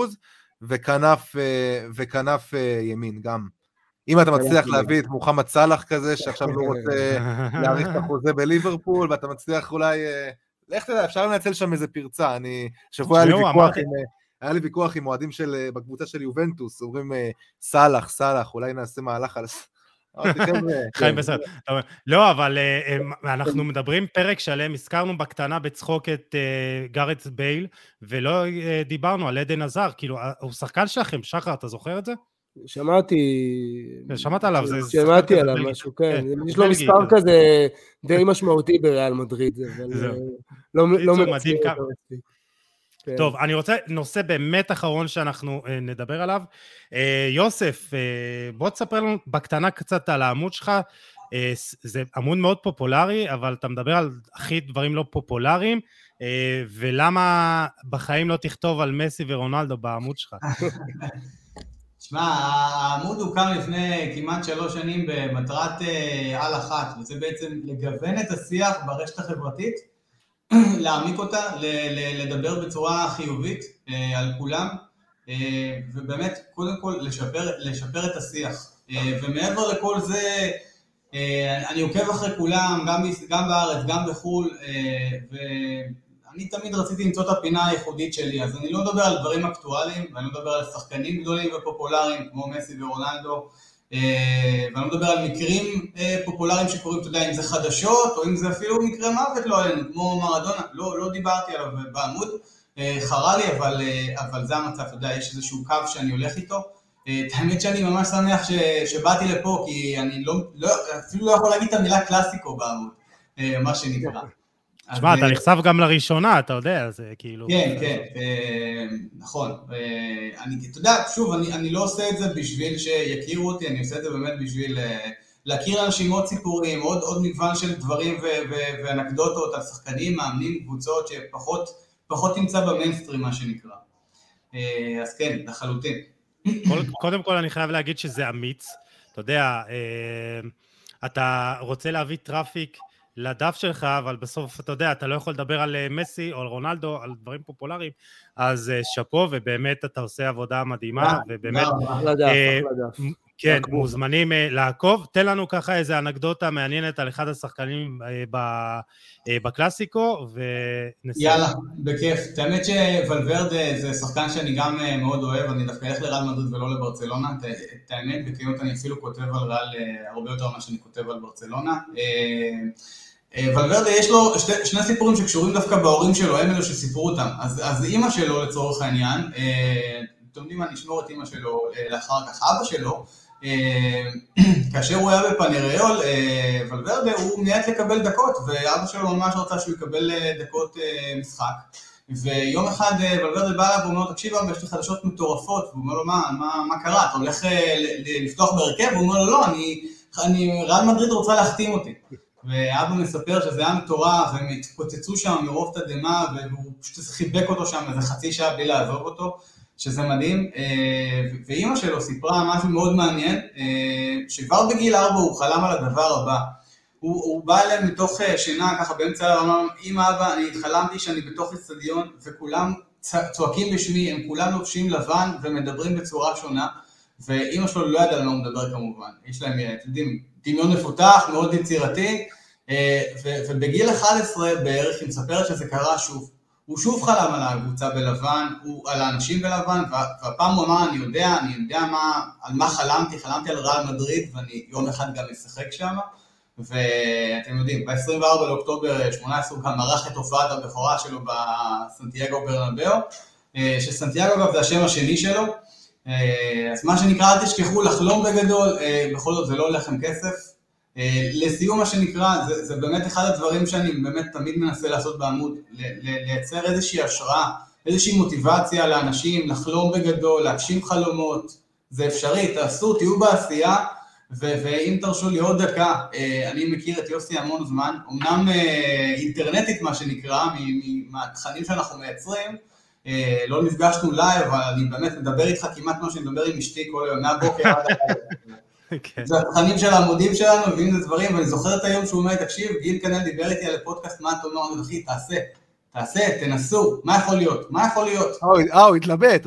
וכנף ימין גם. אם אתה מצליח להביא את מוחמד סלאח כזה, שעכשיו לא רוצה להאריך את החוזה בליברפול, ואתה מצליח אולי, לך תדע, אפשר לנצל שם איזה פרצה, שבוע היה לי ויכוח עם מועדים בקבוצה של יובנטוס, אומרים סלאח, אולי נעשה מהלך על... חיים בסדר. לא, אבל אנחנו מדברים פרק שלם, הזכרנו בקטנה בצחוק את גארט בייל, ולא דיברנו על עדן עזר, כאילו, הוא שחקן שלכם, שחר, אתה זוכר את זה? שמעת עליו, שמעתי עליו משהו, כן, יש לו מספר כזה די משמעותי בריאל מדריד, אבל לא מדהים כמה. טוב, אני רוצה נושא באמת אחרון שאנחנו נדבר עליו. יוסף, בוא תספר לנו בקטנה קצת על העמוד שלך, זה עמוד מאוד פופולרי, אבל אתה מדבר על הכי דברים לא פופולריים, ולמה בחיים לא תכתוב על מסי ורונלדו בעמוד שלך? שמע, העמוד הוקם לפני כמעט 3 שנים במטרת על אחת, וזה בעצם לגוון את השיח ברשת החברתית, להעמיק אותה, לדבר בצורה חיובית על כולם, ובאמת, קודם כל, לשפר את השיח. ומעבר לכל זה, אני עוקב אחרי כולם, גם בארץ, גם בחול, ואני תמיד רציתי למצוא את הפינה הייחודית שלי, אז אני לא מדבר על דברים אקטואליים, ואני לא מדבר על שחקנים גדולים ופופולריים, כמו מסי ורונלדו, ואני לא מדבר על מקרים פופולריים שקורים, אתה יודע, אם זה חדשות, או אם זה אפילו מקרה מוות לא עלינו, כמו מרדונה, לא דיברתי עליו בעמוד, חרה לי, אבל זה המצב, אתה יודע, יש איזשהו קו שאני הולך איתו, האמת שאני ממש שמח שבאתי לפה, כי אני אפילו לא יכול להגיד את המילה קלאסיקו בעמוד, מה שנקרא. תשמע, אתה נחשף גם לראשונה, אתה יודע, זה כאילו... כן, נכון. אתה יודע, שוב, אני לא עושה את זה בשביל שיכירו אותי, אני עושה את זה באמת בשביל להכיר אנשים עוד סיפורים, עוד מגוון של דברים ואנקדוטות על שחקנים, מאמנים, קבוצות שפחות תמצא במיינסטרים, מה שנקרא. אז כן, לחלוטין. קודם כל אני חייב להגיד שזה אמיץ, אתה יודע, אתה רוצה להביא טראפיק לדף שלך, אבל בסוף אתה יודע, אתה לא יכול לדבר על מסי או על רונלדו, על דברים פופולריים, אז שפו, ובאמת אתה עושה עבודה מדהימה, ובאמת, כן, מוזמנים לעקוב. תן לנו ככה איזו אנקדוטה מעניינת על אחד השחקנים בקלאסיקו, ונסיים. יאללה, בכיף. האמת שוולברדה זה שחקן שאני גם מאוד אוהב, אני דווקא אלך לריאל מדריד ולא לברצלונה, את האמת, בכנות אני אפילו כותב על ריאל הרבה יותר ממה שאני כותב על ברצלונה. ולברדה יש לו שני סיפורים שקשורים דווקא בהורים שלו, הם אלו שסיפרו אותם. אז אמא שלו לצורך העניין, אתם יודעים מה, נשמור את אמא שלו לאחר כך, אבא שלו, כאשר הוא היה בפנריול, ולברדה הוא מיעט לקבל דקות, ואבא שלו ממש רצה שהוא יקבל דקות משחק. ויום אחד ולברדה בא אליו ואומר לו, תקשיב אבא, יש לי חדשות מטורפות, והוא אומר לו, מה קרה? אתה הולך לפתוח בהרכב? והוא אומר לו, לא, ריאל מדריד רוצה להחתים אותי. ואבא מספר שזה היה מטורף, והם התפוצצו שם מרוב תדהמה, והוא פשוט חיבק אותו שם איזה חצי שעה בלי לעזוב אותו, שזה מדהים. ואימא שלו סיפרה משהו מאוד מעניין, שכבר בגיל 4 הוא חלם על הדבר הבא. הוא בא אליהם מתוך שינה, ככה באמצע, הוא אמר, אמא אבא, אני חלמתי שאני בתוך אצטדיון, וכולם צועקים בשמי, הם כולם לובשים לבן ומדברים בצורה שונה, ואימא שלו לא ידעה על מה הוא מדבר כמובן. יש להם, אתם יודעים, דמיון מפותח, מאוד יצירתי, ובגיל 11 בערך היא מספרת שזה קרה שוב. הוא שוב חלם על הקבוצה בלבן, על האנשים בלבן, והפעם הוא אמר, אני יודע על מה חלמתי על ריאל מדריד, ואני יום אחד גם אשחק שם, ואתם יודעים, ב-24 לאוקטובר 18 הוא גם ערך את הופעת הבכורה שלו בסנטיאגו ברנבאו, שסנטיאגו אגב זה השם השני שלו, אז מה שנקרא, אל תשכחו לחלום בגדול, בכל זאת זה לא הולך עם כסף. לסיום מה שנקרא, זה באמת אחד הדברים שאני באמת תמיד מנסה לעשות בעמוד, לייצר איזושהי השראה, איזושהי מוטיבציה לאנשים, לחלום בגדול, להגשים חלומות, זה אפשרי, תעשו, תהיו בעשייה, ואם תרשו לי עוד דקה, אני מכיר את יוסי המון זמן, אמנם אינטרנטית מה שנקרא, מהתכנים שאנחנו מייצרים, לא נפגשנו לייב, אבל אני באמת מדבר איתך כמעט מה שאני מדבר עם אשתי כל היום, מהבוקר עד הלילה. זה התכנים של העמודים שלנו, ואם זה דברים, ואני זוכר את היום שהוא אומר, תקשיב, גיל כנל דיבר איתי על הפודקאסט, מה אתה אומר, אחי, תעשה, תנסו, מה יכול להיות? הוא התלבט.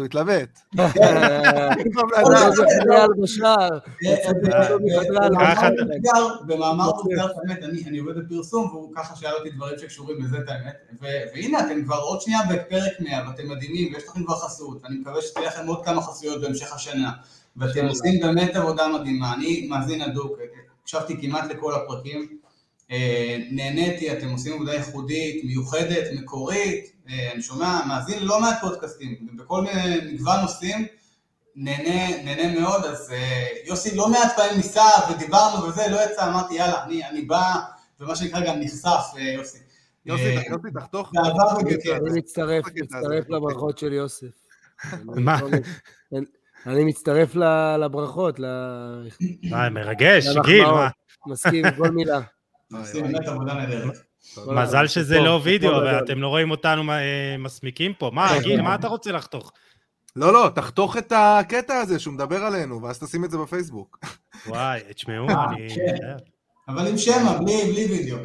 במאמר מוגדר, באמת, אני עובד בפרסום, והוא ככה שאל אותי דברים שקשורים לזה, את האמת, והנה, אתם כבר עוד שנייה בפרק 100, ואתם מדהימים, ויש לכם כבר חסות, ואני מקווה שתהיה לכם עוד כמה חסויות בהמשך השנה, ואתם עושים באמת עבודה מדהימה, אני מאזין הדוק, הקשבתי כמעט לכל הפרקים, נהניתי, אתם עושים עבודה ייחודית, מיוחדת, מקורית, אני שומע, מאזין לא מעט פודקאסטים, בכל מיני מגוון נושאים, נהנה מאוד, אז יוסי לא מעט פעמים ניסה ודיברנו וזה, לא יצא, אמרתי יאללה, אני בא, ומה שנקרא גם נחשף, יוסי. יוסי, תחתוך. אני מצטרף לברכות של יוסף. מה? אני מצטרף לברכות. מרגש, גיל, מה? מסכים עם כל מילה. עושים באמת עבודה נהדרת. מזל שזה לא וידאו, ואתם לא רואים אותנו מסמיקים פה. מה, גיל, מה אתה רוצה לחתוך? לא, תחתוך את הקטע הזה שהוא מדבר עלינו, ואז תשים את זה בפייסבוק. וואי, תשמעו, אני... אבל עם שמה, בלי וידאו.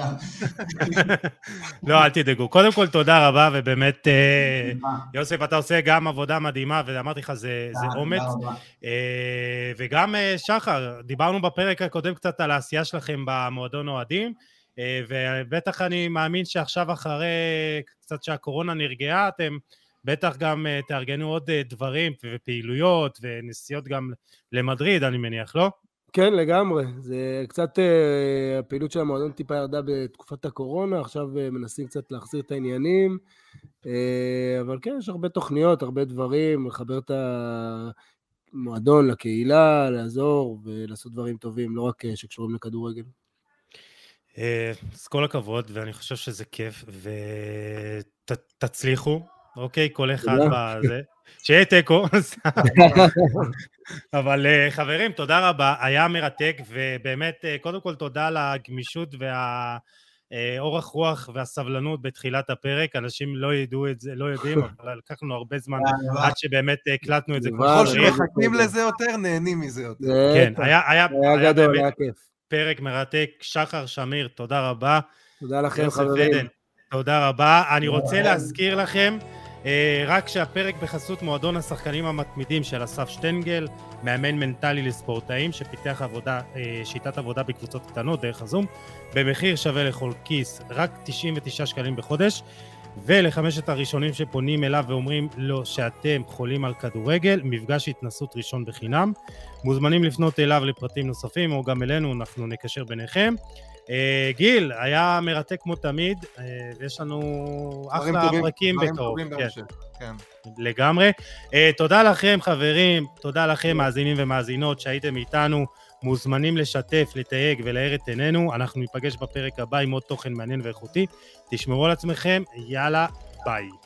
לא, אל תדאגו. קודם כל, תודה רבה, ובאמת, יוסף, אתה עושה גם עבודה מדהימה, ואמרתי לך, זה אומץ. וגם שחר, דיברנו בפרק הקודם קצת על העשייה שלכם במועדון אוהדים, ובטח אני מאמין שעכשיו אחרי קצת שהקורונה נרגעה, אתם בטח גם תארגנו עוד דברים ופעילויות ונסיעות גם למדריד, אני מניח, לא? כן, לגמרי. זה קצת, הפעילות של המועדון טיפה ירדה בתקופת הקורונה, עכשיו מנסים קצת להחזיר את העניינים, אבל כן, יש הרבה תוכניות, הרבה דברים, למועדון, לקהילה, לעזור ולעשות דברים טובים, לא רק שקשורים לכדורגל. אז כל הכבוד, ואני חושב שזה כיף, ותצליחו, אוקיי? כל אחד בזה. שיהיה תיקו. אבל חברים, תודה רבה, היה מרתק, ובאמת, קודם כל תודה על הגמישות והאורך רוח והסבלנות בתחילת הפרק, אנשים לא ידעו את זה, לא יודעים, אבל לקח לנו הרבה זמן עד שבאמת הקלטנו את זה. ככל שמחכים לזה יותר, נהנים מזה יותר. כן, היה גדול, היה כיף. פרק מרתק. שחר שמיר, תודה רבה. תודה לכם, חברים. תודה רבה. אני רוצה להזכיר לכם, רק שהפרק בחסות מועדון השחקנים המתמידים של אסף שטנגל, מאמן מנטלי לספורטאים, שפיתח שיטת עבודה בקבוצות קטנות דרך הזום, במחיר שווה לכל כיס, רק 99 שקלים בחודש, ולחמשת הראשונים שפונים אליו ואומרים לו שאתם חולים על כדורגל, מפגש התנסות ראשון בחינם, מוזמנים לפנות אליו לפרטים נוספים, או גם אלינו, אנחנו נקשר ביניכם. גיל, היה מרתק כמו תמיד, יש לנו אחלה פרקים בקרוב. כן. לגמרי. תודה לכם חברים, תודה לכם מאזינים ומאזינות שהייתם איתנו, מוזמנים לשתף, לתייג ולהאיר את עינינו, אנחנו ניפגש בפרק הבא עם עוד תוכן מעניין ואיכותי, תשמרו על עצמכם, יאללה, ביי.